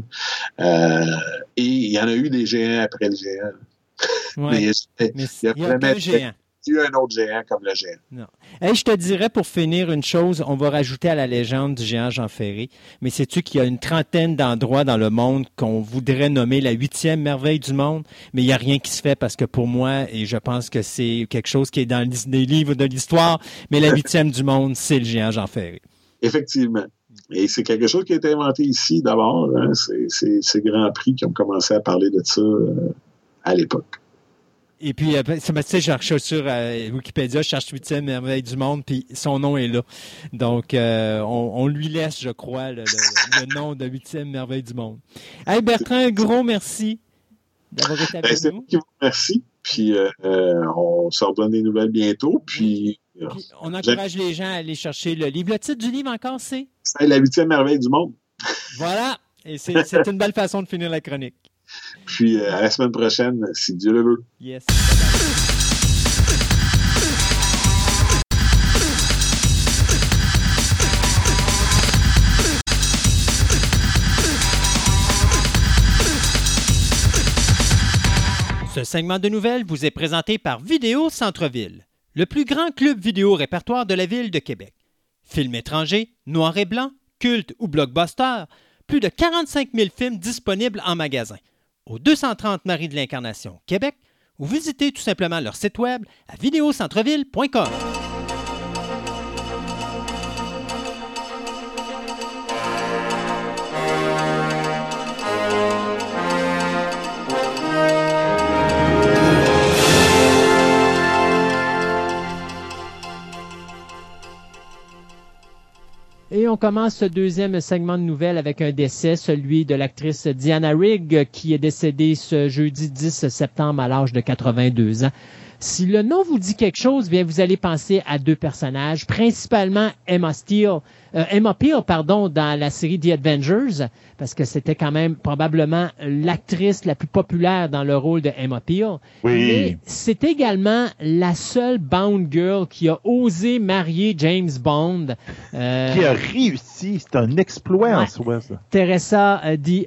Et il y en a eu des géants après le géant. Ouais. Mais il y a qu'un géant. Il y a un autre géant comme le géant. Non. Hey, je te dirais, pour finir, une chose, on va rajouter à la légende du géant Jean Ferré, mais sais-tu qu'il y a une trentaine d'endroits dans le monde qu'on voudrait nommer la 8e merveille du monde, mais il n'y a rien qui se fait parce que pour moi, et je pense que c'est quelque chose qui est dans les livres de l'histoire, mais la 8e du monde, c'est le géant Jean Ferré. Effectivement. Et c'est quelque chose qui a été inventé ici d'abord. Hein. C'est ces grands prix qui ont commencé à parler de ça à l'époque. Et puis, tu sais, je cherche sur Wikipédia, je cherche 8e merveille du monde, puis son nom est là. Donc, on lui laisse, je crois, le nom de 8e merveille du monde. Hey Bertrand, un gros merci d'avoir été avec nous. C'est moi qui vous remercie. Puis, on se redonne des nouvelles bientôt. Puis on encourage les gens à aller chercher le livre. Le titre du livre encore, c'est? C'est la 8e merveille du monde. Voilà. Et c'est une belle façon de finir la chronique. Puis à la semaine prochaine, si Dieu le veut. Yes. Ce segment de nouvelles vous est présenté par Vidéo Centre-Ville, le plus grand club vidéo répertoire de la ville de Québec. Films étrangers, noir et blanc, culte ou blockbuster, plus de 45 000 films disponibles en magasin. Au 230 Marie de l'Incarnation, Québec, ou visitez tout simplement leur site web à videocentreville.com. Et on commence ce deuxième segment de nouvelles avec un décès, celui de l'actrice Diana Rigg, qui est décédée ce jeudi 10 septembre à l'âge de 82 ans. Si le nom vous dit quelque chose, bien, vous allez penser à deux personnages, principalement Emma Peel, dans la série The Avengers, parce que c'était quand même probablement l'actrice la plus populaire dans le rôle de Emma Peel. Oui. Mais c'est également la seule Bond girl qui a osé marier James Bond. Qui a réussi. C'est un exploit en soi, ça. Teresa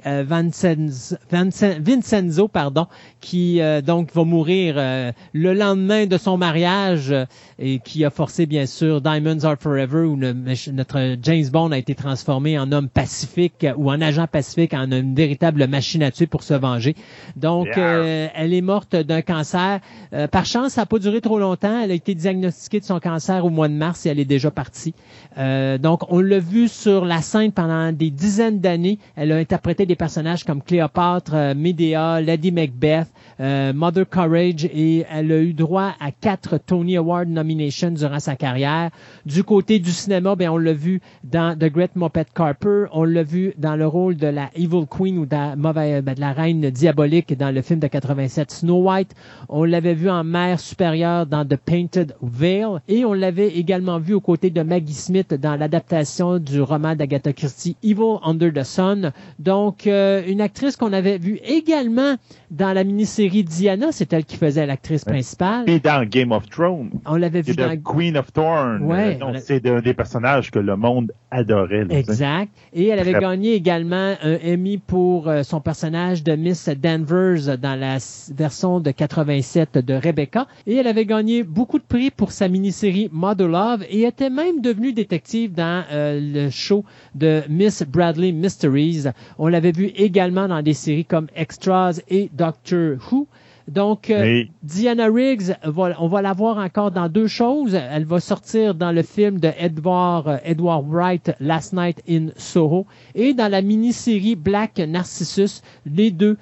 Vincenzo, qui donc va mourir le lendemain de son mariage et qui a forcé, bien sûr, Diamonds Are Forever, où notre James Bond a été transformé en homme pacifique ou en agent pacifique, en une véritable machine à tuer pour se venger. Donc, elle est morte d'un cancer. Par chance, ça n'a pas duré trop longtemps. Elle a été diagnostiquée de son cancer au mois de mars et elle est déjà partie. Donc, on l'a vu sur la scène pendant des dizaines d'années. Elle a interprété des personnages comme Cléopâtre, Médéa, Lady Macbeth, Mother Courage, et elle a eu droit à 4 Tony Award nominations durant sa carrière. Du côté du cinéma, bien, on l'a vu dans The Great Muppet Caper, on l'a vu dans le rôle de la Evil Queen ou de la reine diabolique dans le film de 87 Snow White. On l'avait vu en mère supérieure dans The Painted Veil et on l'avait également vu aux côtés de Maggie Smith dans l'adaptation du roman d'Agatha Christie Evil Under the Sun. Donc, une actrice qu'on avait vue également dans la mini-série Diana, c'est elle qui faisait l'actrice principale. Et dans Game of Thrones. On l'avait vu dans Queen of Thorn. Ouais, c'est des personnages que le monde adorait. Là, exact. Et elle avait gagné également un Emmy pour son personnage de Miss Danvers dans la version de 87 de Rebecca. Et elle avait gagné beaucoup de prix pour sa mini-série Mother Love et était même devenue détective dans le show de Miss Bradley Mysteries. On l'avait vu également dans des séries comme Extras et Doctor Who. Donc, Diana Riggs, on va la voir encore dans 2 choses. Elle va sortir dans le film de Edward Wright, Last Night in Soho, et dans la mini-série Black Narcissus, les 2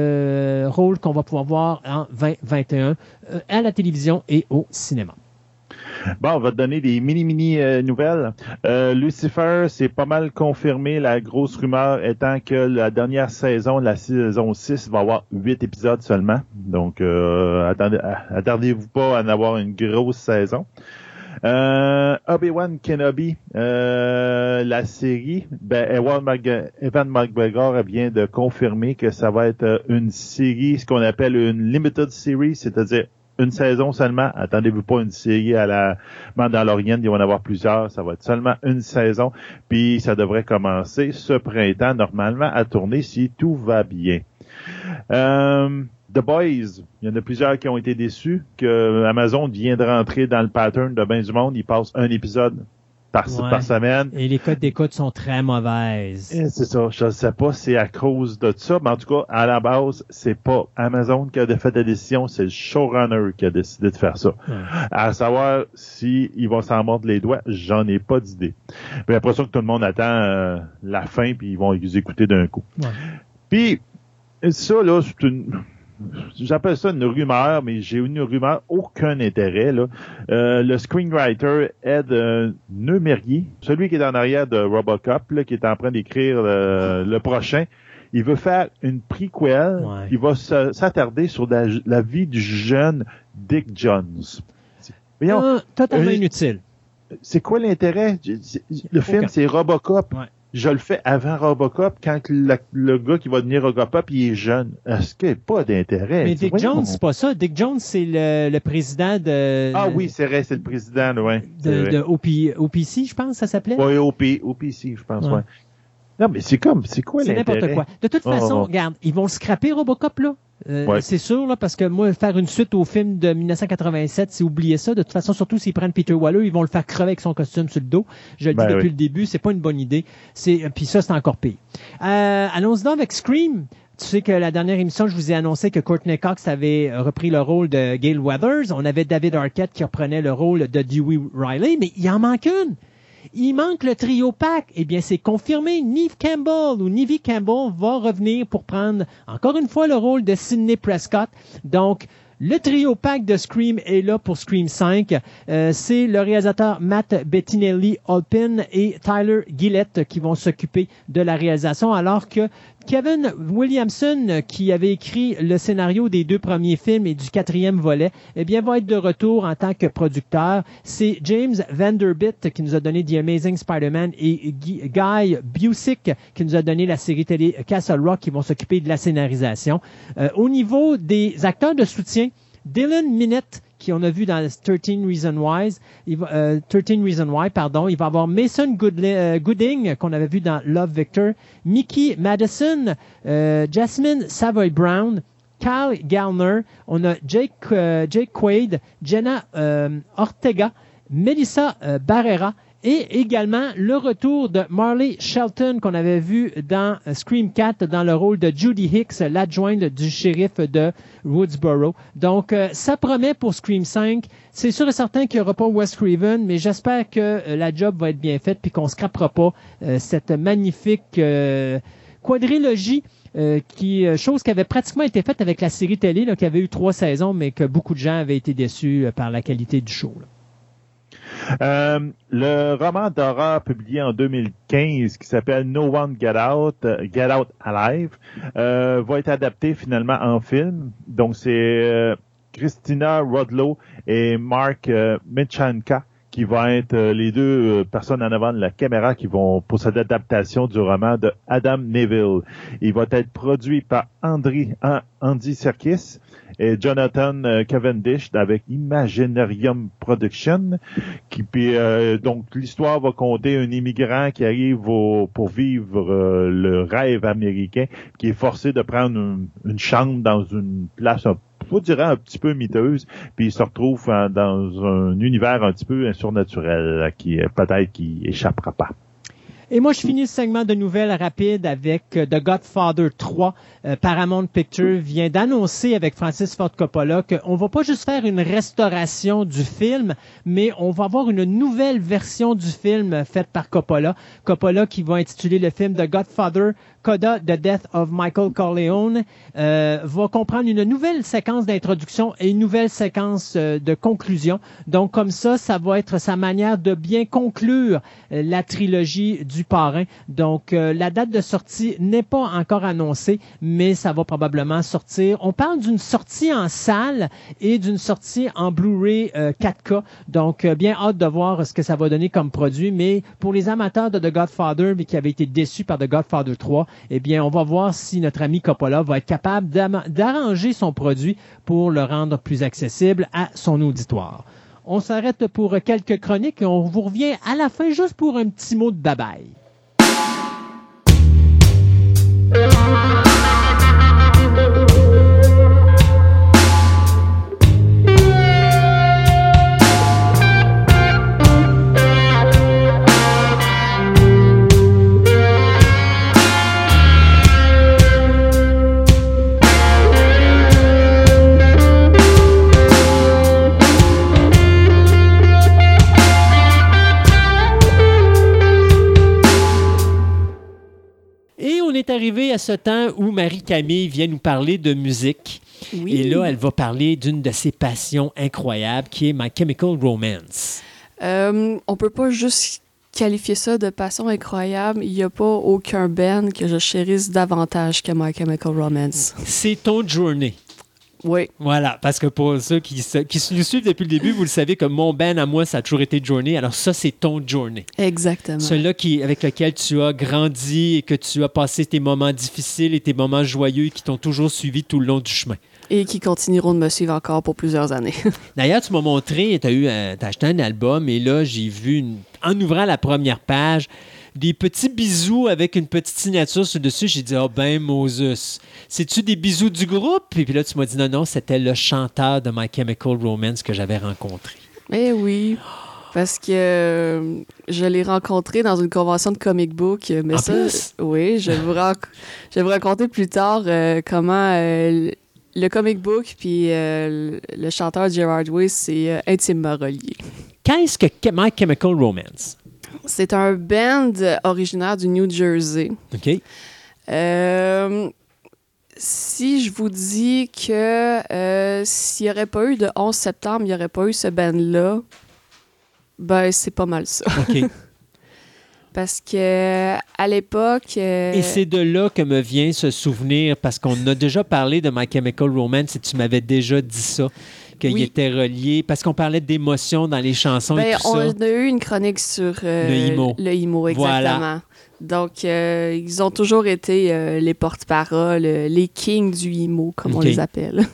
rôles qu'on va pouvoir voir en 2021 à la télévision et au cinéma. Bon, on va te donner des mini nouvelles. Lucifer, c'est pas mal confirmé. La grosse rumeur étant que la dernière saison, la saison 6, va avoir 8 épisodes seulement. Donc, attardez-vous pas à en avoir une grosse saison. Obi-Wan Kenobi, la série, Evan McGregor vient de confirmer que ça va être une série, ce qu'on appelle une limited series, c'est-à-dire une saison seulement. Attendez-vous pas une série à la Mandalorienne, il va en avoir plusieurs. Ça va être seulement une saison. Puis ça devrait commencer ce printemps, normalement, à tourner si tout va bien. The Boys, il y en a plusieurs qui ont été déçus que Amazon vient de rentrer dans le pattern de ben du monde. Il passe un épisode par semaine. Et les codes d'écoute sont très mauvaises. Et c'est ça. Je ne sais pas si c'est à cause de ça, mais en tout cas, à la base, c'est pas Amazon qui a fait la décision, c'est le showrunner qui a décidé de faire ça. Ouais. À savoir si ils vont s'en mordre les doigts, j'en ai pas d'idée. J'ai l'impression que tout le monde attend la fin, puis ils vont les écouter d'un coup. Ouais. Puis, ça, là, j'appelle ça une rumeur, mais j'ai une rumeur, aucun intérêt, là. Le screenwriter Ed Neumerier, celui qui est en arrière de Robocop, là, qui est en train d'écrire le prochain, il veut faire une prequel qui va s'attarder sur la vie du jeune Dick Jones. Voyons, totalement inutile. C'est quoi l'intérêt? Le film, c'est Robocop. Ouais. Je le fais avant Robocop, quand le gars qui va devenir Robocop, il est jeune. Est-ce qu'il n'y a pas d'intérêt? Mais Dick Jones, c'est pas ça. Dick Jones, c'est le président de... Ah oui, c'est vrai, c'est le président, oui. De OPC, je pense, ça s'appelait? Oui, OPC, je pense, oui. Non, mais c'est quoi l'intérêt? C'est n'importe quoi. De toute façon, regarde, ils vont le scraper Robocop, là. C'est sûr, là, parce que moi, faire une suite au film de 1987, c'est oublier ça. De toute façon, surtout s'ils prennent Peter Waller, ils vont le faire crever avec son costume sur le dos. Je le dis depuis le début, c'est pas une bonne idée. Puis ça, c'est encore pire. Allons-y donc avec Scream. Tu sais que la dernière émission, je vous ai annoncé que Courtney Cox avait repris le rôle de Gail Weathers. On avait David Arquette qui reprenait le rôle de Dewey Riley, mais il en manque une. Il manque le trio pack. Eh bien, c'est confirmé. Neve Campbell va revenir pour prendre encore une fois le rôle de Sidney Prescott. Donc, le trio pack de Scream est là pour Scream 5. C'est le réalisateur Matt Bettinelli-Olpin et Tyler Gillett qui vont s'occuper de la réalisation, alors que Kevin Williamson, qui avait écrit le scénario des 2 premiers films et du 4e volet, eh bien, va être de retour en tant que producteur. C'est James Vanderbilt qui nous a donné The Amazing Spider-Man et Guy Busick qui nous a donné la série télé Castle Rock qui vont s'occuper de la scénarisation. Au niveau des acteurs de soutien, Dylan Minnette, qui on a vu dans 13 Reasons Why, il va avoir Mason Gooding, qu'on avait vu dans Love Victor, Mickey Madison, Jasmine Savoy Brown, Kyle Gallner, on a Jake Quaid, Jenna Ortega, Melissa Barrera, et également le retour de Marley Shelton qu'on avait vu dans Scream 4 dans le rôle de Judy Hicks, l'adjointe du shérif de Woodsboro. Donc, ça promet pour Scream 5. C'est sûr et certain qu'il n'y aura pas Wes Craven, mais j'espère que la job va être bien faite puis qu'on ne scrapera pas cette magnifique quadrilogie. Chose qui avait pratiquement été faite avec la série télé, là, qui avait eu 3 saisons, mais que beaucoup de gens avaient été déçus par la qualité du show, là. Le roman d'horreur publié en 2015 qui s'appelle No One Get Out Alive va être adapté finalement en film. Donc c'est Christina Rodlow et Mark Michanka qui vont être les 2 personnes en avant de la caméra qui vont pour cette adaptation du roman de Adam Neville. Il va être produit par Andy Serkis et Jonathan Cavendish avec Imaginarium Production. Donc l'histoire va compter un immigrant qui arrive pour vivre le rêve américain, qui est forcé de prendre une chambre dans une place je dirais un petit peu miteuse, puis il se retrouve dans un univers un petit peu surnaturel qui échappera pas. Et moi, je finis ce segment de nouvelles rapides avec The Godfather 3. Paramount Pictures vient d'annoncer avec Francis Ford Coppola qu'on va pas juste faire une restauration du film, mais on va avoir une nouvelle version du film faite par Coppola. Coppola qui va intituler le film The Godfather, Coda, The Death of Michael Corleone, va comprendre une nouvelle séquence d'introduction et une nouvelle séquence de conclusion. Donc, comme ça va être sa manière de bien conclure la trilogie du Parrain. Donc, la date de sortie n'est pas encore annoncée, mais ça va probablement sortir. On parle d'une sortie en salle et d'une sortie en Blu-ray 4K. Donc, bien hâte de voir ce que ça va donner comme produit. Mais pour les amateurs de The Godfather, mais qui avaient été déçus par The Godfather 3, eh bien, on va voir si notre ami Coppola va être capable d'arranger son produit pour le rendre plus accessible à son auditoire. On s'arrête pour quelques chroniques et on vous revient à la fin juste pour un petit mot de bye-bye. Arrivé à ce temps où Marie-Camille vient nous parler de musique. Oui. Et là, elle va parler d'une de ses passions incroyables qui est My Chemical Romance. On peut pas juste qualifier ça de passion incroyable. Il n'y a pas aucun band que je chérisse davantage que My Chemical Romance. C'est ton journée. Oui. Voilà, parce que pour ceux qui nous suivent depuis le début, vous le savez que mon band à moi, ça a toujours été Journey. Alors ça, c'est ton Journey. Exactement. Celui-là avec lequel tu as grandi et que tu as passé tes moments difficiles et tes moments joyeux qui t'ont toujours suivi tout le long du chemin. Et qui continueront de me suivre encore pour plusieurs années. D'ailleurs, tu m'as montré, tu as acheté un album et là, j'ai vu, en ouvrant la première page, des petits bisous avec une petite signature sur le dessus. J'ai dit, ben Moses, c'est-tu des bisous du groupe? Et puis là, tu m'as dit, non, c'était le chanteur de My Chemical Romance que j'avais rencontré. Eh oui, parce que je l'ai rencontré dans une convention de comic book. Mais oui, je vais vous raconter plus tard comment le comic book puis le chanteur Gerard Way s'est intimement relié. Qu'est-ce que My Chemical Romance? C'est un band originaire du New Jersey. OK. Si je vous dis que s'il n'y aurait pas eu de 11 septembre, il n'y aurait pas eu ce band-là, ben c'est pas mal ça. OK. Parce que à l'époque... Et c'est de là que me vient ce souvenir, parce qu'on a déjà parlé de My Chemical Romance et tu m'avais déjà dit ça, qu'il était relié, parce qu'on parlait d'émotions dans les chansons et tout ça. On a eu une chronique sur le emo, exactement. Voilà. Donc, ils ont toujours été les porte-paroles, les kings du emo, comme on les appelle.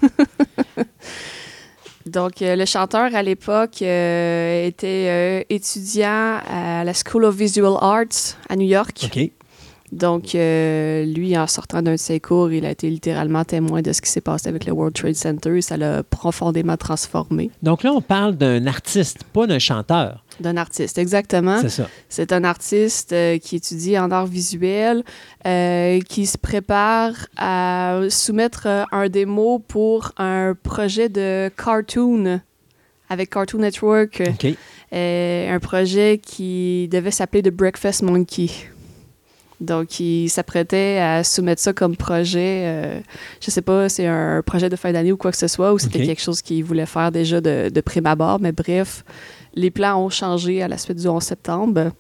Donc, le chanteur, à l'époque, était étudiant à la School of Visual Arts à New York. OK. Donc, lui, en sortant d'un de ses cours, il a été littéralement témoin de ce qui s'est passé avec le World Trade Center et ça l'a profondément transformé. Donc là, on parle d'un artiste, pas d'un chanteur. D'un artiste, exactement. C'est ça. C'est un artiste qui étudie en art visuel, qui se prépare à soumettre un démo pour un projet de cartoon avec Cartoon Network. OK. Un projet qui devait s'appeler The Breakfast Monkey. Donc, il s'apprêtait à soumettre ça comme projet. Je ne sais pas, c'est un projet de fin d'année ou quoi que ce soit, ou c'était quelque chose qu'il voulait faire déjà de prime abord. Mais bref, les plans ont changé à la suite du 11 septembre.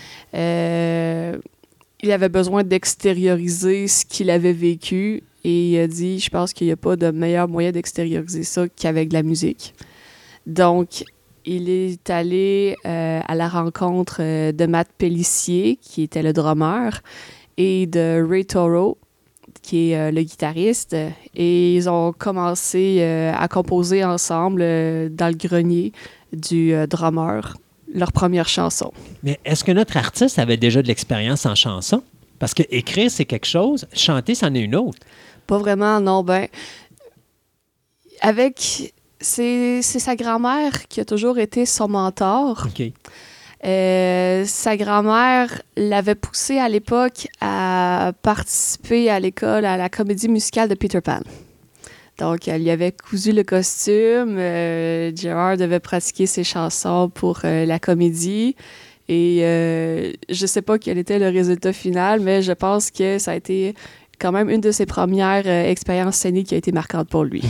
Il avait besoin d'extérioriser ce qu'il avait vécu et il a dit, je pense qu'il n'y a pas de meilleur moyen d'extérioriser ça qu'avec de la musique. Donc, il est allé à la rencontre de Matt Pellissier, qui était le drummer, et de Ray Toro, qui est le guitariste. Et ils ont commencé à composer ensemble dans le grenier du drummer leur première chanson. Mais est-ce que notre artiste avait déjà de l'expérience en chanson? Parce que écrire, c'est quelque chose. Chanter, c'en est une autre. Pas vraiment, non. Ben, c'est sa grand-mère qui a toujours été son mentor. OK. Sa grand-mère l'avait poussé à l'époque à participer à l'école à la comédie musicale de Peter Pan. Donc, elle lui avait cousu le costume. Gerard devait pratiquer ses chansons pour la comédie. Et je sais pas quel était le résultat final, mais je pense que ça a été quand même une de ses premières expériences scéniques qui a été marquante pour lui.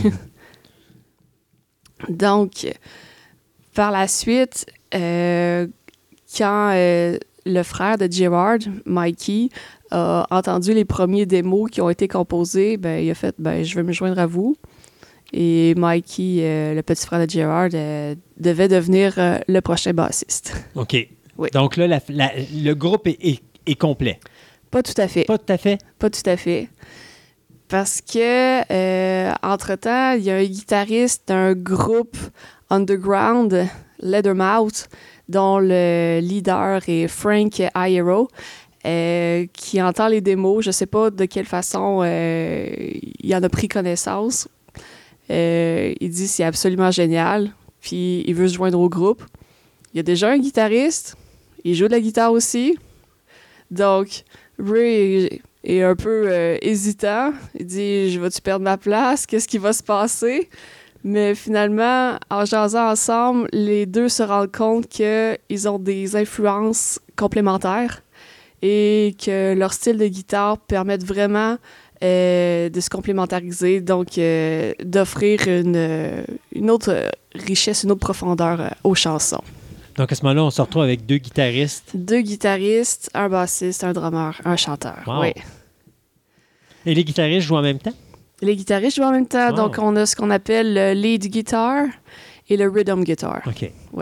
Donc, par la suite, quand le frère de Gerard, Mikey, a entendu les premiers démos qui ont été composés, ben, il a fait « je vais me joindre à vous ». Et Mikey, le petit frère de Gerard, devait devenir le prochain bassiste. OK. Oui. Donc là, le groupe est complet. Pas tout à fait. Pas tout à fait? Pas tout à fait. Parce que, entre-temps, il y a un guitariste d'un groupe underground, Leathermouth, dont le leader est Frank Iero, qui entend les démos. Je ne sais pas de quelle façon il en a pris connaissance. Il dit c'est absolument génial, puis il veut se joindre au groupe. Il y a déjà un guitariste, il joue de la guitare aussi. Donc, Ray est un peu hésitant. Il dit « Je vais-tu perdre ma place? Qu'est-ce qui va se passer? » Mais finalement, en jasant ensemble, les deux se rendent compte qu'ils ont des influences complémentaires et que leur style de guitare permettent vraiment de se complémentariser, donc d'offrir une autre richesse, une autre profondeur aux chansons. Donc, à ce moment-là, on se retrouve avec deux guitaristes. Deux guitaristes, un bassiste, un drummer, un chanteur. Wow. Oui. Et les guitaristes jouent en même temps? Les guitaristes jouent en même temps. Wow. Donc, on a ce qu'on appelle le lead guitar et le rhythm guitar. OK. Oui.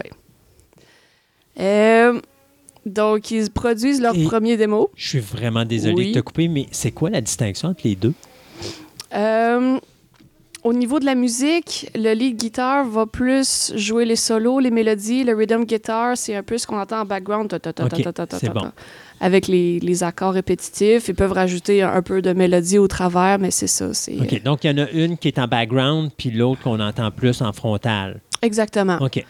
Donc, ils produisent leur premier démo. Je suis vraiment désolé de te couper, mais c'est quoi la distinction entre les deux? Au niveau de la musique, le lead guitar va plus jouer les solos, les mélodies. Le rhythm guitar, c'est un peu ce qu'on entend en background. C'est bon. Avec les accords répétitifs. Ils peuvent rajouter un peu de mélodie au travers, mais c'est ça. OK. Donc, il y en a une qui est en background, puis l'autre qu'on entend plus en frontal. Exactement. OK.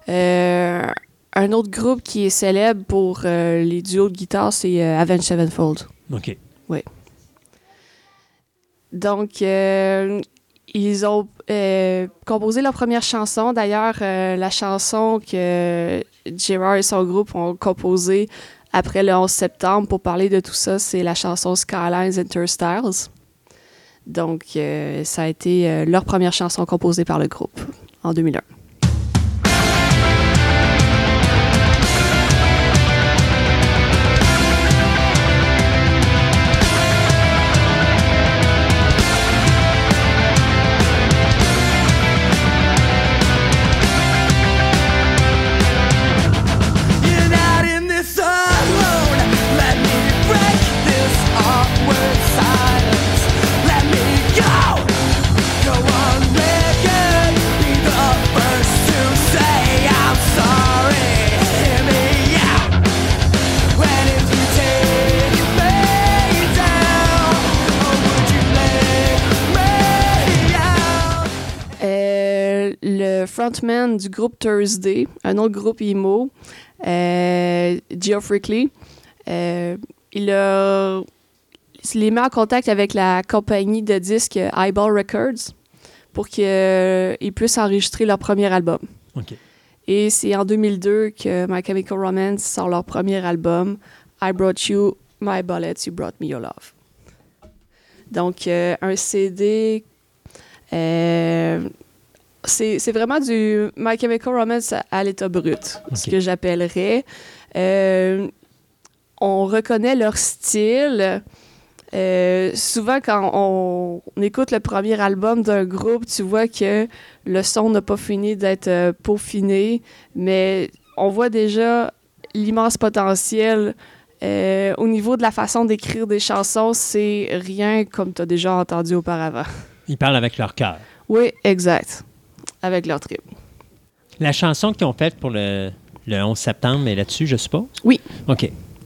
Un autre groupe qui est célèbre pour les duos de guitare, c'est Avenged Sevenfold. OK. Oui. Donc, ils ont composé leur première chanson. D'ailleurs, la chanson que Gerard et son groupe ont composée après le 11 septembre pour parler de tout ça, c'est la chanson Skylines and Turnstiles. Donc, ça a été leur première chanson composée par le groupe en 2001. le frontman du groupe Thursday, un autre groupe emo, Geoff Rickley, il les met en contact avec la compagnie de disques Eyeball Records pour qu'ils puissent enregistrer leur premier album. OK. Et c'est en 2002 que My Chemical Romance sort leur premier album, I Brought You My Bullets, You Brought Me Your Love. Donc, un CD, c'est vraiment du My Chemical Romance à l'état brut, ce que j'appellerais. On reconnaît leur style. Souvent, quand on écoute le premier album d'un groupe, tu vois que le son n'a pas fini d'être peaufiné, mais on voit déjà l'immense potentiel. Au niveau de la façon d'écrire des chansons, c'est rien comme tu as déjà entendu auparavant. Ils parlent avec leur cœur. Oui, exact. Avec leur trip. La chanson qu'ils ont faite pour le 11 septembre est là-dessus, je suppose? Oui. OK.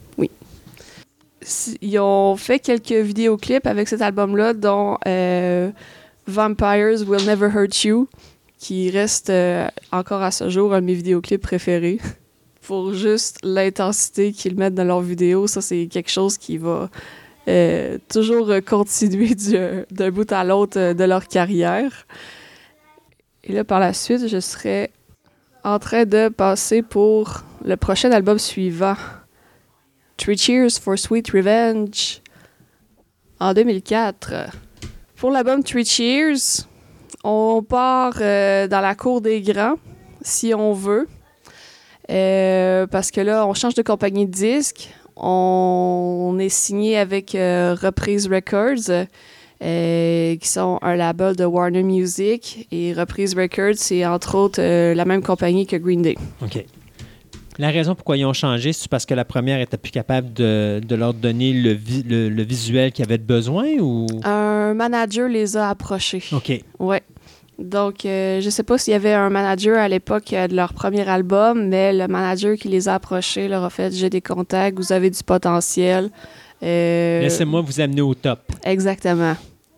Ils ont fait quelques vidéoclips avec cet album-là, dont Vampires Will Never Hurt You, qui reste encore à ce jour un de mes vidéoclips préférés. Pour juste l'intensité qu'ils mettent dans leurs vidéos, ça, c'est quelque chose qui va toujours continuer d'un bout à l'autre de leur carrière. Et là, par la suite, je serais en train de passer pour le prochain album suivant. Three Cheers for Sweet Revenge en 2004. Pour l'album Three Cheers, on part dans la cour des grands, si on veut, parce que là, on change de compagnie de disques. On est signé avec Reprise Records, qui sont un label de Warner Music. Et Reprise Records, c'est entre autres la même compagnie que Green Day. OK. La raison pourquoi ils ont changé, c'est parce que la première était plus capable de leur donner le visuel qu'ils avaient besoin ou... Un manager les a approchés. OK. Ouais. Donc, je ne sais pas s'il y avait un manager à l'époque de leur premier album, mais le manager qui les a approchés leur a fait « J'ai des contacts, vous avez du potentiel. » Laissez-moi vous amener au top. Exactement.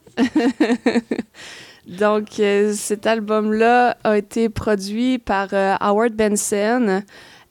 Donc, cet album-là a été produit par Howard Benson.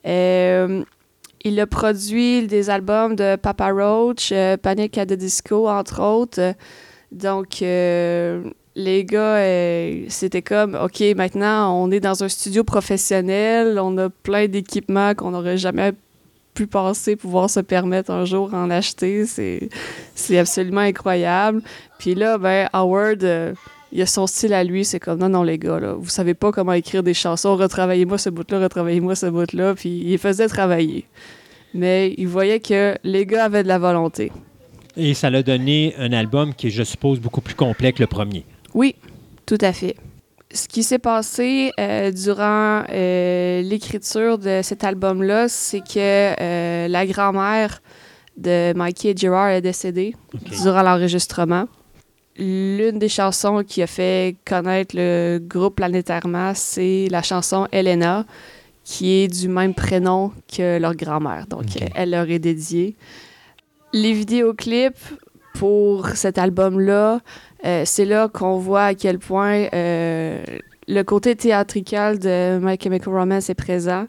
Il a produit des albums de Papa Roach, Panic at the Disco, entre autres. Donc, les gars, c'était comme, OK, maintenant, on est dans un studio professionnel, on a plein d'équipements qu'on n'aurait jamais pu penser pouvoir se permettre un jour en acheter. C'est absolument incroyable. Puis là, Howard... il a son style à lui, c'est comme non les gars, là, vous savez pas comment écrire des chansons, retravaillez-moi ce bout-là, puis il les faisait travailler. Mais il voyait que les gars avaient de la volonté. Et ça l'a donné un album qui est, je suppose, beaucoup plus complet que le premier. Oui, tout à fait. Ce qui s'est passé durant l'écriture de cet album-là, c'est que la grand-mère de Mikey et Gerard est décédée durant l'enregistrement. L'une des chansons qui a fait connaître le groupe planétairement, c'est la chanson Elena, qui est du même prénom que leur grand-mère. Donc, elle leur est dédiée. Les vidéoclips pour cet album-là, c'est là qu'on voit à quel point le côté théâtral de My Chemical Romance est présent.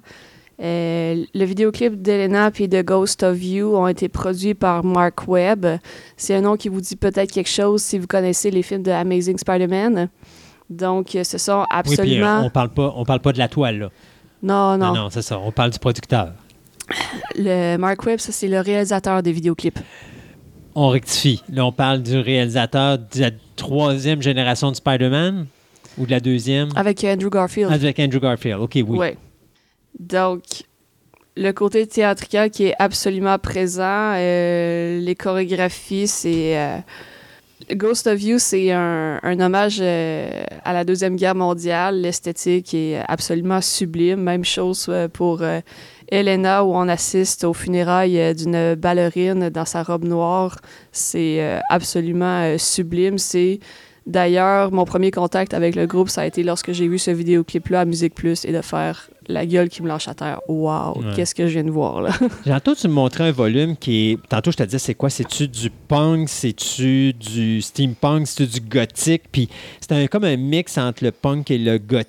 Le vidéoclip d'Elena et de Ghost of You ont été produits par Mark Webb. C'est un nom qui vous dit peut-être quelque chose si vous connaissez les films de Amazing Spider-Man. Donc, ce sont absolument... Oui, puis on parle pas de la toile, là. Non, c'est ça. On parle du producteur. Le Mark Webb, ça, c'est le réalisateur des vidéoclips. On rectifie. Là, on parle du réalisateur de la 3e génération de Spider-Man ou de la 2e? Avec Andrew Garfield. Avec Andrew Garfield, OK, oui. Ouais. Donc, le côté théâtral qui est absolument présent, les chorégraphies, c'est... Ghost of You, c'est un hommage à la Deuxième Guerre mondiale. L'esthétique est absolument sublime. Même chose pour Elena, où on assiste aux funérailles d'une ballerine dans sa robe noire. C'est absolument sublime. C'est d'ailleurs mon premier contact avec le groupe, ça a été lorsque j'ai vu ce vidéoclip-là à Musique Plus et de faire la gueule qui me lâche à terre. Wow, qu'est-ce que je viens de voir là? Tantôt, tu me montrais un volume qui est... Tantôt, je te disais, c'est quoi? C'est-tu du punk? C'est-tu du steampunk? C'est-tu du gothique? Puis c'était comme un mix entre le punk et le gothique.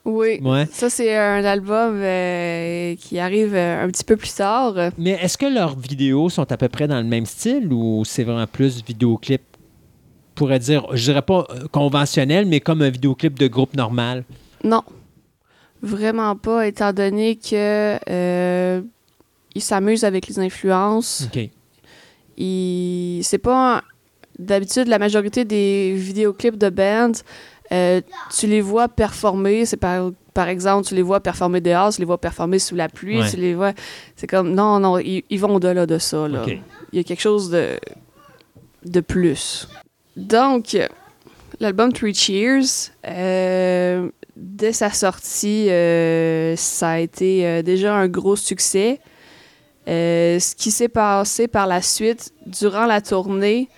Oui, Ouais. ça c'est un album qui arrive un petit peu plus tard. Mais est-ce que leurs vidéos sont à peu près dans le même style ou c'est vraiment plus vidéoclip? Je pourrais dire, je dirais pas conventionnel, mais comme un vidéoclip de groupe normal. Non, vraiment pas, étant donné que ils s'amusent avec les influences. OK. C'est pas... D'habitude, la majorité des vidéoclips de bands, tu les vois performer. C'est par exemple, tu les vois performer dehors, tu les vois performer sous la pluie, Ouais. tu les vois... C'est comme... Non, ils vont au-delà de ça, là. OK. Il y a quelque chose de plus. Donc, l'album Three Cheers, dès sa sortie, ça a été déjà un gros succès. Ce qui s'est passé par la suite, durant la tournée,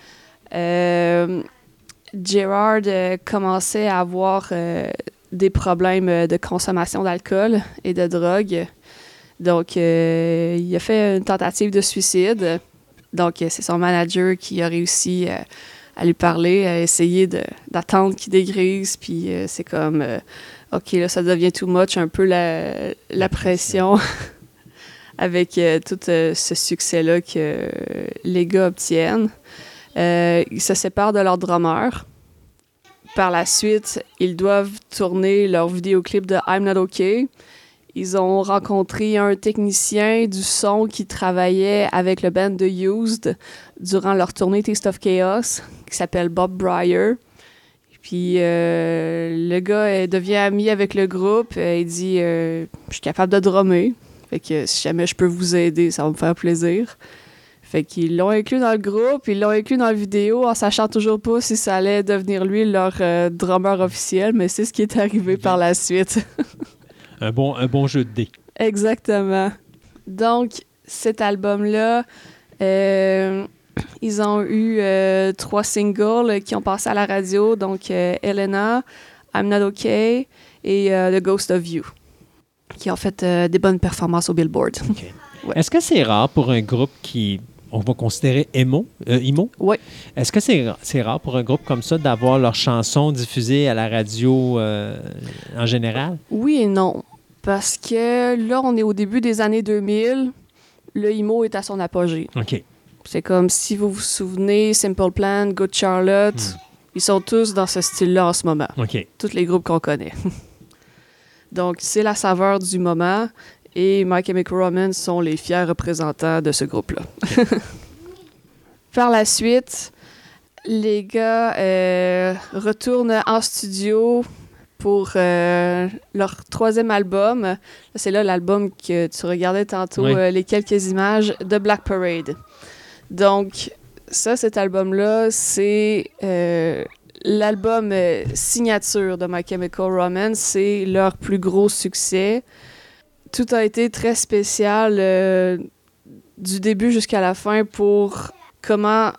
Gerard commençait à avoir des problèmes de consommation d'alcool et de drogue. Donc, il a fait une tentative de suicide. Donc, c'est son manager qui a réussi à lui parler, à essayer d'attendre qu'il dégrise. Puis, c'est comme, OK, là, ça devient too much, un peu la pression. Avec tout ce succès-là que les gars obtiennent. Ils se séparent de leur drummer. Par la suite, ils doivent tourner leur vidéoclip de I'm Not OK. Ils ont rencontré un technicien du son qui travaillait avec le band de Used durant leur tournée Taste of Chaos, qui s'appelle Bob Breyer. Puis le gars devient ami avec le groupe. Il dit « Je suis capable de drummer. Fait que si jamais je peux vous aider, ça va me faire plaisir. » Fait qu'ils l'ont inclus dans le groupe, ils l'ont inclus dans la vidéo en sachant toujours pas si ça allait devenir lui leur drummer officiel, mais c'est ce qui est arrivé par la suite. Un bon jeu de dés. Exactement. Donc, cet album-là, ils ont eu 3 singles qui ont passé à la radio, donc Elena, I'm Not OK et The Ghost of You, qui ont fait des bonnes performances au Billboard. Okay. Ouais. Est-ce que c'est rare pour un groupe qui, on va considérer emo? Oui. Est-ce que c'est rare pour un groupe comme ça d'avoir leurs chansons diffusées à la radio en général? Oui et non. Parce que là, on est au début des années 2000. Le emo est à son apogée. OK. C'est comme, si vous vous souvenez, Simple Plan, Good Charlotte, ils sont tous dans ce style-là en ce moment. OK. Tous les groupes qu'on connaît. Donc, c'est la saveur du moment. Et My Chemical Romance sont les fiers représentants de ce groupe-là. Par la suite, les gars retournent en studio pour leur 3e album. C'est là l'album que tu regardais tantôt, oui. les quelques images de Black Parade. Donc, cet album-là, c'est l'album signature de My Chemical Romance. C'est leur plus gros succès. Tout a été très spécial du début jusqu'à la fin pour comment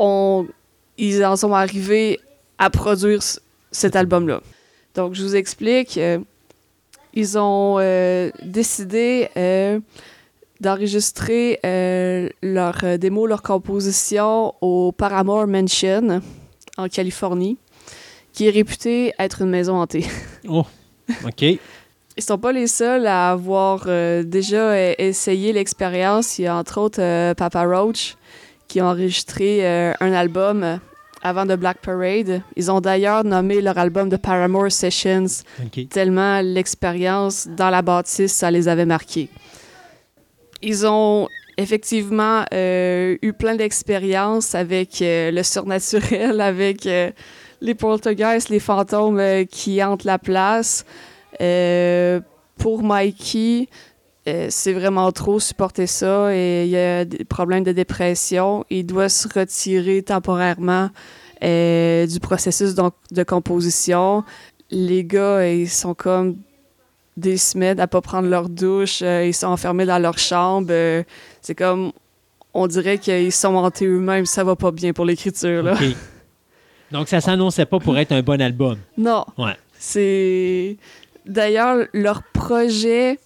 ils en sont arrivés à produire cet album-là. Donc, je vous explique. Ils ont décidé d'enregistrer leur démo, leur composition au Paramore Mansion en Californie, qui est réputé être une maison hantée. Oh, OK. Ils sont pas les seuls à avoir déjà essayé l'expérience. Il y a entre autres Papa Roach qui ont enregistré un album avant de Black Parade. Ils ont d'ailleurs nommé leur album de Paramore Sessions, OK. tellement l'expérience dans la bâtisse, ça les avait marqués. Ils ont effectivement eu plein d'expériences avec le surnaturel, avec les poltergeists, les fantômes qui hantent la place. Pour Mikey, c'est vraiment trop supporter ça et il y a des problèmes de dépression. Il doit se retirer temporairement du processus de composition. Les gars, ils sont comme des semaines à pas prendre leur douche. Ils sont enfermés dans leur chambre. C'est comme, on dirait qu'ils sont hantés eux-mêmes. Ça va pas bien pour l'écriture, là. OK. Donc, ça s'annonçait pas pour être un bon album. Non. Ouais. C'est... D'ailleurs, leur projet,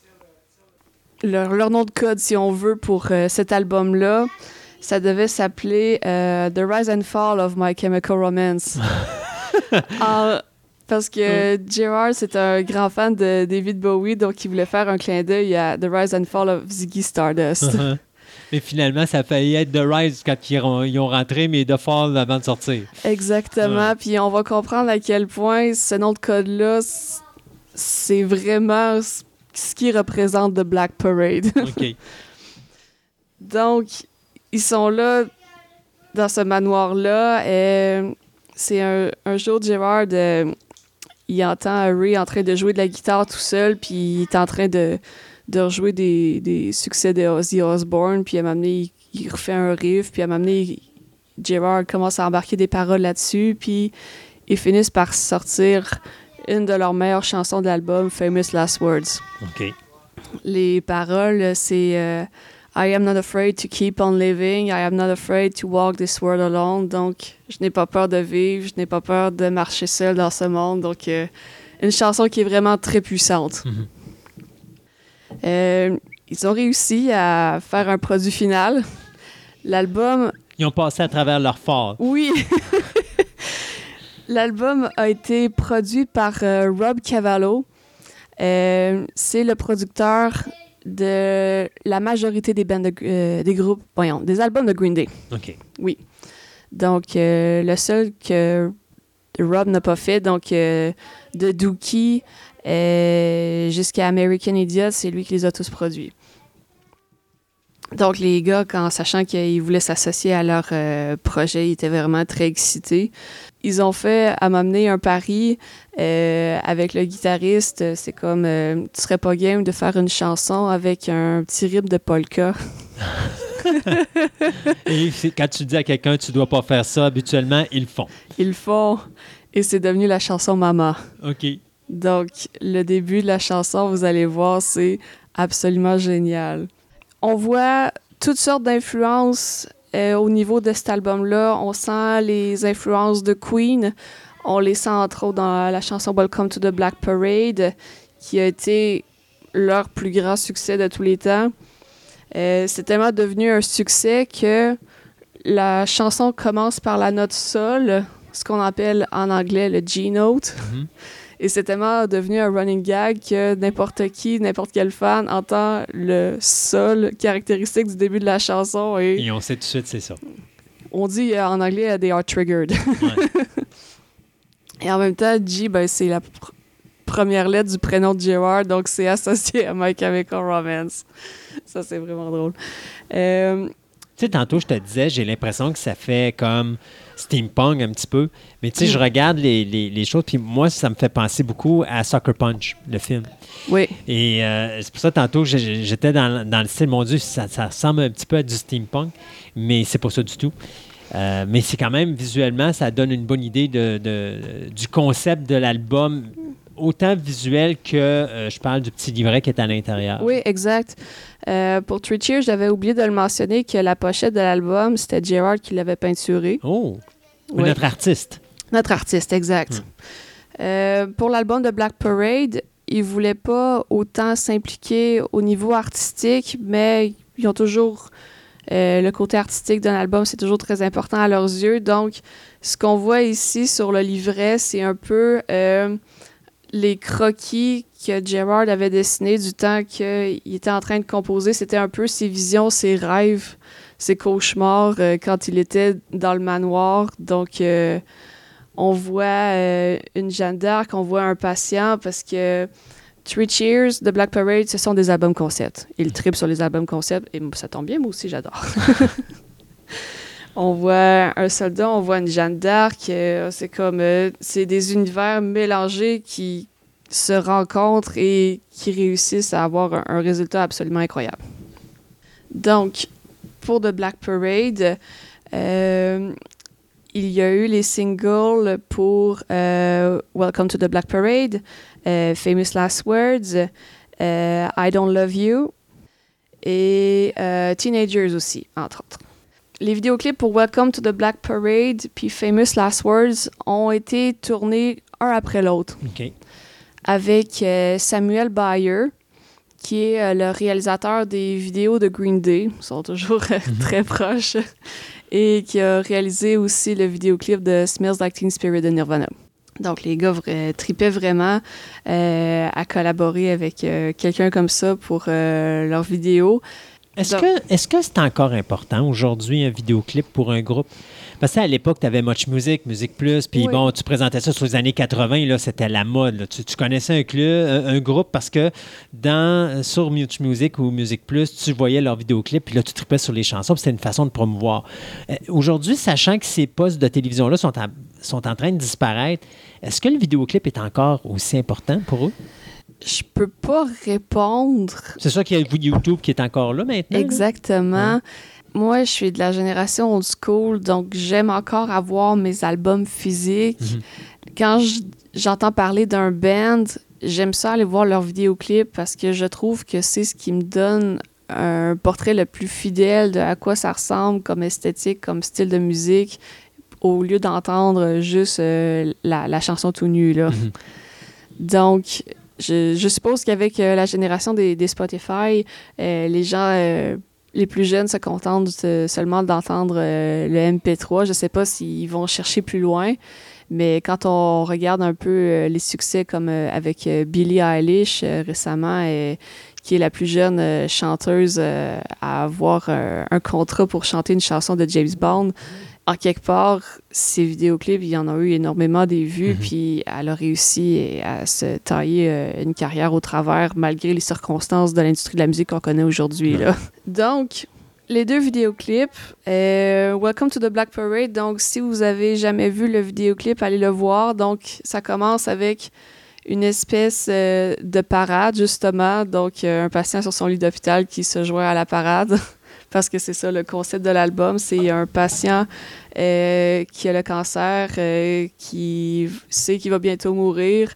leur nom de code, si on veut, pour cet album-là, ça devait s'appeler The Rise and Fall of My Chemical Romance. Parce que Gerard, c'est un grand fan de David Bowie, donc il voulait faire un clin d'œil à The Rise and Fall of Ziggy Stardust. Mais finalement, ça a failli être The Rise quand ils ont rentré, mais The Fall avant de sortir. Exactement. Puis on va comprendre à quel point ce nom de code-là, c'est vraiment ce qui représente The Black Parade. OK. Donc, ils sont là, dans ce manoir-là. C'est un jour, Gerard, il entend Ray en train de jouer de la guitare tout seul, puis il est en train de rejouer des succès de Ozzy Osbourne, puis à un moment donné, il refait un riff, puis à un moment donné, Gerard commence à embarquer des paroles là-dessus, puis ils finissent par sortir une de leurs meilleures chansons de l'album, Famous Last Words. OK. Les paroles, c'est I am not afraid to keep on living, I am not afraid to walk this world alone. Donc, je n'ai pas peur de vivre, je n'ai pas peur de marcher seul dans ce monde. Donc, une chanson qui est vraiment très puissante. Ils ont réussi à faire un produit final. L'album... Ils ont passé à travers leur phare. Oui. L'album a été produit par Rob Cavallo. C'est le producteur de la majorité des bandes des groupes, des albums de Green Day. OK. Oui. Donc, le seul que Rob n'a pas fait, donc de Dookie jusqu'à American Idiot, c'est lui qui les a tous produits. Donc, les gars, sachant qu'ils voulaient s'associer à leur projet, ils étaient vraiment très excités. Ils ont fait, à m'amener un pari avec le guitariste. C'est comme, tu serais pas game de faire une chanson avec un petit rythme de polka. Et quand tu dis à quelqu'un, tu dois pas faire ça, habituellement, ils le font. Ils le font. Et c'est devenu la chanson Mama. OK. Donc, le début de la chanson, vous allez voir, c'est absolument génial. On voit toutes sortes d'influences au niveau de cet album-là. On sent les influences de Queen. On les sent entre autres dans la chanson Welcome to the Black Parade, qui a été leur plus grand succès de tous les temps. C'est tellement devenu un succès que la chanson commence par la note sol, ce qu'on appelle en anglais le G-note. Mm-hmm. Et c'est tellement devenu un running gag que n'importe qui, n'importe quel fan entend le sol caractéristique du début de la chanson. Et on sait tout de suite, c'est ça. On dit en anglais « they are triggered ». Et en même temps, G, c'est la première lettre du prénom de Gerard, donc c'est associé à My Chemical Romance. Ça, c'est vraiment drôle. Tu sais, tantôt, je te disais, j'ai l'impression que ça fait comme steampunk un petit peu. Mais tu sais, je regarde les choses, puis moi, ça me fait penser beaucoup à Sucker Punch, le film. Oui. Et c'est pour ça, tantôt, j'étais dans le style, mon Dieu, ça ressemble un petit peu à du steampunk, mais c'est pas ça du tout. Mais c'est quand même, visuellement, ça donne une bonne idée du concept de l'album, autant visuel que je parle du petit livret qui est à l'intérieur. Oui, exact. Pour 3 Cheers, j'avais oublié de le mentionner que la pochette de l'album, c'était Gerard qui l'avait peinturée. Oh! Oui. Notre artiste. Notre artiste, exact. Pour l'album de Black Parade, ils ne voulaient pas autant s'impliquer au niveau artistique, mais ils ont toujours... le côté artistique d'un album, c'est toujours très important à leurs yeux. Donc, ce qu'on voit ici sur le livret, c'est un peu les croquis que Gerard avait dessinés du temps qu'il était en train de composer. C'était un peu ses visions, ses rêves, ses cauchemars quand il était dans le manoir. Donc, on voit une Jeanne d'Arc, on voit un patient parce que 3 Cheers, The Black Parade, ce sont des albums concept. Il tripe sur les albums concept et ça tombe bien, moi aussi, j'adore. On voit un soldat, on voit une Jeanne d'Arc. C'est comme... c'est des univers mélangés qui se rencontrent et qui réussissent à avoir un résultat absolument incroyable. Donc, pour The Black Parade, il y a eu les singles pour Welcome to the Black Parade, Famous Last Words, I Don't Love You et Teenagers aussi, entre autres. Les vidéoclips pour Welcome to the Black Parade puis Famous Last Words ont été tournés un après l'autre. OK. Avec Samuel Bayer, qui est le réalisateur des vidéos de Green Day. Ils sont toujours très proches. Et qui a réalisé aussi le vidéoclip de Smells Like Teen Spirit de Nirvana. Donc, les gars tripaient vraiment à collaborer avec quelqu'un comme ça pour leurs vidéos. Est-ce que c'est encore important aujourd'hui, un vidéoclip pour un groupe? Parce que à l'époque, tu avais Much Music, Music Plus, puis bon, tu présentais ça sur les années 80, là, c'était la mode. Là. Tu connaissais un groupe parce que sur Much Music ou Music Plus, tu voyais leurs vidéoclips, puis là, tu tripais sur les chansons, puis c'était une façon de promouvoir. Aujourd'hui, sachant que ces postes de télévision-là sont en train de disparaître, est-ce que le vidéoclip est encore aussi important pour eux? Je peux pas répondre. C'est sûr qu'il y a YouTube qui est encore là maintenant. Exactement. Là. Moi, je suis de la génération old school, donc j'aime encore avoir mes albums physiques. Mm-hmm. Quand j'entends parler d'un band, j'aime ça aller voir leurs vidéoclips parce que je trouve que c'est ce qui me donne un portrait le plus fidèle de à quoi ça ressemble comme esthétique, comme style de musique, au lieu d'entendre juste la chanson tout nue, là. Mm-hmm. Donc, je suppose qu'avec la génération des Spotify, les gens... les plus jeunes se contentent seulement d'entendre le MP3. Je ne sais pas s'ils vont chercher plus loin, mais quand on regarde un peu les succès comme avec Billie Eilish récemment, qui est la plus jeune chanteuse à avoir un contrat pour chanter une chanson de James Bond, en quelque part, ses vidéoclips, il y en a eu énormément des vues, puis elle a réussi à se tailler une carrière au travers, malgré les circonstances de l'industrie de la musique qu'on connaît aujourd'hui. Là. Donc, les deux vidéoclips, Welcome to the Black Parade. Donc, si vous avez jamais vu le vidéoclip, allez le voir. Donc, ça commence avec une espèce de parade, justement. Donc, un patient sur son lit d'hôpital qui se joint à la parade. Parce que c'est ça le concept de l'album, c'est un patient qui a le cancer, qui sait qu'il va bientôt mourir,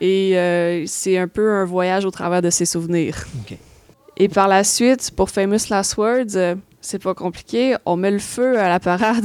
et c'est un peu un voyage au travers de ses souvenirs. Okay. Et par la suite, pour Famous Last Words, c'est pas compliqué, on met le feu à la parade.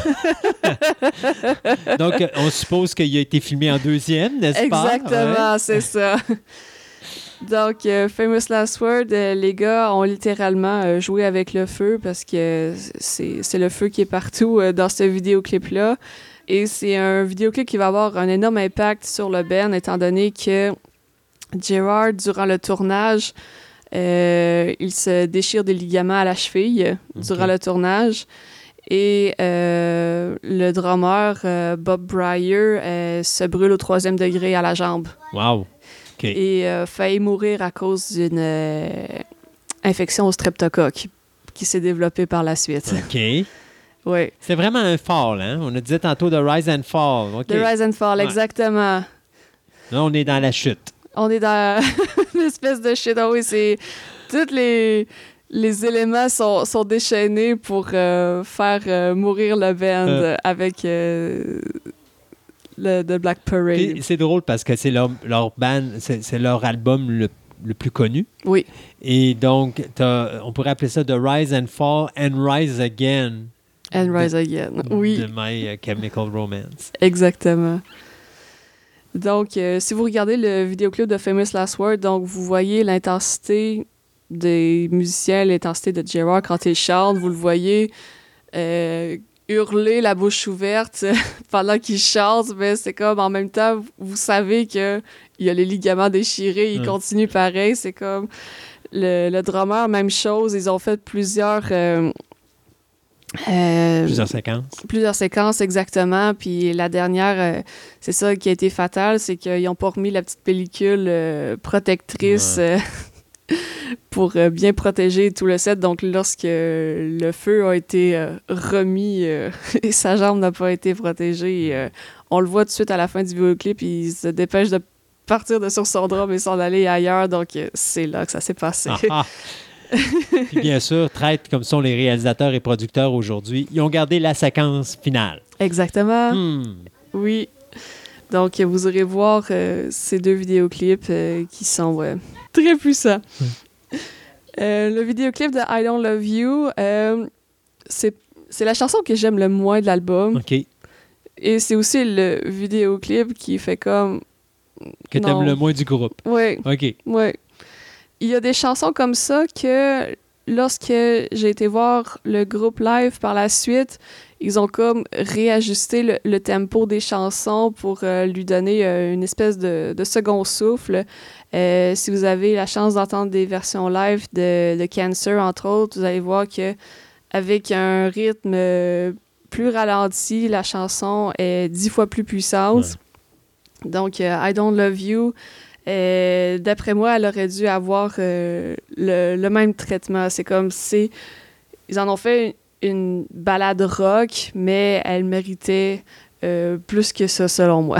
Donc, on suppose qu'il a été filmé en deuxième, n'est-ce pas? Exactement, ouais. C'est ça. Donc, Famous Last Word, les gars ont littéralement joué avec le feu parce que c'est le feu qui est partout dans ce vidéoclip-là. Et c'est un vidéoclip qui va avoir un énorme impact sur le band, étant donné que Gerard, durant le tournage, il se déchire des ligaments à la cheville durant le tournage. Et le drummer, Bob Brier, se brûle au 3e degré à la jambe. Wow! Okay. Et failli mourir à cause d'une infection au streptocoque qui s'est développée par la suite. OK. Oui. C'est vraiment un fall, hein? On a dit tantôt de Rise and Fall. Okay. The Rise and Fall, exactement. Là, on est dans la chute. On est dans une espèce de chute. Ah oui, c'est... Tous les éléments sont déchaînés pour faire mourir le band avec... The Black Parade. C'est drôle parce que c'est leur band, c'est leur album le plus connu. Oui. Et donc, on pourrait appeler ça The Rise and Fall and Rise Again. And Rise Again, oui. De My Chemical Romance. Exactement. Donc, si vous regardez le vidéoclip de Famous Last Word, donc vous voyez l'intensité des musiciens, l'intensité de Gerard quand il chante, vous le voyez hurler la bouche ouverte pendant qu'il chante, mais c'est comme en même temps, vous savez qu'il y a les ligaments déchirés, il continue pareil. C'est comme le drummer, même chose, ils ont fait plusieurs séquences. Plusieurs séquences, exactement. Puis la dernière, c'est ça qui a été fatal, c'est qu'ils n'ont pas remis la petite pellicule protectrice pour bien protéger tout le set. Donc, lorsque le feu a été remis et sa jambe n'a pas été protégée, on le voit tout de suite à la fin du vidéoclip, il se dépêche de partir de sur son drum et s'en aller ailleurs. Donc, c'est là que ça s'est passé. Puis bien sûr, traite comme sont les réalisateurs et producteurs aujourd'hui. Ils ont gardé la séquence finale. Exactement. Oui. Donc, vous irez voir ces deux vidéoclips qui sont très puissants. Le vidéoclip de I Don't Love You, c'est la chanson que j'aime le moins de l'album. OK. Et c'est aussi le vidéoclip qui fait comme... Que t'aimes le moins du groupe. Oui. OK. Oui. Il y a des chansons comme ça que lorsque j'ai été voir le groupe live par la suite, ils ont comme réajusté le tempo des chansons pour lui donner une espèce de second souffle. Si vous avez la chance d'entendre des versions live de Cancer, entre autres, vous allez voir que avec un rythme plus ralenti, la chanson est 10 fois plus puissante. Ouais. Donc, I Don't Love You, d'après moi, elle aurait dû avoir le même traitement. C'est comme si ils en ont fait une ballade rock, mais elle méritait plus que ça, selon moi.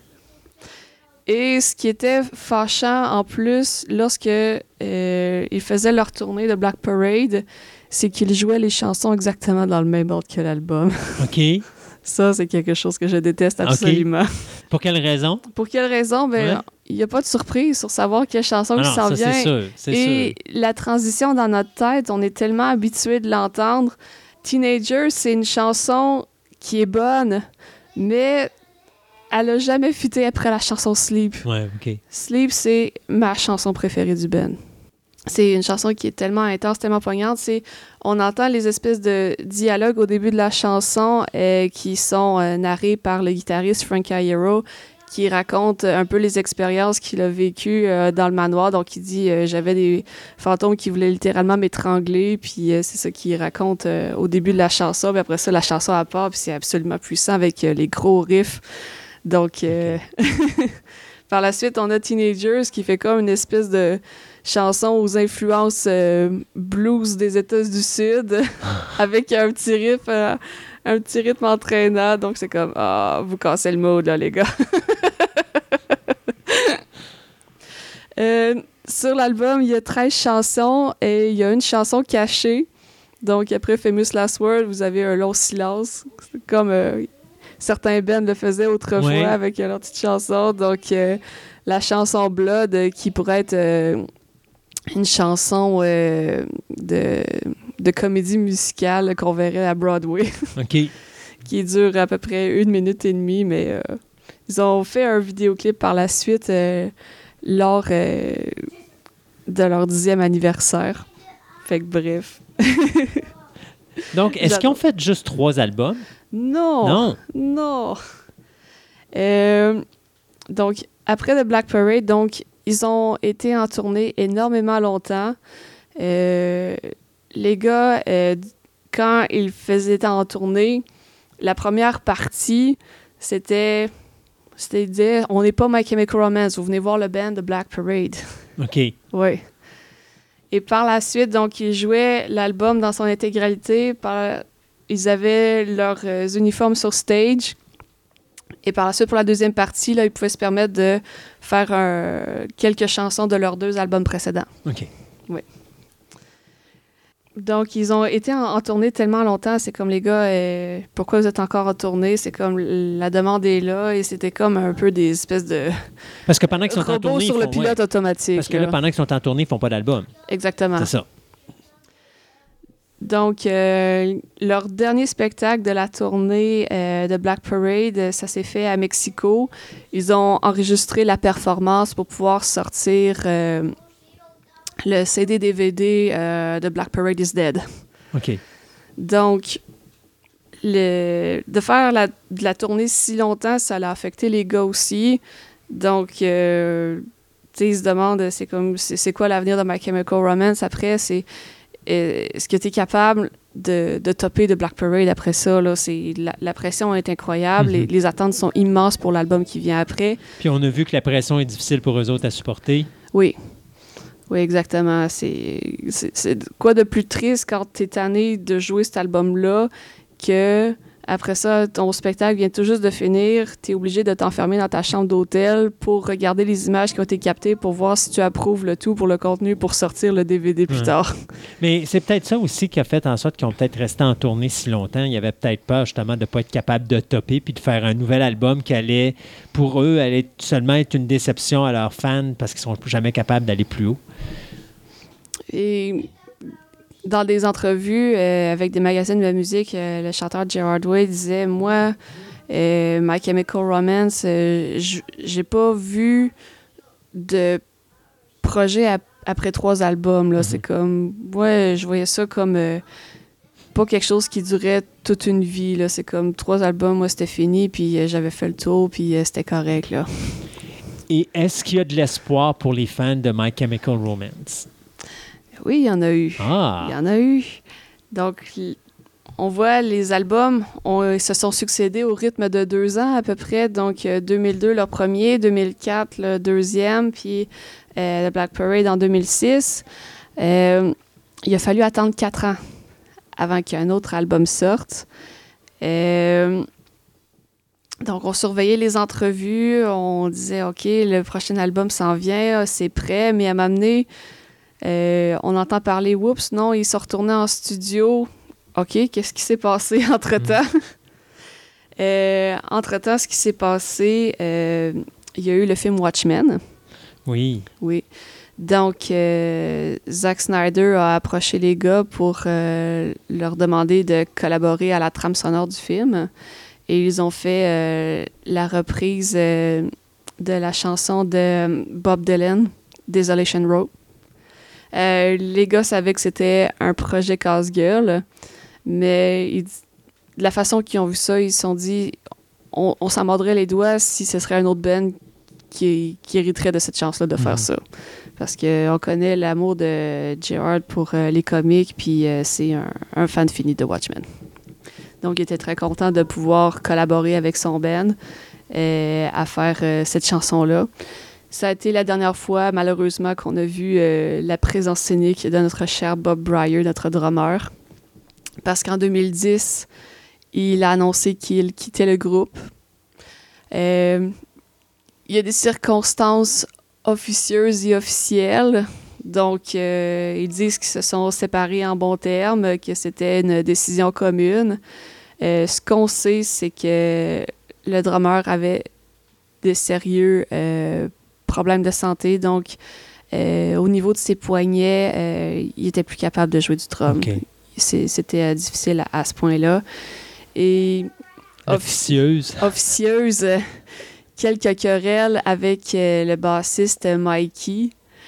Et ce qui était fâchant en plus, lorsque ils faisaient leur tournée de Black Parade, c'est qu'ils jouaient les chansons exactement dans le même ordre que l'album. OK. Ça, c'est quelque chose que je déteste absolument. Okay. Pour quelle raison? Pour quelle raison? Ben, il n'y a pas de surprise sur savoir quelle chanson qui s'en vient. C'est sûr. La transition dans notre tête, on est tellement habitué de l'entendre. Teenager, c'est une chanson qui est bonne, mais elle n'a jamais fité après la chanson Sleep. Ouais, OK. Sleep, c'est ma chanson préférée du band. C'est une chanson qui est tellement intense, tellement poignante. On entend les espèces de dialogues au début de la chanson qui sont narrés par le guitariste Frank Iero, qui raconte un peu les expériences qu'il a vécues dans le manoir. Donc, il dit j'avais des fantômes qui voulaient littéralement m'étrangler. Puis, c'est ça qu'il raconte au début de la chanson. Puis après ça, la chanson à part. Puis, c'est absolument puissant avec les gros riffs. Donc, par la suite, on a Teenagers qui fait comme une espèce de chanson aux influences blues des États du Sud avec un petit rythme entraînant. Donc, c'est comme, vous cassez le mood, là, les gars. Sur l'album, il y a 13 chansons et il y a une chanson cachée. Donc, après Famous Last Word, vous avez un long silence. C'est comme certains bands le faisaient autrefois avec leur petite chanson. Donc, la chanson Blood qui pourrait être une chanson de comédie musicale qu'on verrait à Broadway. OK. Qui dure à peu près 1 minute et demie, mais ils ont fait un vidéoclip par la suite lors de leur 10e anniversaire. Fait que bref. Donc, est-ce qu'ils ont fait juste 3 albums? Non. Donc, après The Black Parade, donc, ils ont été en tournée énormément longtemps. Les gars, quand ils faisaient en tournée, la première partie, c'était dire on n'est pas My Chemical Romance, vous venez voir le band de Black Parade. OK. Oui. Et par la suite, donc, ils jouaient l'album dans son intégralité. Ils avaient leurs uniformes sur stage. Et par la suite, pour la deuxième partie, là, ils pouvaient se permettre de faire quelques chansons de leurs 2 albums précédents. OK. Oui. Donc, ils ont été en tournée tellement longtemps. C'est comme, les gars, pourquoi vous êtes encore en tournée? C'est comme, la demande est là. Et c'était comme un peu des espèces de parce que pendant qu'ils sont en tournée, sur le pilote automatique. Parce que là, pendant qu'ils sont en tournée, ils ne font pas d'album. Exactement. C'est ça. Donc, leur dernier spectacle de la tournée de Black Parade, ça s'est fait à Mexico. Ils ont enregistré la performance pour pouvoir sortir le CD-DVD de Black Parade is Dead. OK. Donc, de faire de la tournée si longtemps, ça l'a affecté les gars aussi. Donc, tu sais, ils se demandent, c'est quoi l'avenir de My Chemical Romance après? Est-ce que tu es capable de topper de Black Parade après ça? Là, la pression est incroyable. Mm-hmm. Les attentes sont immenses pour l'album qui vient après. Puis on a vu que la pression est difficile pour eux autres à supporter. Oui. Oui, exactement. C'est quoi de plus triste quand tu es tanné de jouer cet album-là que après ça, ton spectacle vient tout juste de finir, tu es obligé de t'enfermer dans ta chambre d'hôtel pour regarder les images qui ont été captées pour voir si tu approuves le tout pour le contenu pour sortir le DVD plus tard. Mais c'est peut-être ça aussi qui a fait en sorte qu'ils ont peut-être resté en tournée si longtemps. Il y avait peut-être peur justement de ne pas être capable de topper puis de faire un nouvel album qui allait, pour eux, allait seulement être une déception à leurs fans parce qu'ils ne sont jamais capables d'aller plus haut. Et dans des entrevues avec des magazines de musique, le chanteur Gerard Way disait « Moi, My Chemical Romance, j'ai pas vu de projet après 3 albums. Là, c'est comme... Ouais, je voyais ça comme... pas quelque chose qui durait toute une vie. Là. C'est comme 3 albums, moi, c'était fini, puis j'avais fait le tour, puis c'était correct, là. Et est-ce qu'il y a de l'espoir pour les fans de My Chemical Romance? Oui, il y en a eu. Ah! Il y en a eu. Donc, on voit les albums se sont succédés au rythme de 2 ans à peu près. Donc, 2002, leur premier, 2004, le deuxième, puis le Black Parade en 2006. Il a fallu attendre 4 ans avant qu'un autre album sorte. Donc, on surveillait les entrevues. On disait, OK, le prochain album s'en vient, c'est prêt. Mais à m'amener, on entend parler, oups, non, ils sont retournés en studio. OK, qu'est-ce qui s'est passé entre-temps? Entre-temps, ce qui s'est passé, il y a eu le film Watchmen. Oui. Oui. Donc, Zack Snyder a approché les gars pour leur demander de collaborer à la trame sonore du film. Et ils ont fait la reprise de la chanson de Bob Dylan, Desolation Row. Les gars savaient que c'était un projet casse-gueule, mais de la façon qu'ils ont vu ça, ils se sont dit on s'en mordrait les doigts si ce serait un autre band qui hériterait de cette chance-là de faire ça. Parce qu'on connaît l'amour de Gerard pour les comics, puis c'est un fan fini de Watchmen. Donc, il était très content de pouvoir collaborer avec son band à faire cette chanson-là. Ça a été la dernière fois, malheureusement, qu'on a vu la présence scénique de notre cher Bob Brier, notre drummer. Parce qu'en 2010, il a annoncé qu'il quittait le groupe. Il y a des circonstances officieuses et officielles. Donc, ils disent qu'ils se sont séparés en bons termes, que c'était une décision commune. Ce qu'on sait, c'est que le drummer avait de sérieux problèmes de santé. Donc, au niveau de ses poignets, il était plus capable de jouer du drum. Okay. C'était difficile à ce point-là. Et officieuse. Quelques querelles avec le bassiste Mikey.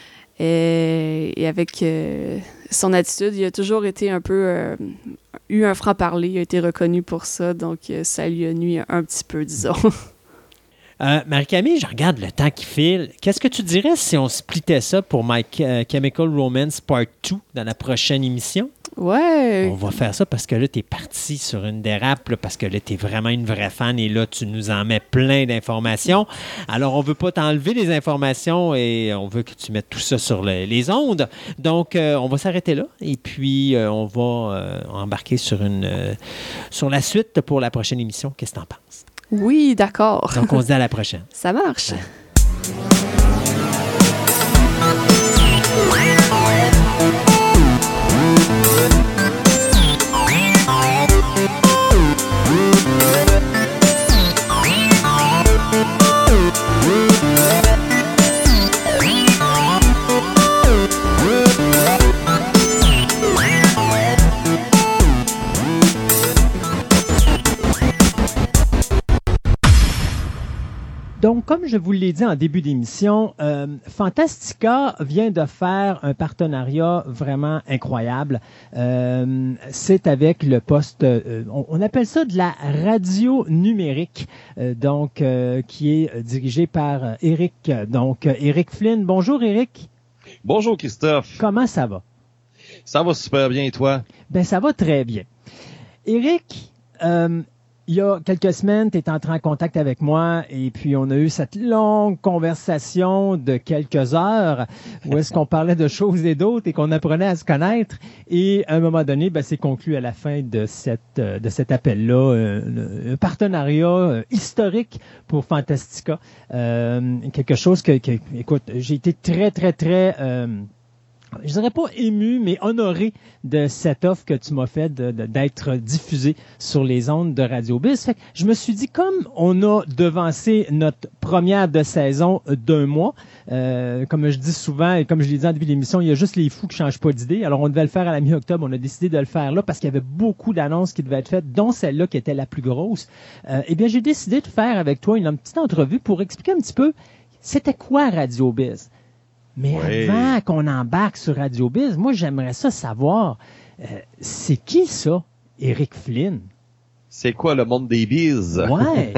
Et avec son attitude, il a toujours été un peu... eu un franc-parler, il a été reconnu pour ça, donc ça lui a nuit un petit peu, disons. Marie-Camille, je regarde le temps qui file. Qu'est-ce que tu dirais si on splittait ça pour My Chemical Romance Part 2 dans la prochaine émission? Ouais. On va faire ça parce que là, tu es parti sur une dérape, là, parce que là, tu es vraiment une vraie fan et là, tu nous en mets plein d'informations. Alors, on ne veut pas t'enlever les informations et on veut que tu mettes tout ça sur les ondes. Donc, on va s'arrêter là et puis on va embarquer sur la suite pour la prochaine émission. Qu'est-ce que tu en penses? Oui, d'accord. Donc, on se dit à la prochaine. Ça marche. Ouais. Donc, comme je vous l'ai dit en début d'émission, Fantastica vient de faire un partenariat vraiment incroyable. C'est avec le poste, on appelle ça de la radio numérique, qui est dirigé par Eric. Donc, Eric Flynn. Bonjour, Eric. Bonjour, Christophe. Comment ça va? Ça va super bien, et toi? Ben, ça va très bien. Eric, il y a quelques semaines, tu es entré en contact avec moi et puis on a eu cette longue conversation de quelques heures où est-ce qu'on parlait de choses et d'autres et qu'on apprenait à se connaître. Et à un moment donné, ben, c'est conclu à la fin de cet appel-là, un partenariat historique pour Fantastica. Quelque chose écoute, j'ai été très, très, très... je dirais pas ému, mais honoré de cette offre que tu m'as faite d'être diffusé sur les ondes de Radio Biz. Fait que je me suis dit, comme on a devancé notre première de saison d'1 mois, comme je dis souvent et comme je l'ai dit en début de l'émission, il y a juste les fous qui changent pas d'idée. Alors, on devait le faire à la mi-octobre. On a décidé de le faire là parce qu'il y avait beaucoup d'annonces qui devaient être faites, dont celle-là qui était la plus grosse. Eh bien, j'ai décidé de faire avec toi une petite entrevue pour expliquer un petit peu c'était quoi Radio Biz. Mais avant qu'on embarque sur Radio Biz, moi, j'aimerais ça savoir, c'est qui ça, Eric Flynn? C'est quoi le monde des bises? Ouais.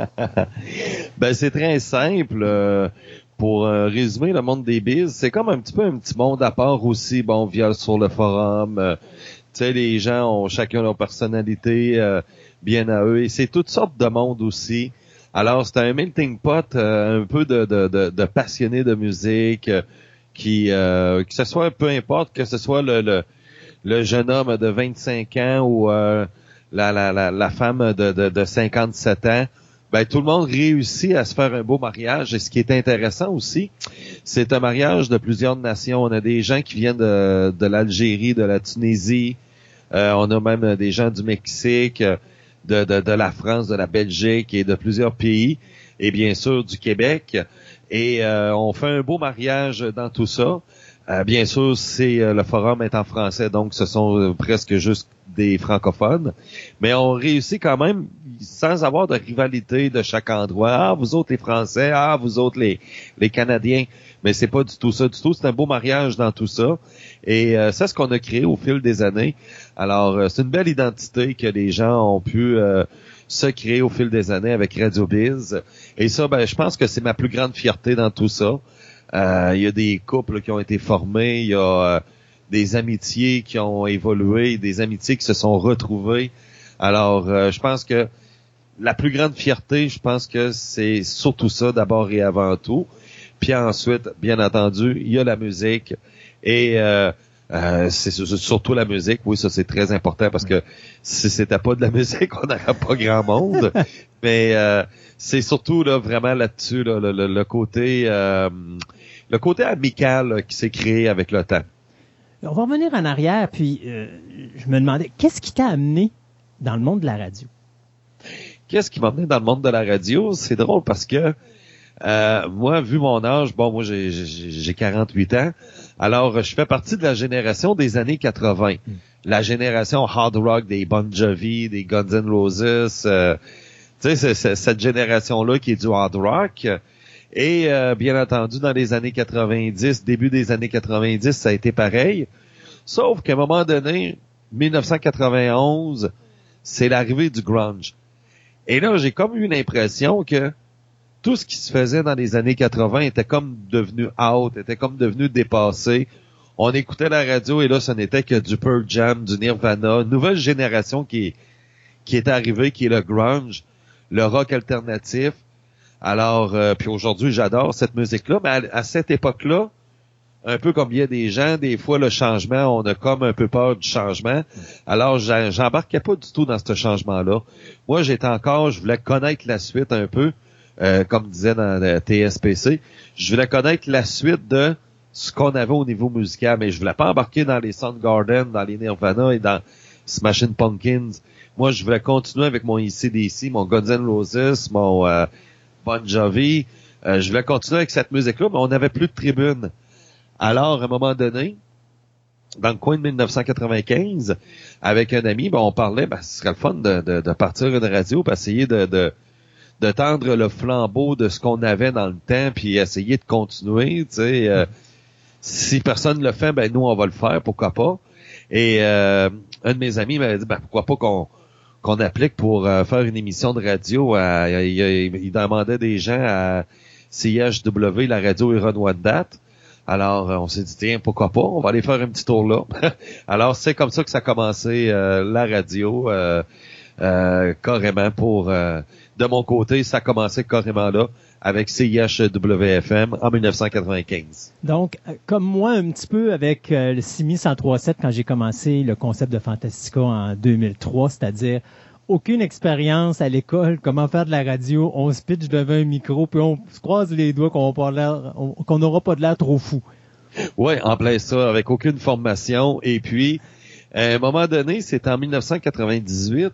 Ben, c'est très simple. Pour résumer le monde des bises, c'est comme un petit monde à part aussi, bon, via sur le forum. Tu sais, les gens ont chacun leur personnalité bien à eux. Et c'est toutes sortes de monde aussi. Alors, c'est un melting pot, un peu de passionnés de musique, que ce soit, peu importe, que ce soit le jeune homme de 25 ans ou la femme de 57 ans, ben tout le monde réussit à se faire un beau mariage. Et ce qui est intéressant aussi, c'est un mariage de plusieurs nations. On a des gens qui viennent de l'Algérie, de la Tunisie, on a même des gens du Mexique, de la France, de la Belgique et de plusieurs pays, et bien sûr du Québec. Et on fait un beau mariage dans tout ça. Bien sûr, le forum est en français, donc ce sont presque juste des francophones. Mais on réussit quand même sans avoir de rivalité de chaque endroit. Ah, vous autres les Français, ah, vous autres les Canadiens. Mais c'est pas du tout ça du tout. C'est un beau mariage dans tout ça. Et c'est ce qu'on a créé au fil des années. Alors, c'est une belle identité que les gens ont pu se créer au fil des années avec Radio Biz. Et ça, ben, je pense que c'est ma plus grande fierté dans tout ça. Il y a des couples qui ont été formés, il y a des amitiés qui ont évolué, des amitiés qui se sont retrouvées. Alors, je pense que la plus grande fierté, je pense que c'est surtout ça d'abord et avant tout. Puis ensuite, bien entendu, il y a la musique et c'est surtout la musique. Oui, ça c'est très important parce que si c'était pas de la musique, on n'aurait pas grand monde. Mais c'est surtout là vraiment là-dessus là, le côté amical là, qui s'est créé avec le temps. On va revenir en arrière, puis je me demandais, qu'est-ce qui t'a amené dans le monde de la radio? Qu'est-ce qui m'a amené dans le monde de la radio? C'est drôle parce que moi, vu mon âge, bon, moi j'ai 48 ans, alors je fais partie de la génération des années 80. La génération hard rock des Bon Jovi, des Guns N' Roses, tu sais, c'est cette génération-là qui est du hard rock. Et bien entendu, dans les années 90, début des années 90, ça a été pareil. Sauf qu'à un moment donné, 1991, c'est l'arrivée du grunge. Et là, j'ai comme eu l'impression que tout ce qui se faisait dans les années 80 était comme devenu out, était comme devenu dépassé. On écoutait la radio et là, ce n'était que du Pearl Jam, du Nirvana, une nouvelle génération qui est arrivée, qui est le grunge, le rock alternatif. Alors, puis aujourd'hui, j'adore cette musique-là, mais à cette époque-là, un peu comme il y a des gens, des fois, le changement, on a comme un peu peur du changement. Alors, j'embarquais pas du tout dans ce changement-là. Moi, je voulais connaître la suite un peu, comme disait dans le TSPC. Je voulais connaître la suite de ce qu'on avait au niveau musical, mais je voulais pas embarquer dans les Soundgarden, dans les Nirvana et dans Smashing Pumpkins. Moi, je voulais continuer avec mon AC/DC, mon Guns N' Roses, mon Bon Jovi. Je voulais continuer avec cette musique-là, mais on n'avait plus de tribune. Alors, à un moment donné, dans le coin de 1995, avec un ami, ben, on parlait, ben, ce serait le fun de partir une radio pour essayer de tendre le flambeau de ce qu'on avait dans le temps, puis essayer de continuer, tu sais. Si personne le fait, ben nous, on va le faire, pourquoi pas. Et un de mes amis m'avait dit, ben pourquoi pas qu'on applique pour faire une émission de radio. Il demandait des gens à CHW, la radio Huron-Wendat. Alors, on s'est dit, tiens, pourquoi pas, on va aller faire un petit tour là. Alors, c'est comme ça que ça a commencé, la radio, carrément de mon côté, ça a commencé carrément là, avec CIHW-FM en 1995. Donc, comme moi, un petit peu avec le CIMI 103.7 quand j'ai commencé le concept de Fantastica en 2003, c'est-à-dire aucune expérience à l'école, comment faire de la radio, on se pitche devant un micro, puis on se croise les doigts qu'on n'aura pas de l'air trop fou. Oui, en plein ça, avec aucune formation. Et puis, à un moment donné, c'était en 1998,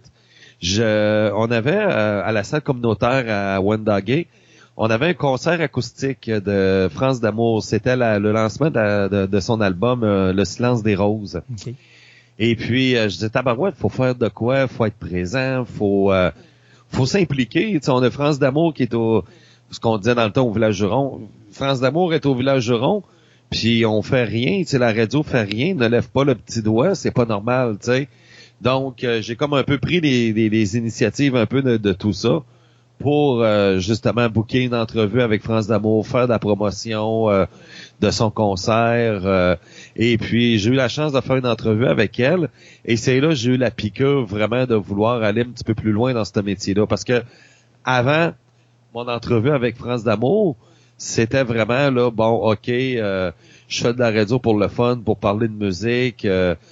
on avait à la salle communautaire à Wendake, on avait un concert acoustique de France d'Amour. C'était le lancement de son album Le Silence des Roses. Okay. Et puis, je disais, tabarouette, faut faire de quoi, faut être présent, faut s'impliquer. Tu sais, on a France d'Amour qui est ce qu'on disait dans le temps au Village Juron. France d'Amour est au Village Juron, puis on fait rien, tu sais, la radio fait rien, ne lève pas le petit doigt, c'est pas normal, tu sais. Donc, j'ai comme un peu pris les initiatives un peu de tout ça pour justement booker une entrevue avec France d'Amour, faire de la promotion de son concert. Et puis, j'ai eu la chance de faire une entrevue avec elle. Et c'est là que j'ai eu la piqûre vraiment de vouloir aller un petit peu plus loin dans ce métier-là. Parce que avant mon entrevue avec France d'Amour, c'était vraiment là, bon, OK, je fais de la radio pour le fun, pour parler de musique,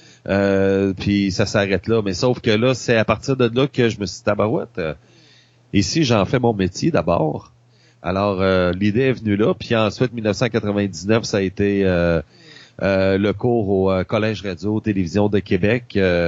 puis ça s'arrête là. Mais sauf que là, c'est à partir de là que je me suis dit, tabarouette, ici, j'en fais mon métier d'abord. Alors, l'idée est venue là, puis ensuite, 1999, ça a été le cours au Collège Radio-Télévision de Québec,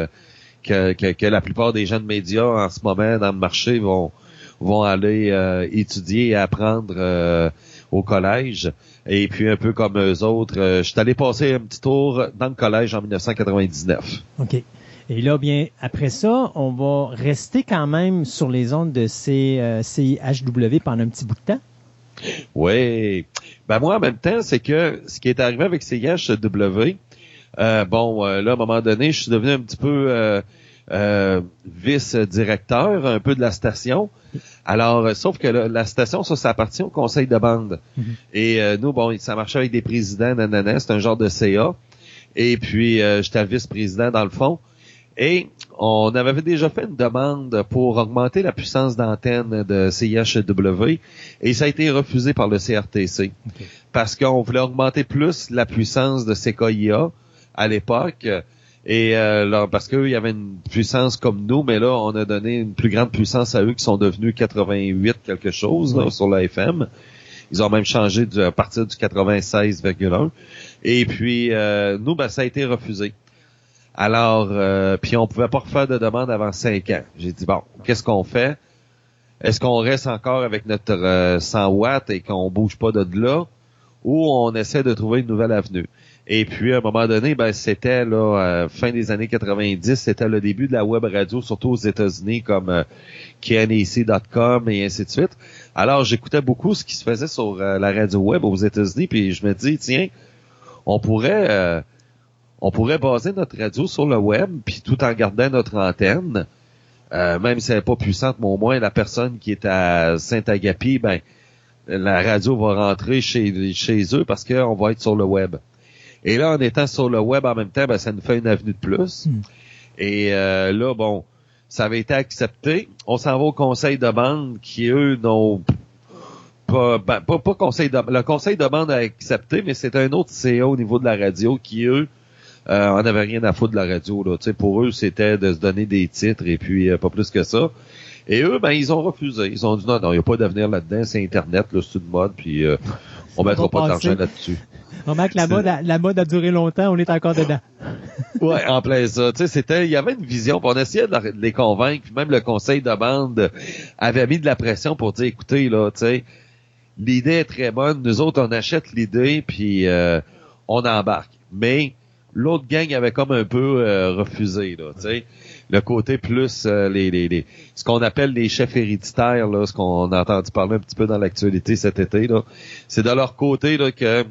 que la plupart des jeunes médias en ce moment dans le marché vont aller étudier et apprendre au collège. Et puis, un peu comme eux autres, je suis allé passer un petit tour dans le collège en 1999. OK. Et là, bien, après ça, on va rester quand même sur les ondes de CIHW pendant un petit bout de temps. Oui. Ben moi, en même temps, c'est que ce qui est arrivé avec CIHW, là, à un moment donné, je suis devenu un petit peu vice-directeur un peu de la station. Alors, sauf que la station, ça appartient au conseil de bande. Mm-hmm. Et nous, ça marchait avec des présidents, nanana, c'est un genre de CA. Et puis, j'étais vice-président dans le fond. Et on avait déjà fait une demande pour augmenter la puissance d'antenne de CIHW et ça a été refusé par le CRTC. Okay. Parce qu'on voulait augmenter plus la puissance de CKIA à l'époque. Et là, parce qu'eux, il y avait une puissance comme nous, mais là, on a donné une plus grande puissance à eux qui sont devenus 88 quelque chose là, sur la FM. Ils ont même changé à partir du 96,1. Et puis, nous, ça a été refusé. Alors, puis on pouvait pas refaire de demande avant 5 ans. J'ai dit, bon, qu'est-ce qu'on fait? Est-ce qu'on reste encore avec notre 100 watts et qu'on bouge pas de là? Ou on essaie de trouver une nouvelle avenue? Et puis, à un moment donné, c'était là, fin des années 90, c'était le début de la web radio, surtout aux États-Unis, comme KNAC.com et ainsi de suite. Alors, j'écoutais beaucoup ce qui se faisait sur la radio web aux États-Unis, puis je me dis, tiens, on pourrait baser notre radio sur le web, puis tout en gardant notre antenne, même si elle n'est pas puissante, mais au moins la personne qui est à Saint-Agapi, la radio va rentrer chez eux parce qu'on va être sur le web. Et là, en étant sur le web en même temps, ça nous fait une avenue de plus. Et là, ça avait été accepté. On s'en va au conseil de bande qui, eux, n'ont pas conseil de... Le conseil de bande a accepté, mais c'est un autre CA au niveau de la radio qui, eux, on n'avait rien à foutre de la radio, là. Tu sais, pour eux, c'était de se donner des titres et puis pas plus que ça. Et eux, ils ont refusé. Ils ont dit non, il n'y a pas d'avenir là-dedans, c'est Internet, là, c'est une mode, puis on mettra pas d'argent là-dessus. On remarque que la mode a duré longtemps, on est encore dedans. Ouais, en plein ça. Tu sais, il y avait une vision, puis on essayait de les convaincre, puis même le conseil de bande avait mis de la pression pour dire, écoutez, là, tu sais, l'idée est très bonne, nous autres, on achète l'idée, puis on embarque. Mais l'autre gang avait comme un peu refusé, là, tu sais. Le côté plus ce qu'on appelle les chefs héréditaires, là, ce qu'on a entendu parler un petit peu dans l'actualité cet été, là. C'est de leur côté là que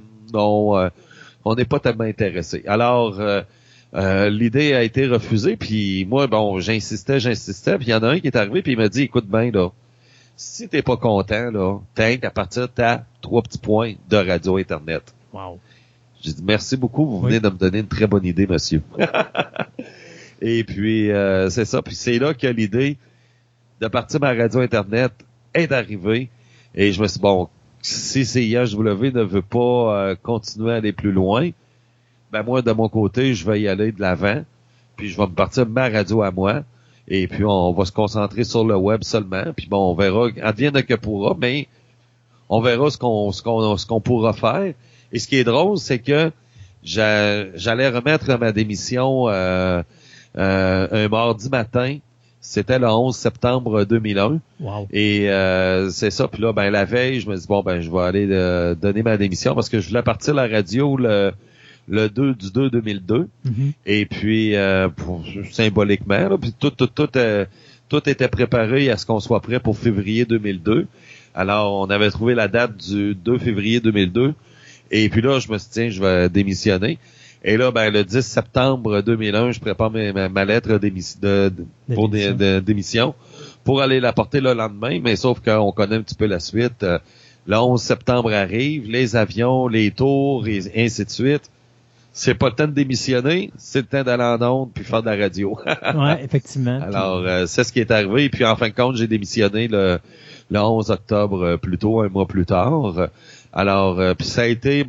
on n'est pas tellement intéressé. Alors l'idée a été refusée, puis moi, j'insistais, puis il y en a un qui est arrivé puis il m'a dit, écoute bien, là, si t'es pas content, là, t'as qu'à partir de ta 3 petits points de radio Internet. Wow. J'ai dit, merci beaucoup, vous venez de me donner une très bonne idée, monsieur. Et puis, c'est ça. Puis c'est là que l'idée de partir ma radio Internet est arrivée. Et je me suis dit, si CIHW ne veut pas continuer à aller plus loin, moi, de mon côté, je vais y aller de l'avant. Puis je vais me partir ma radio à moi. Et puis, on va se concentrer sur le web seulement. Puis on verra, advienne que pourra, mais on verra ce qu'on pourra faire. Et ce qui est drôle, c'est que j'allais remettre ma démission un mardi matin. C'était le 11 septembre 2001. Wow. Et c'est ça. Puis là, la veille, je me dis, je vais aller donner ma démission parce que je voulais partir la radio le 2 du 2 2002. Mm-hmm. Et puis, symboliquement, là, puis tout était préparé à ce qu'on soit prêt pour février 2002. Alors, on avait trouvé la date du 2 février 2002. Et puis là, je me suis dit, tiens, je vais démissionner. Et là, ben, le 10 septembre 2001, je prépare ma lettre de démission pour aller la porter le lendemain. Mais sauf qu'on connaît un petit peu la suite. Le 11 septembre arrive, les avions, les tours, et ainsi de suite. C'est pas le temps de démissionner, c'est le temps d'aller en onde puis faire de la radio. Oui, effectivement. Alors, c'est ce qui est arrivé. Puis en fin de compte, j'ai démissionné le 11 octobre, plutôt un mois plus tard. Alors, puis ça a été,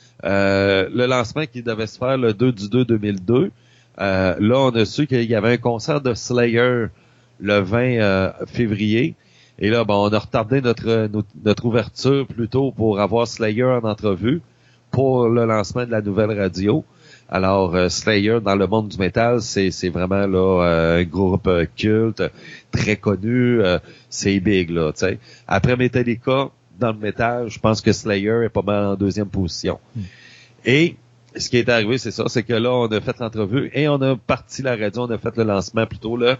le lancement qui devait se faire le 2/2/2002. Là, on a su qu'il y avait un concert de Slayer le 20 février. Et là, on a retardé notre ouverture plutôt pour avoir Slayer en entrevue pour le lancement de la nouvelle radio. Alors, Slayer, dans le monde du métal, c'est vraiment là un groupe culte, très connu. C'est big, là, tu sais. Après Metallica, dans le métal, je pense que Slayer est pas mal en deuxième position. Et ce qui est arrivé, c'est ça, c'est que là, on a fait l'entrevue et on a parti la radio, on a fait le lancement plutôt le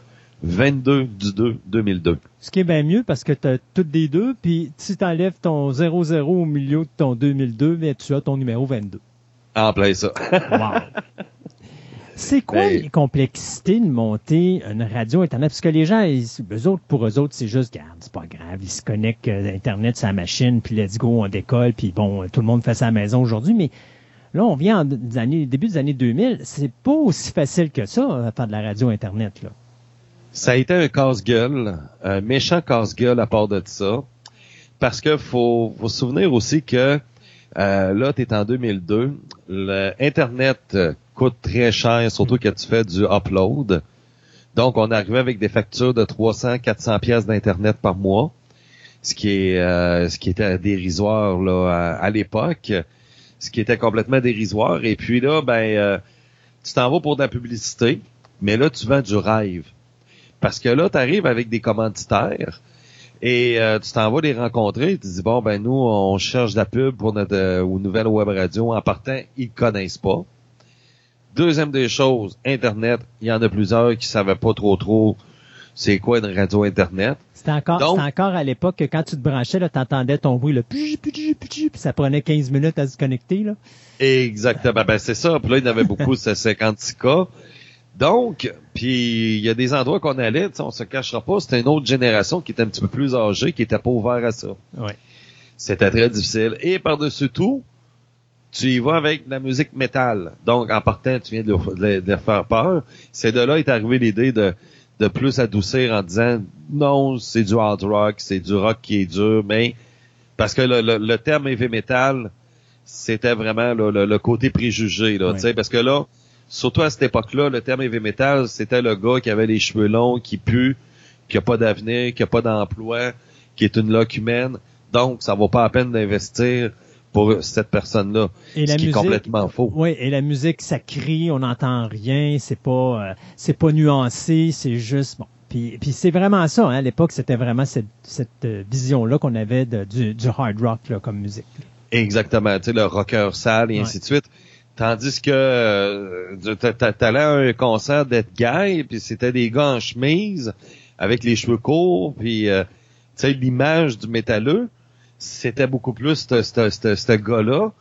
22/2/2002. Ce qui est bien mieux parce que tu as toutes des deux, puis si tu enlèves ton 00 au milieu de ton 2002, bien, tu as ton numéro 22. En plein ça. Wow! C'est quoi les complexités de monter une radio Internet? Parce que les gens, pour eux autres, c'est juste, regarde, c'est pas grave, ils se connectent Internet sur la machine, puis let's go, on décolle, puis bon, tout le monde fait ça à la maison aujourd'hui, mais là, on vient début des années 2000, c'est pas aussi facile que ça, à faire de la radio Internet, là. Ça a été un casse-gueule, un méchant casse-gueule à part de ça, parce que faut se souvenir aussi que là, t'es en 2002, l'Internet coûte très cher, surtout quand tu fais du upload. Donc, on arrivait avec des factures de 300-400 pièces d'Internet par mois, ce qui était dérisoire là à l'époque, ce qui était complètement dérisoire. Et puis là, tu t'en vas pour de la publicité, mais là, tu vends du rêve. Parce que là, tu arrives avec des commanditaires et tu t'en vas les rencontrer. Tu dis, nous, on cherche de la pub pour notre nouvelle web radio. En partant, ils connaissent pas. Deuxième des choses, Internet, il y en a plusieurs qui savaient pas trop c'est quoi une radio Internet. C'était encore à l'époque que quand tu te branchais, là, t'entendais ton bruit, le puis ça prenait 15 minutes à se connecter, là. Exactement. C'est ça. Puis là, il y en avait beaucoup, c'est 56K. Donc, puis il y a des endroits qu'on allait, on se cachera pas, c'était une autre génération qui était un petit peu plus âgée, qui était pas ouvert à ça. Ouais. C'était très difficile. Et par-dessus tout, tu y vas avec de la musique métal. Donc, en partant, tu viens de leur faire peur. C'est de là est arrivée l'idée de plus adoucir en disant, non, c'est du hard rock, c'est du rock qui est dur, mais parce que le terme heavy metal, c'était vraiment là, le côté préjugé, là, tu sais, parce que là, surtout à cette époque-là, le terme heavy metal, c'était le gars qui avait les cheveux longs, qui pue, qui a pas d'avenir, qui a pas d'emploi, qui est une loque humaine. Donc, ça vaut pas la peine d'investir pour cette personne-là. Et ce qui est complètement faux. Oui, et la musique, ça crie, on n'entend rien, c'est pas nuancé, c'est juste, bon. Puis c'est vraiment ça, hein, à l'époque, c'était vraiment cette vision-là qu'on avait du hard rock, là, comme musique. Exactement, tu sais, le rocker sale et ainsi de suite. Tandis que t'allais à un concert d'Ed Guy, puis c'était des gars en chemise avec les cheveux courts, puis tu sais, l'image du métalleux, c'était beaucoup plus ce gars-là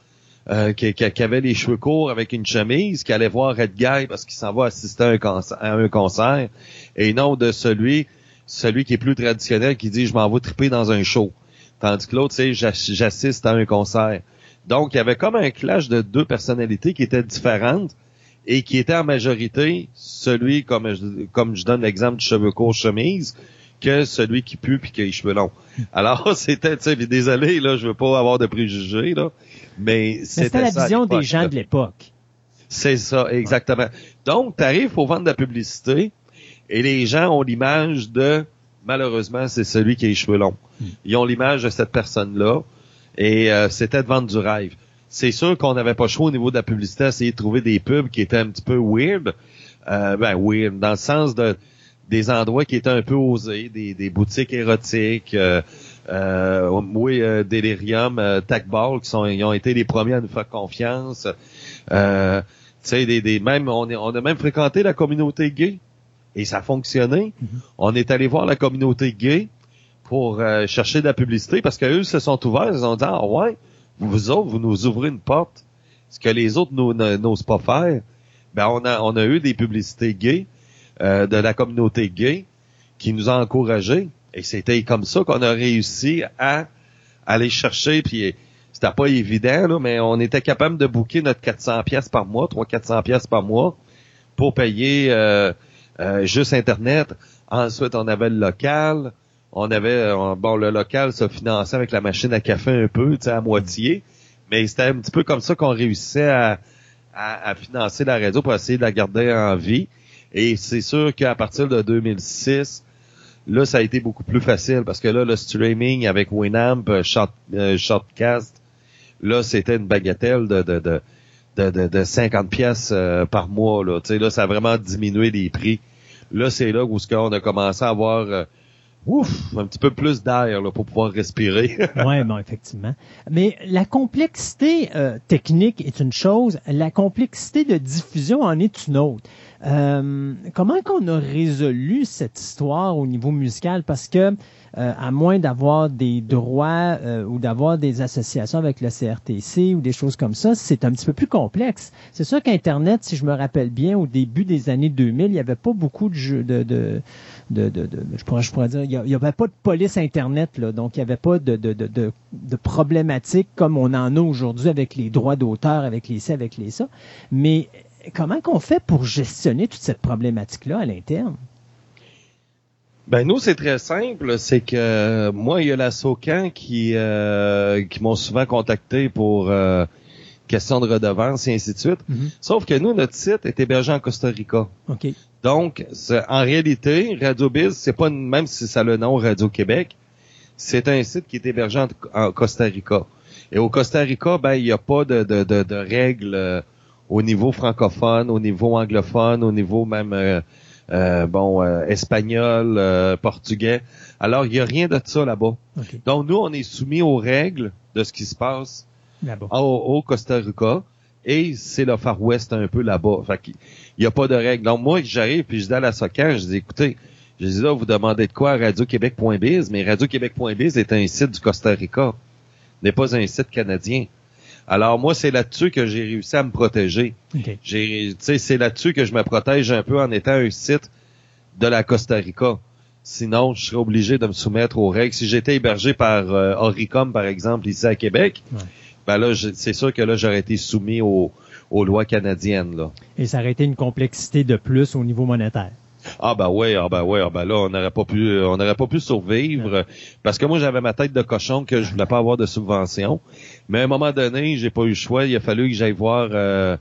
qui avait les cheveux courts avec une chemise, qui allait voir Ed Guy parce qu'il s'en va assister à un concert, et non de celui qui est plus traditionnel qui dit « je m'en vais triper dans un show ». Tandis que l'autre, tu sais, j'assiste à un concert. Donc, il y avait comme un clash de deux personnalités qui étaient différentes et qui étaient en majorité celui, comme je donne l'exemple du cheveu court chemise, que celui qui pue puis qui a les cheveux longs. Alors, c'était, tu sais, désolé, là, je veux pas avoir de préjugés, là, mais c'était la vision des gens de l'époque. C'est ça, exactement. Donc, t'arrives pour vendre de la publicité et les gens ont l'image de, malheureusement, c'est celui qui a les cheveux longs. Ils ont l'image de cette personne-là. Et c'était de vendre du rêve. C'est sûr qu'on n'avait pas le choix au niveau de la publicité à essayer de trouver des pubs qui étaient un petit peu weird. Weird, dans le sens des endroits qui étaient un peu osés, des boutiques érotiques, Delirium, Tacball, ils ont été les premiers à nous faire confiance. Tu sais, même on a même fréquenté la communauté gay. Et ça a fonctionné. On est allé voir la communauté gay pour chercher de la publicité parce qu'eux se sont ouverts, ils ont dit « Ah ouais, vous autres, vous nous ouvrez une porte, ce que les autres n'osent pas faire. Ben, on a eu des publicités gays, de la communauté gay, qui nous a encouragés. Et c'était comme ça qu'on a réussi à aller chercher, puis c'était pas évident, là, mais on était capable de booker notre 400$ par mois, 300-400$ par mois, pour payer juste Internet. Ensuite, on avait le local. On avait, le local se finançait avec la machine à café un peu, tu sais, à moitié. Mais c'était un petit peu comme ça qu'on réussissait à financer la radio pour essayer de la garder en vie. Et c'est sûr qu'à partir de 2006, là, ça a été beaucoup plus facile parce que là, le streaming avec Winamp, Shortcast, là, c'était une bagatelle de 50$ par mois, là. Tu sais, là, ça a vraiment diminué les prix. Là, c'est là où on a commencé à avoir un petit peu plus d'air là, pour pouvoir respirer. Oui, bon, effectivement. Mais la complexité technique est une chose, la complexité de diffusion en est une autre. Comment qu'on a résolu cette histoire au niveau musical? Parce que, à moins d'avoir des droits ou d'avoir des associations avec le CRTC ou des choses comme ça, c'est un petit peu plus complexe. C'est sûr qu'Internet, si je me rappelle bien, au début des années 2000, il n'y avait pas beaucoup de jeux je pourrais dire, il y avait pas de police Internet, là, donc il n'y avait pas de problématiques comme on en a aujourd'hui avec les droits d'auteur, avec les ci, avec les ça. Mais comment qu'on fait pour gestionner toute cette problématique-là à l'interne? Ben nous, c'est très simple. C'est que moi, il y a la SOCAN qui m'ont souvent contacté pour question de redevance et ainsi de suite. Mm-hmm. Sauf que nous, notre site est hébergé en Costa Rica. OK. Donc, en réalité, Radio Biz, c'est pas même si ça a le nom Radio-Québec, c'est un site qui est hébergé en Costa Rica. Et au Costa Rica, ben il n'y a pas de règles au niveau francophone, au niveau anglophone, au niveau même espagnol, portugais. Alors, il n'y a rien de ça là-bas. Okay. Donc, nous, on est soumis aux règles de ce qui se passe là-bas au Costa Rica. Et c'est le Far West un peu là-bas. Fait qu'il n'y a pas de règles. Donc, moi, j'arrive, puis je dis à la SOCAN, je dis, écoutez, je dis là, vous demandez de quoi à radioquebec.biz, mais radioquebec.biz est un site du Costa Rica, n'est pas un site canadien. Alors, moi, c'est là-dessus que j'ai réussi à me protéger. Okay. C'est là-dessus que je me protège un peu en étant un site de la Costa Rica. Sinon, je serais obligé de me soumettre aux règles. Si j'étais hébergé par Oricom, par exemple, ici à Québec, ben là, c'est sûr que là, j'aurais été soumis aux lois canadiennes, là. Et ça aurait été une complexité de plus au niveau monétaire. Là, on n'aurait pas pu survivre. Parce que moi, j'avais ma tête de cochon que je voulais pas avoir de subvention. Mais à un moment donné, j'ai pas eu le choix. Il a fallu que j'aille voir,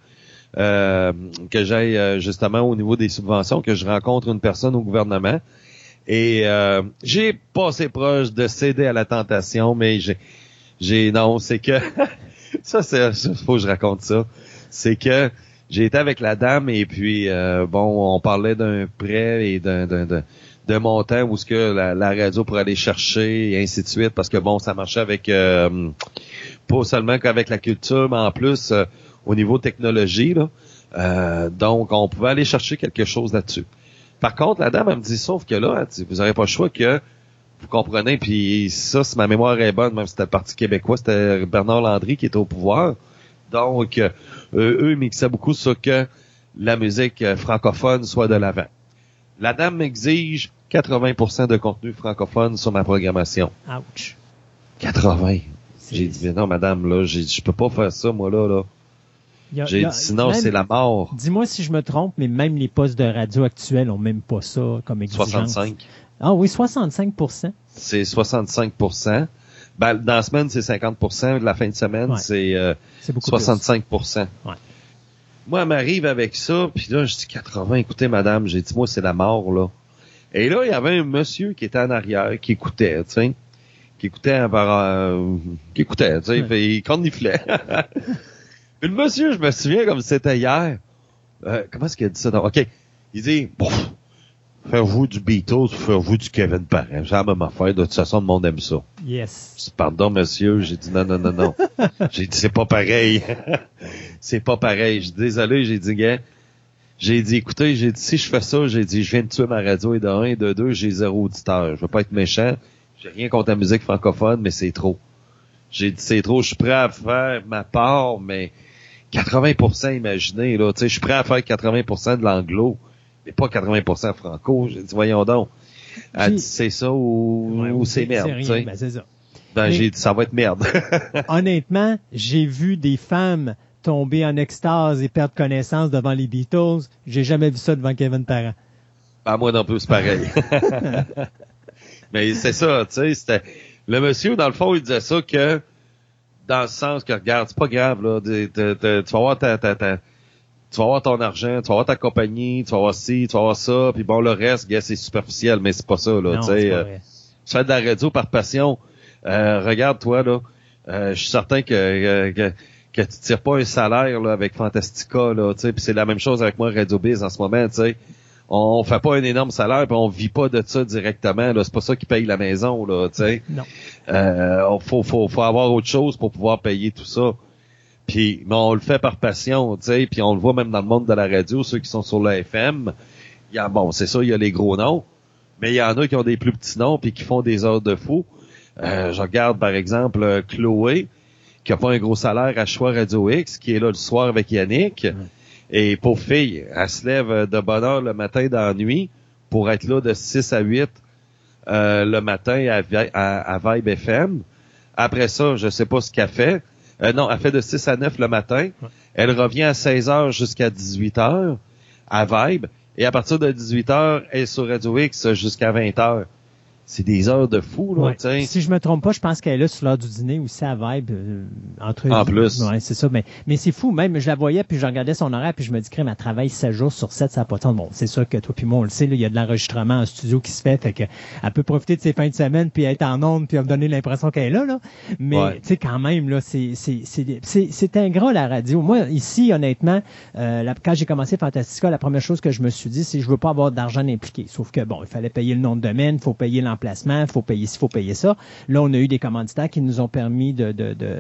que j'aille, justement, au niveau des subventions, que je rencontre une personne au gouvernement. Et, j'ai passé proche de céder à la tentation, mais non, c'est que, faut que je raconte ça. C'est que, j'ai été avec la dame et puis on parlait d'un prêt et d'un montant où ce que la radio pourrait aller chercher et ainsi de suite parce que ça marchait avec pas seulement qu'avec la culture mais en plus au niveau technologie là. Donc on pouvait aller chercher quelque chose là-dessus. Par contre la dame elle me dit sauf que là vous n'aurez pas le choix que vous comprenez puis ça si ma mémoire est bonne même si c'était le Parti québécois c'était Bernard Landry qui était au pouvoir. Donc, eux mixaient beaucoup sur que la musique francophone soit de l'avant. La dame m'exige 80% de contenu francophone sur ma programmation. Ouch. 80. J'ai dit, mais non, madame, là, je peux pas faire ça, moi, là. J'ai dit, sinon, c'est la mort. Dis-moi si je me trompe, mais même les postes de radio actuels ont même pas ça comme exigence. 65. Ah oui, 65%. C'est 65%. Ben, dans la semaine, c'est 50%. De la fin de semaine, c'est 65%. Ouais. Moi, elle m'arrive avec ça, puis là, je dis 80. Écoutez, madame, j'ai dit, moi, c'est la mort, là. Et là, il y avait un monsieur qui était en arrière, qui écoutait, tu sais. Qui écoutait, tu sais, il corniflait. Puis le monsieur, je me souviens comme c'était hier. Comment est-ce qu'il a dit ça? OK. Il dit, faire-vous du Beatles, faire-vous du Kevin Parent. C'est la même affaire. De toute façon, le monde aime ça. Yes. Je dis, pardon, monsieur. J'ai dit, non. J'ai dit, c'est pas pareil. C'est pas pareil. J'ai dit, désolé. J'ai dit, gars. J'ai dit, écoutez, j'ai dit, si je fais ça, j'ai dit, je viens de tuer ma radio et de 1 et de 2, j'ai 0 auditeur. Je veux pas être méchant. J'ai rien contre la musique francophone, mais c'est trop. J'ai dit, c'est trop, je suis prêt à faire ma part, mais 80%, imaginez, là, tu sais, je suis prêt à faire 80% de l'anglo, mais pas 80% franco. J'ai dit, voyons donc. Elle dit, c'est ça ou c'est merde, tu sais. Ben, c'est ça. Ben, j'ai dit, ça va être merde. Honnêtement, j'ai vu des femmes tomber en extase et perdre connaissance devant les Beatles. J'ai jamais vu ça devant Kevin Parent. Ben, moi non plus, c'est pareil. Mais c'est ça, tu sais, c'était... Le monsieur, dans le fond, il disait ça que, dans le sens que, regarde, c'est pas grave, là, tu vas avoir tu vas avoir ton argent, tu vas avoir ta compagnie, tu vas avoir ci, tu vas avoir ça, puis bon, le reste, gars, c'est superficiel, mais c'est pas ça, là, tu sais. Tu fais de la radio par passion. Regarde, toi, là, je suis certain que tu tires pas un salaire, là, avec Fantastica, là, tu sais, puis c'est la même chose avec moi, Radio Biz, en ce moment, tu sais. On fait pas un énorme salaire, puis on vit pas de ça directement, là. C'est pas ça qui paye la maison, là, tu sais. Non. Faut avoir autre chose pour pouvoir payer tout ça. Puis, mais on le fait par passion, tu sais, puis on le voit même dans le monde de la radio, ceux qui sont sur la FM. Bon, c'est ça, il y a les gros noms, mais il y en a qui ont des plus petits noms puis qui font des heures de fou. Je regarde, par exemple, Chloé, qui a pas un gros salaire à Choix Radio X, qui est là le soir avec Yannick. Et pauvre fille, elle se lève de bonne heure le matin dans la nuit pour être là de 6 à 8 le matin à Vibe FM. Après ça, je sais pas ce qu'elle fait. Non, elle fait de 6 à 9 le matin. Ouais. Elle revient à 16h jusqu'à 18h à Vibe. Et à partir de 18h, elle est sur Radio X jusqu'à 20h. C'est des heures de fou, là, tu sais. Si je me trompe pas, je pense qu'elle est là sur l'heure du dîner aussi à Vibe. Entre en plus. Ouais, c'est ça. Mais c'est fou, même, je la voyais, puis je regardais son horaire, puis je me dis, crème, elle travaille 7 jours sur 7, ça n'a pas de temps. Bon, c'est sûr que toi puis moi, on le sait, là, il y a de l'enregistrement en studio qui se fait que elle peut profiter de ses fins de semaine, puis être en onde, puis me donner l'impression qu'elle est là. Mais, tu sais, quand même, là, c'est ingrat, la radio. Moi, ici, honnêtement, quand j'ai commencé Fantastica, la première chose que je me suis dit, c'est que je veux pas avoir d'argent impliqué. Sauf que, bon, il fallait payer le nom de domaine, il faut payer l'emplacement, il faut payer ci, il faut payer ça. Là, on a eu des commanditaires qui nous ont permis de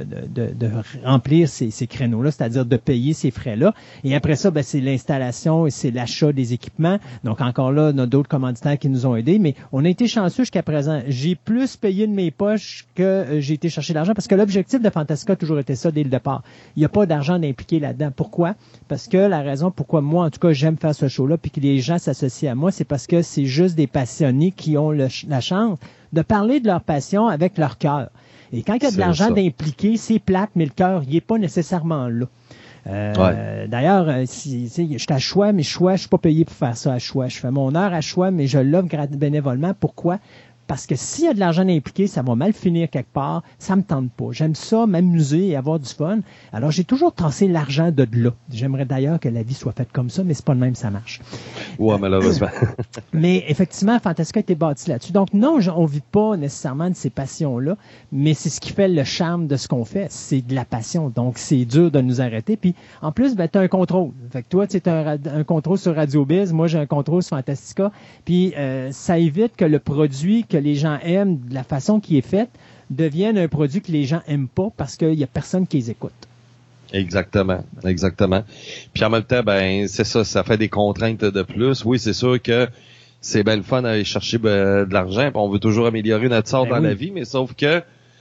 remplir ces créneaux-là, c'est-à-dire de payer ces frais-là. Et après ça, ben, c'est l'installation et c'est l'achat des équipements. Donc, encore là, on a d'autres commanditaires qui nous ont aidés, mais on a été chanceux jusqu'à présent. J'ai plus payé de mes poches que j'ai été chercher l'argent parce que l'objectif de Fantastica a toujours été ça dès le départ. Il n'y a pas d'argent impliqué là-dedans. Pourquoi? Parce que la raison pourquoi moi, en tout cas, j'aime faire ce show-là puis que les gens s'associent à moi, c'est parce que c'est juste des passionnés qui ont la chance de parler de leur passion avec leur cœur. Et quand il y a de l'argent d'impliquer, c'est plate, mais le cœur, il n'est pas nécessairement là. D'ailleurs, je suis à Choix, mais Choix, je suis pas payé pour faire ça à Choix. Je fais mon heure à Choix, mais je l'offre bénévolement. Pourquoi? Parce que s'il y a de l'argent impliqué, ça va mal finir quelque part. Ça me tente pas. J'aime ça, m'amuser et avoir du fun. Alors, j'ai toujours tassé l'argent de là. J'aimerais d'ailleurs que la vie soit faite comme ça, mais c'est pas de même, ça marche. Ouais, malheureusement. Mais effectivement, Fantastica a été bâti là-dessus. Donc, non, on vit pas nécessairement de ces passions-là, mais c'est ce qui fait le charme de ce qu'on fait. C'est de la passion. Donc, c'est dur de nous arrêter. Puis, en plus, ben, tu as un contrôle. Fait que toi, tu as un contrôle sur Radio Biz. Moi, j'ai un contrôle sur Fantastica. Puis, ça évite que le produit que les gens aiment, de la façon qui est faite, devienne un produit que les gens aiment pas parce qu'il y a personne qui les écoute. Exactement. Puis en même temps, ben c'est ça fait des contraintes de plus. Oui, c'est sûr que c'est bien le fun d'aller chercher de l'argent, puis on veut toujours améliorer notre sort dans la vie, mais sauf que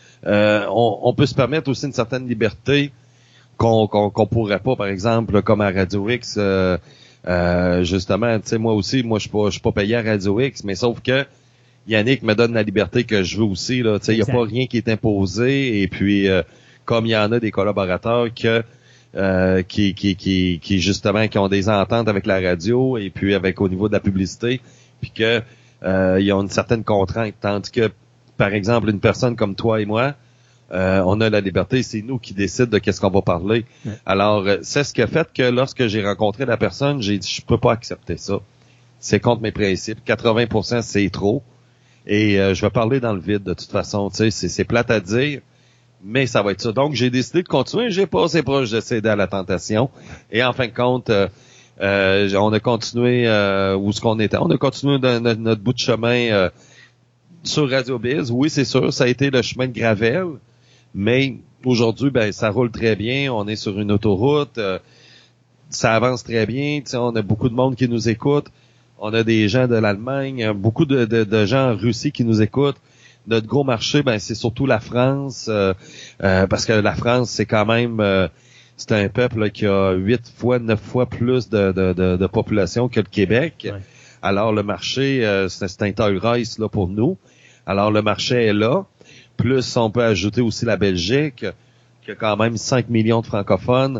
on peut se permettre aussi une certaine liberté qu'on pourrait pas, par exemple, comme à Radio X. Justement, tu sais, moi je suis pas payé à Radio X, mais sauf que Yannick me donne la liberté que je veux aussi, là. Tu sais, il y a pas rien qui est imposé, et puis comme il y en a des collaborateurs qui justement qui ont des ententes avec la radio et puis avec au niveau de la publicité, puis que ils ont une certaine contrainte, tandis que par exemple une personne comme toi et moi, on a la liberté, c'est nous qui décident de qu'est-ce qu'on va parler. Ouais. Alors c'est ce qui a fait que lorsque j'ai rencontré la personne, j'ai dit je peux pas accepter ça. C'est contre mes principes. 80% c'est trop. Et je vais parler dans le vide de toute façon, tu sais, c'est plate à dire, mais ça va être ça. Donc j'ai décidé de continuer, j'ai pas assez proche de céder à la tentation. Et en fin de compte, on a continué où ce qu'on était. On a continué notre bout de chemin sur Radio Biz. Oui, c'est sûr, ça a été le chemin de Gravel, mais aujourd'hui, ben ça roule très bien. On est sur une autoroute, ça avance très bien. Tu sais, on a beaucoup de monde qui nous écoute. On a des gens de l'Allemagne, beaucoup de gens en Russie qui nous écoutent. notre gros marché, ben c'est surtout la France, parce que la France, c'est quand même c'est un peuple là, qui a 8 fois, 9 fois plus de population que le Québec. Ouais. Alors le marché, c'est un tall race là pour nous. Alors le marché est là. Plus on peut ajouter aussi la Belgique, qui a quand même 5 millions de francophones,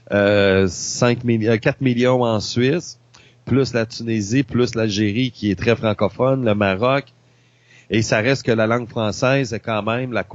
4 millions en Suisse, plus la Tunisie, plus l'Algérie qui est très francophone, le Maroc. Et ça reste que la langue française est quand même la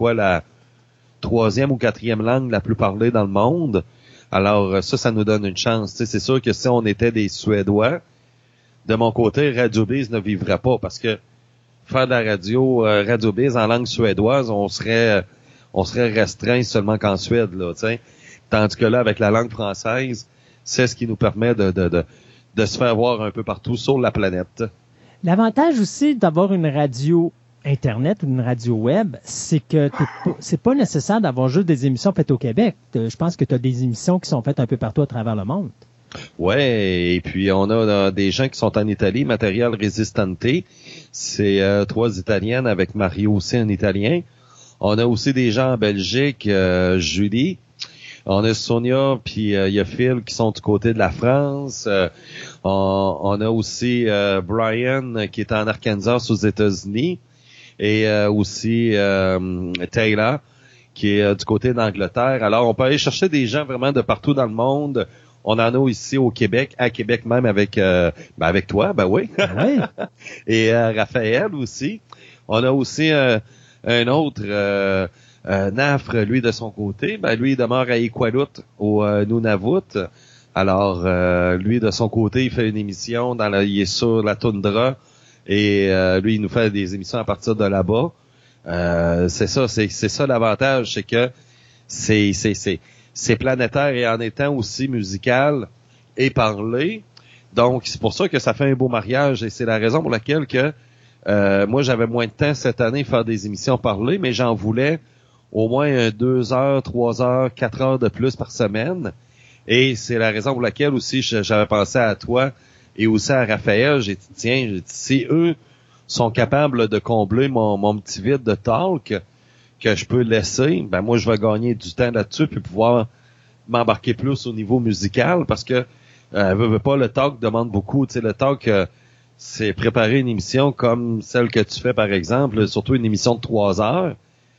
3e ou 4e langue la plus parlée dans le monde. Alors ça nous donne une chance. Tu sais, c'est sûr que si on était des Suédois, de mon côté, Radio Biz ne vivrait pas parce que faire de la Radio Biz en langue suédoise, on serait restreint seulement qu'en Suède, là, tu sais. Tandis que là, avec la langue française, c'est ce qui nous permet de se faire voir un peu partout sur la planète. L'avantage aussi d'avoir une radio Internet ou une radio web, c'est que c'est pas nécessaire d'avoir juste des émissions faites au Québec. Je pense que tu as des émissions qui sont faites un peu partout à travers le monde. Ouais, et puis on a des gens qui sont en Italie, Material Resistante, c'est 3 Italiennes avec Mario aussi un Italien. On a aussi des gens en Belgique, Julie. On a Sonia, puis il y a Phil qui sont du côté de la France. On a aussi Brian qui est en Arkansas aux États-Unis. Et aussi Taylor qui est du côté d'Angleterre. Alors, on peut aller chercher des gens vraiment de partout dans le monde. On en a ici au Québec, à Québec même avec toi, ben oui. Oui. Et Raphaël aussi. On a aussi un autre Nafre, lui de son côté, ben lui il demeure à Iqaluit au Nunavut. Alors lui de son côté, il fait une émission il est sur la toundra et lui il nous fait des émissions à partir de là-bas. C'est ça l'avantage, c'est que c'est planétaire et en étant aussi musical et parlé. Donc, c'est pour ça que ça fait un beau mariage et c'est la raison pour laquelle que moi, j'avais moins de temps cette année faire des émissions parlées, mais j'en voulais au moins 2 heures, 3 heures, 4 heures de plus par semaine. Et c'est la raison pour laquelle aussi j'avais pensé à toi et aussi à Raphaël. J'ai dit, tiens, si eux sont capables de combler mon petit vide de talk que je peux laisser, ben moi je vais gagner du temps là-dessus puis pouvoir m'embarquer plus au niveau musical parce que veux pas, le talk demande beaucoup. Tu sais, le talk c'est préparer une émission comme celle que tu fais par exemple, surtout une émission de 3 heures.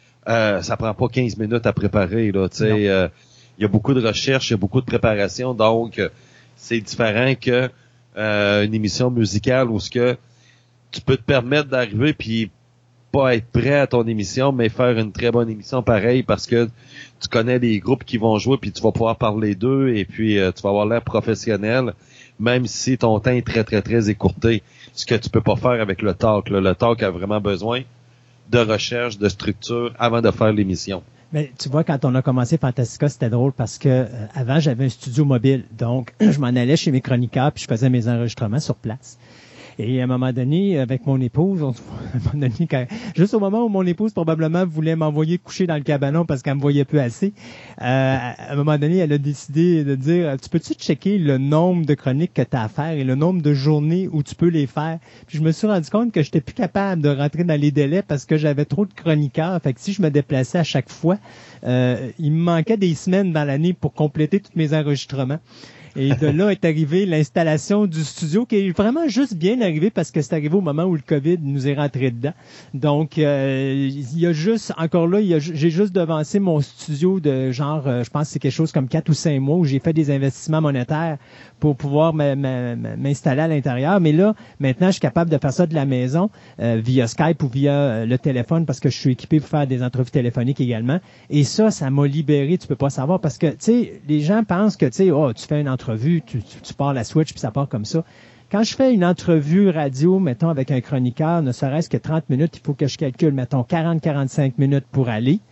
Ça prend pas 15 minutes à préparer là. Tu sais, il y a beaucoup de recherche, il y a beaucoup de préparation, donc c'est différent que une émission musicale où ce que tu peux te permettre d'arriver puis pas être prêt à ton émission, mais faire une très bonne émission pareil parce que tu connais les groupes qui vont jouer puis tu vas pouvoir parler d'eux et puis tu vas avoir l'air professionnel, même si ton temps est très, très, très écourté. Ce que tu peux pas faire avec le talk. Là. Le talk a vraiment besoin de recherche, de structure avant de faire l'émission. Mais tu vois, quand on a commencé Fantastica, c'était drôle parce que avant, j'avais un studio mobile. Donc, je m'en allais chez mes chroniqueurs puis je faisais mes enregistrements sur place. Et à un moment donné, avec mon épouse, juste au moment où mon épouse probablement voulait m'envoyer coucher dans le cabanon parce qu'elle me voyait plus assez, à un moment donné, elle a décidé de dire, tu peux-tu checker le nombre de chroniques que tu as à faire et le nombre de journées où tu peux les faire? Puis je me suis rendu compte que j'étais plus capable de rentrer dans les délais parce que j'avais trop de chroniqueurs. Fait que si je me déplaçais à chaque fois, il me manquait des semaines dans l'année pour compléter tous mes enregistrements. Et de là est arrivée l'installation du studio qui est vraiment juste bien arrivé parce que c'est arrivé au moment où le COVID nous est rentré dedans. Donc, il y a juste, encore là, j'ai juste devancé mon studio de genre, je pense que c'est quelque chose comme 4 ou 5 mois où j'ai fait des investissements monétaires pour pouvoir m'installer à l'intérieur. Mais là, maintenant, je suis capable de faire ça de la maison via Skype ou via le téléphone parce que je suis équipé pour faire des entrevues téléphoniques également. Et ça m'a libéré, tu peux pas savoir parce que, tu sais, les gens pensent que, tu sais, tu fais une entrevue, tu pars la switch puis ça part comme ça. Quand je fais une entrevue radio, mettons, avec un chroniqueur, ne serait-ce que 30 minutes, il faut que je calcule, mettons, 40-45 minutes pour aller.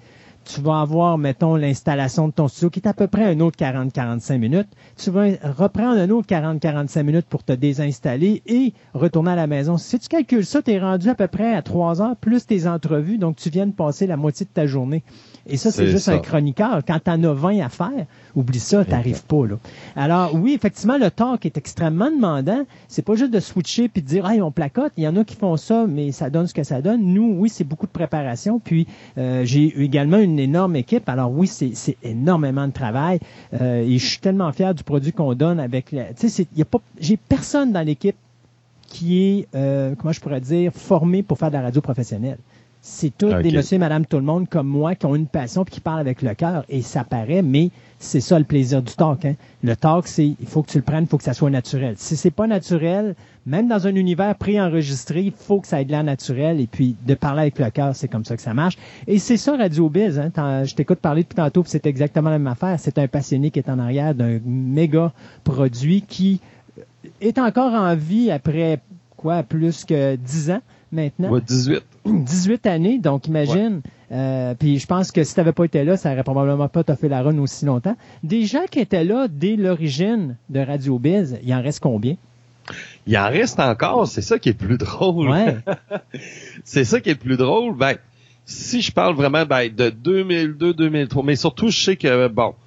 tu vas avoir, mettons, l'installation de ton studio qui est à peu près un autre 40-45 minutes. Tu vas reprendre un autre 40-45 minutes pour te désinstaller et retourner à la maison. Si tu calcules ça, tu es rendu à peu près à 3 heures plus tes entrevues, donc tu viens de passer la moitié de ta journée. Et ça, c'est juste un chroniqueur. Quand tu en as 20 à faire, oublie ça, t'arrives pas, là. Alors, oui, effectivement, le talk est extrêmement demandant. C'est pas juste de switcher puis de dire, hey, on placote. Il y en a qui font ça, mais ça donne ce que ça donne. Nous, oui, c'est beaucoup de préparation. Puis, j'ai également une énorme équipe. Alors, oui, c'est énormément de travail. Et je suis tellement fier du produit qu'on donne avec tu sais, j'ai personne dans l'équipe qui est, comment je pourrais dire, formé pour faire de la radio professionnelle. C'est tous des monsieur et madame tout le monde comme moi qui ont une passion et qui parlent avec le cœur. Et ça paraît, mais c'est ça le plaisir du talk. Hein. Le talk, il faut que tu le prennes, il faut que ça soit naturel. Si c'est pas naturel, même dans un univers préenregistré, il faut que ça ait de l'air naturel. Et puis, de parler avec le cœur, c'est comme ça que ça marche. Et c'est ça, Radio Biz. Hein. Je t'écoute parler depuis tantôt, puis c'est exactement la même affaire. C'est un passionné qui est en arrière d'un méga produit qui est encore en vie après, plus que 10 ans maintenant. Ouais, 18 années, donc imagine. Ouais. Puis je pense que si tu n'avais pas été là, ça n'aurait probablement pas fait la run aussi longtemps. Des gens qui étaient là dès l'origine de Radio Biz, il en reste combien? Il en reste encore, c'est ça qui est le plus drôle. Ouais. C'est ça qui est le plus drôle. Ben, si je parle vraiment de 2002, 2003, mais surtout je sais que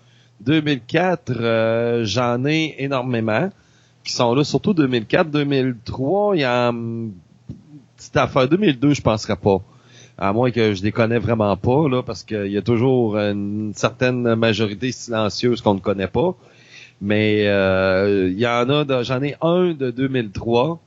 2004, j'en ai énormément qui sont là, surtout 2004, 2003, il y a petite affaire. 2002, je penserais pas. À moins que je les connais vraiment pas, là, parce qu'il y a toujours une certaine majorité silencieuse qu'on ne connaît pas. Mais il y en a, j'en ai un de 2003.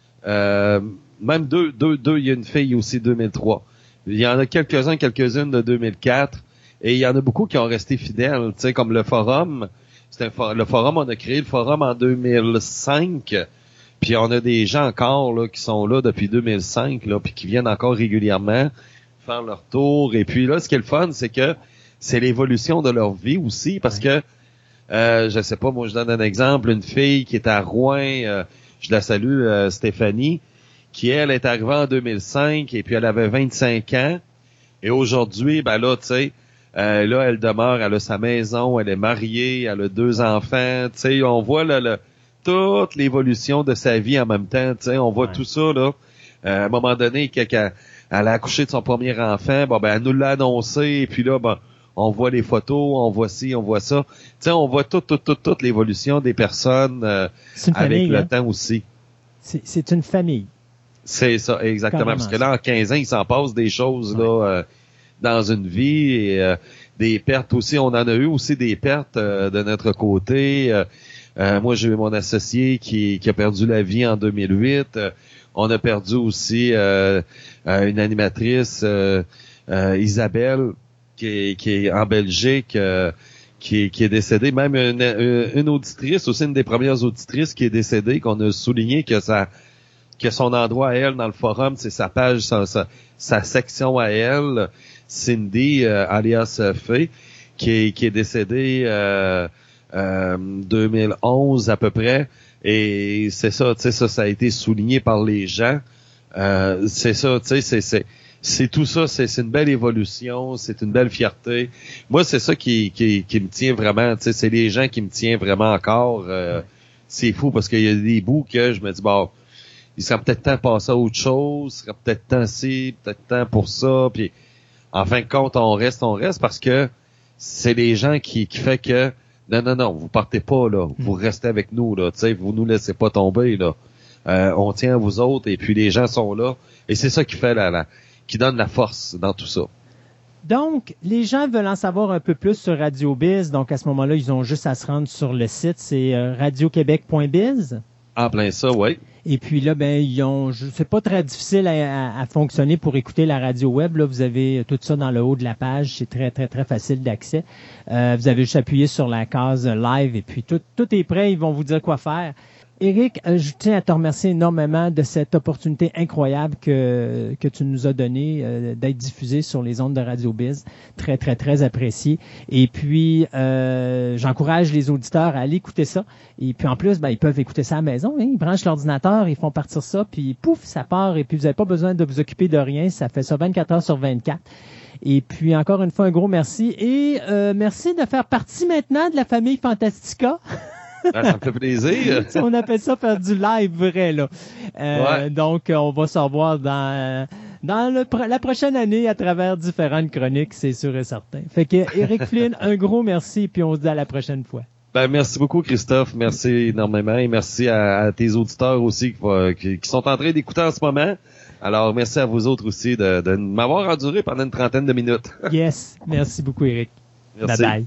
Même deux, il y a une fille aussi 2003. Il y en a quelques-unes de 2004. Et il y en a beaucoup qui ont resté fidèles, tu sais, comme le forum. Le forum, on a créé le forum en 2005. Puis on a des gens encore là qui sont là depuis 2005 là, puis qui viennent encore régulièrement faire leur tour. Et puis là, ce qui est le fun, c'est que c'est l'évolution de leur vie aussi, parce que je sais pas, moi je donne un exemple, une fille qui est à Rouen, je la salue, Stéphanie, qui elle est arrivée en 2005 et puis elle avait 25 ans. Et aujourd'hui, ben là, tu sais, là elle demeure, elle a sa maison, elle est mariée, elle a 2 enfants. Tu sais, on voit toute l'évolution de sa vie en même temps, tu sais, on voit tout ça là. À un moment donné, elle a accouché de son premier enfant, elle nous l'a annoncé, et puis là, on voit les photos, on voit ci, on voit ça. Tu sais, on voit toute l'évolution des personnes avec le temps aussi. C'est une famille. C'est ça, exactement. Carrément. Parce que là, en 15 ans, il s'en passe des choses là dans une vie, et des pertes aussi. On en a eu aussi des pertes de notre côté. Moi, j'ai eu mon associé qui a perdu la vie en 2008. On a perdu aussi une animatrice, Isabelle, qui est en Belgique, qui est décédée. Même une auditrice, aussi une des premières auditrices qui est décédée, qu'on a souligné que son endroit à elle dans le forum, c'est sa page, sa section à elle, Cindy, alias Fay, qui est décédée 2011 à peu près, et c'est ça, tu sais, ça a été souligné par les gens. C'est ça, tu sais, c'est tout ça, c'est une belle évolution, c'est une belle fierté. Moi, c'est ça qui me tient vraiment, tu sais, c'est les gens qui me tiennent vraiment encore. C'est fou parce qu'il y a des bouts que je me dis, il serait peut-être temps de passer à autre chose, il serait peut-être temps ci, peut-être temps pour ça, puis en fin de compte, on reste parce que c'est les gens qui fait que non, vous partez pas là, vous restez avec nous là, tu sais, vous nous laissez pas tomber là. On tient à vous autres, et puis les gens sont là, et c'est ça qui fait qui donne la force dans tout ça. Donc, les gens veulent en savoir un peu plus sur Radio Biz, donc à ce moment-là, ils ont juste à se rendre sur le site, c'est radioquebec.biz. En plein ça, oui. Et puis là, c'est pas très difficile à fonctionner pour écouter la radio web. Là, vous avez tout ça dans le haut de la page. C'est très, très, très facile d'accès. Vous avez juste appuyé sur la case live et puis tout est prêt. Ils vont vous dire quoi faire. Éric, je tiens à te remercier énormément de cette opportunité incroyable que tu nous as donnée d'être diffusé sur les ondes de Radio Biz. Très, très, très apprécié. Et puis, j'encourage les auditeurs à aller écouter ça. Et puis, en plus, ils peuvent écouter ça à la maison. Hein. Ils branchent l'ordinateur, ils font partir ça, puis pouf, ça part. Et puis, vous n'avez pas besoin de vous occuper de rien. Ça fait ça 24 heures sur 24. Et puis, encore une fois, un gros merci. Et merci de faire partie maintenant de la famille Fantastica. Ça me fait plaisir. On appelle ça faire du live vrai, là. Donc, on va se revoir dans la prochaine année à travers différentes chroniques, c'est sûr et certain. Fait que Eric Flynn, un gros merci, puis on se dit à la prochaine fois. Merci beaucoup, Christophe. Merci énormément. Et merci à tes auditeurs aussi qui sont en train d'écouter en ce moment. Alors, merci à vous autres aussi de m'avoir enduré pendant une trentaine de minutes. Yes. Merci beaucoup, Eric. Merci. Bye-bye.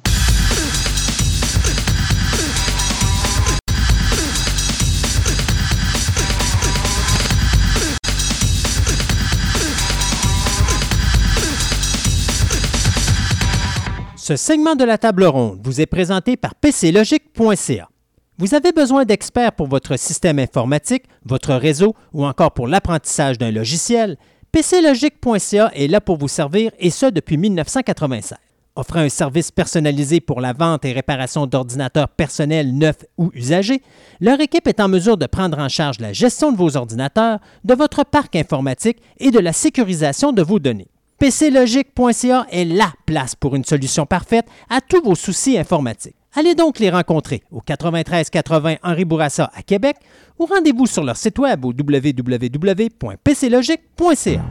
Ce segment de la table ronde vous est présenté par PCLogic.ca. Vous avez besoin d'experts pour votre système informatique, votre réseau ou encore pour l'apprentissage d'un logiciel? PCLogic.ca est là pour vous servir et ce depuis 1996. Offrant un service personnalisé pour la vente et réparation d'ordinateurs personnels neufs ou usagés, leur équipe est en mesure de prendre en charge la gestion de vos ordinateurs, de votre parc informatique et de la sécurisation de vos données. PCLogic.ca est la place pour une solution parfaite à tous vos soucis informatiques. Allez donc les rencontrer au 9380 Henri Bourassa à Québec ou rendez-vous sur leur site web au www.pclogic.ca.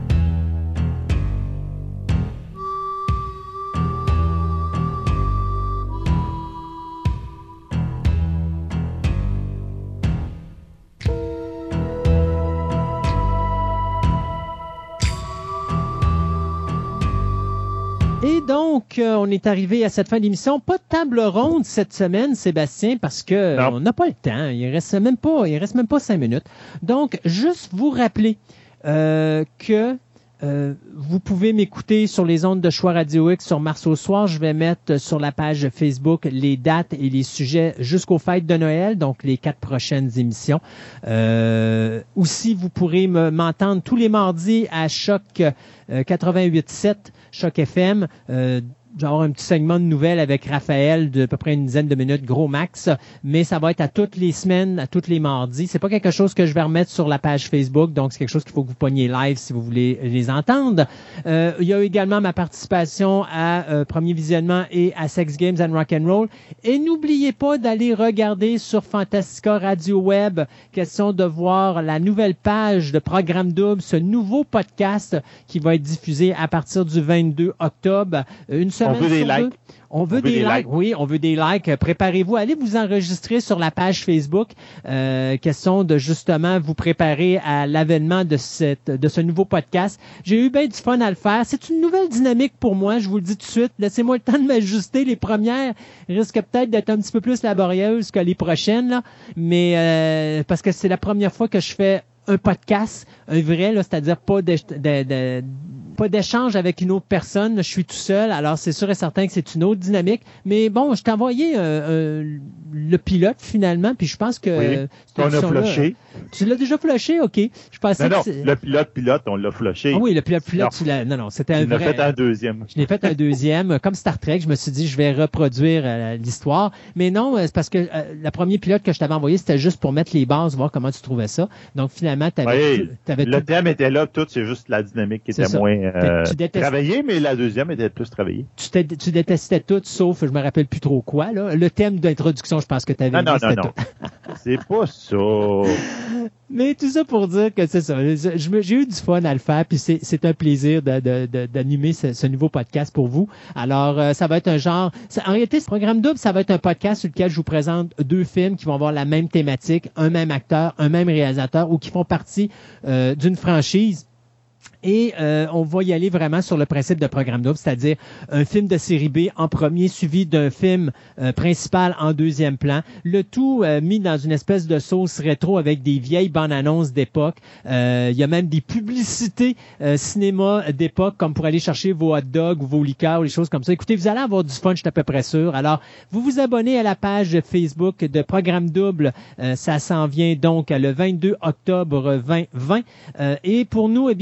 Et donc, on est arrivé à cette fin d'émission. Pas de table ronde cette semaine, Sébastien, parce que on n'a pas le temps. Il reste même pas 5 minutes. Donc, juste vous rappeler que vous pouvez m'écouter sur les ondes de Choix Radio X sur Mars au soir. Je vais mettre sur la page Facebook les dates et les sujets jusqu'aux fêtes de Noël, donc les 4 prochaines émissions. Aussi, vous pourrez m'entendre tous les mardis à Choc 88.7, Choc FM. Genre un petit segment de nouvelles avec Raphaël de à peu près une dizaine de minutes, gros max, mais ça va être à toutes les semaines, à tous les mardis. C'est pas quelque chose que je vais remettre sur la page Facebook, donc c'est quelque chose qu'il faut que vous pogniez live si vous voulez les entendre. Il y a également ma participation à Premier Visionnement et à Sex Games and Rock'n'Roll. Et n'oubliez pas d'aller regarder sur Fantastica Radio Web, question de voir la nouvelle page de Programme Double, ce nouveau podcast qui va être diffusé à partir du 22 octobre. Une semaine on veut des likes. On veut des likes. Oui, on veut des likes. Préparez-vous. Allez vous enregistrer sur la page Facebook. Question de justement vous préparer à l'avènement de ce nouveau podcast. J'ai eu bien du fun à le faire. C'est une nouvelle dynamique pour moi, je vous le dis tout de suite. Laissez-moi le temps de m'ajuster. Les premières risquent peut-être d'être un petit peu plus laborieuses que les prochaines, là. Mais parce que c'est la première fois que je fais un podcast, un vrai, là, c'est-à-dire pas d'échange avec une autre personne. Je suis tout seul, alors c'est sûr et certain que c'est une autre dynamique. Mais bon, je t'ai envoyé le pilote finalement, puis je pense que... Oui, on a flushé. Tu l'as déjà flushé? OK. Je pensais non, le pilote, on l'a flushé. Ah oui, le pilote, tu l'as... Non, c'était un vrai... Tu l'as fait un deuxième. Je l'ai fait un deuxième. Comme Star Trek, je me suis dit, je vais reproduire l'histoire. Mais non, c'est parce que le premier pilote que je t'avais envoyé, c'était juste pour mettre les bases, voir comment tu trouvais ça. Donc finalement, t'avais le thème était là, tout, c'est juste la dynamique qui était moins travaillée, mais la deuxième était plus travaillée. Tu détestais tout, sauf, je me rappelle plus trop quoi, là. Le thème d'introduction, je pense que tu avais Non. C'est pas ça. Mais tout ça pour dire que c'est ça. J'ai eu du fun à le faire, puis c'est un plaisir d'animer ce nouveau podcast pour vous. Alors, ça va être un genre... En réalité, ce Programme Double, ça va être un podcast sur lequel je vous présente 2 films qui vont avoir la même thématique, un même acteur, un même réalisateur, ou qui font partie d'une franchise. Et on va y aller vraiment sur le principe de Programme Double, c'est-à-dire un film de série B en premier, suivi d'un film principal en deuxième plan. Le tout mis dans une espèce de sauce rétro avec des vieilles bandes-annonces d'époque. Il y a même des publicités cinéma d'époque, comme pour aller chercher vos hot dogs ou vos liqueurs ou les choses comme ça. Écoutez, vous allez avoir du fun, je suis à peu près sûr. Alors, vous vous abonnez à la page Facebook de Programme Double. Ça s'en vient donc le 22 octobre 2020. Et pour nous, eh bien, c'est tout pour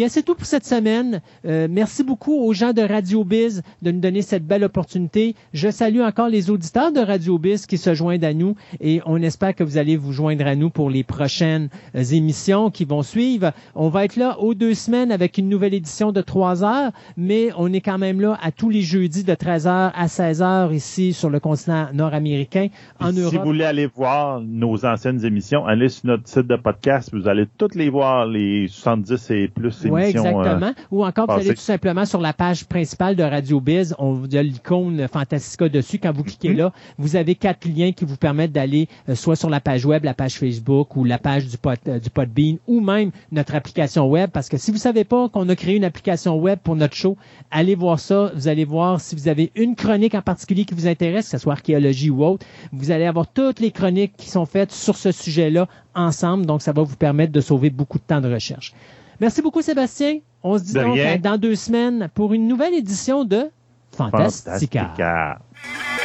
cette semaine. Merci beaucoup aux gens de Radio Biz de nous donner cette belle opportunité. Je salue encore les auditeurs de Radio Biz qui se joignent à nous et on espère que vous allez vous joindre à nous pour les prochaines émissions qui vont suivre. On va être là aux 2 semaines avec une nouvelle édition de 3 heures, mais on est quand même là à tous les jeudis de 13h à 16h ici sur le continent nord-américain. En Europe. Si vous voulez aller voir nos anciennes émissions, allez sur notre site de podcast, vous allez toutes les voir, les 70 et plus émissions. Oui, exactement. Ou encore, vous allez tout simplement sur la page principale de Radio Biz. Il y a l'icône Fantastica dessus. Quand vous cliquez là, vous avez 4 liens qui vous permettent d'aller soit sur la page web, la page Facebook ou la page du Podbean ou même notre application web. Parce que si vous savez pas qu'on a créé une application web pour notre show, allez voir ça. Vous allez voir si vous avez une chronique en particulier qui vous intéresse, que ce soit archéologie ou autre. Vous allez avoir toutes les chroniques qui sont faites sur ce sujet-là ensemble. Donc, ça va vous permettre de sauver beaucoup de temps de recherche. Merci beaucoup, Sébastien. On se dit donc dans 2 semaines pour une nouvelle édition de Fantastica.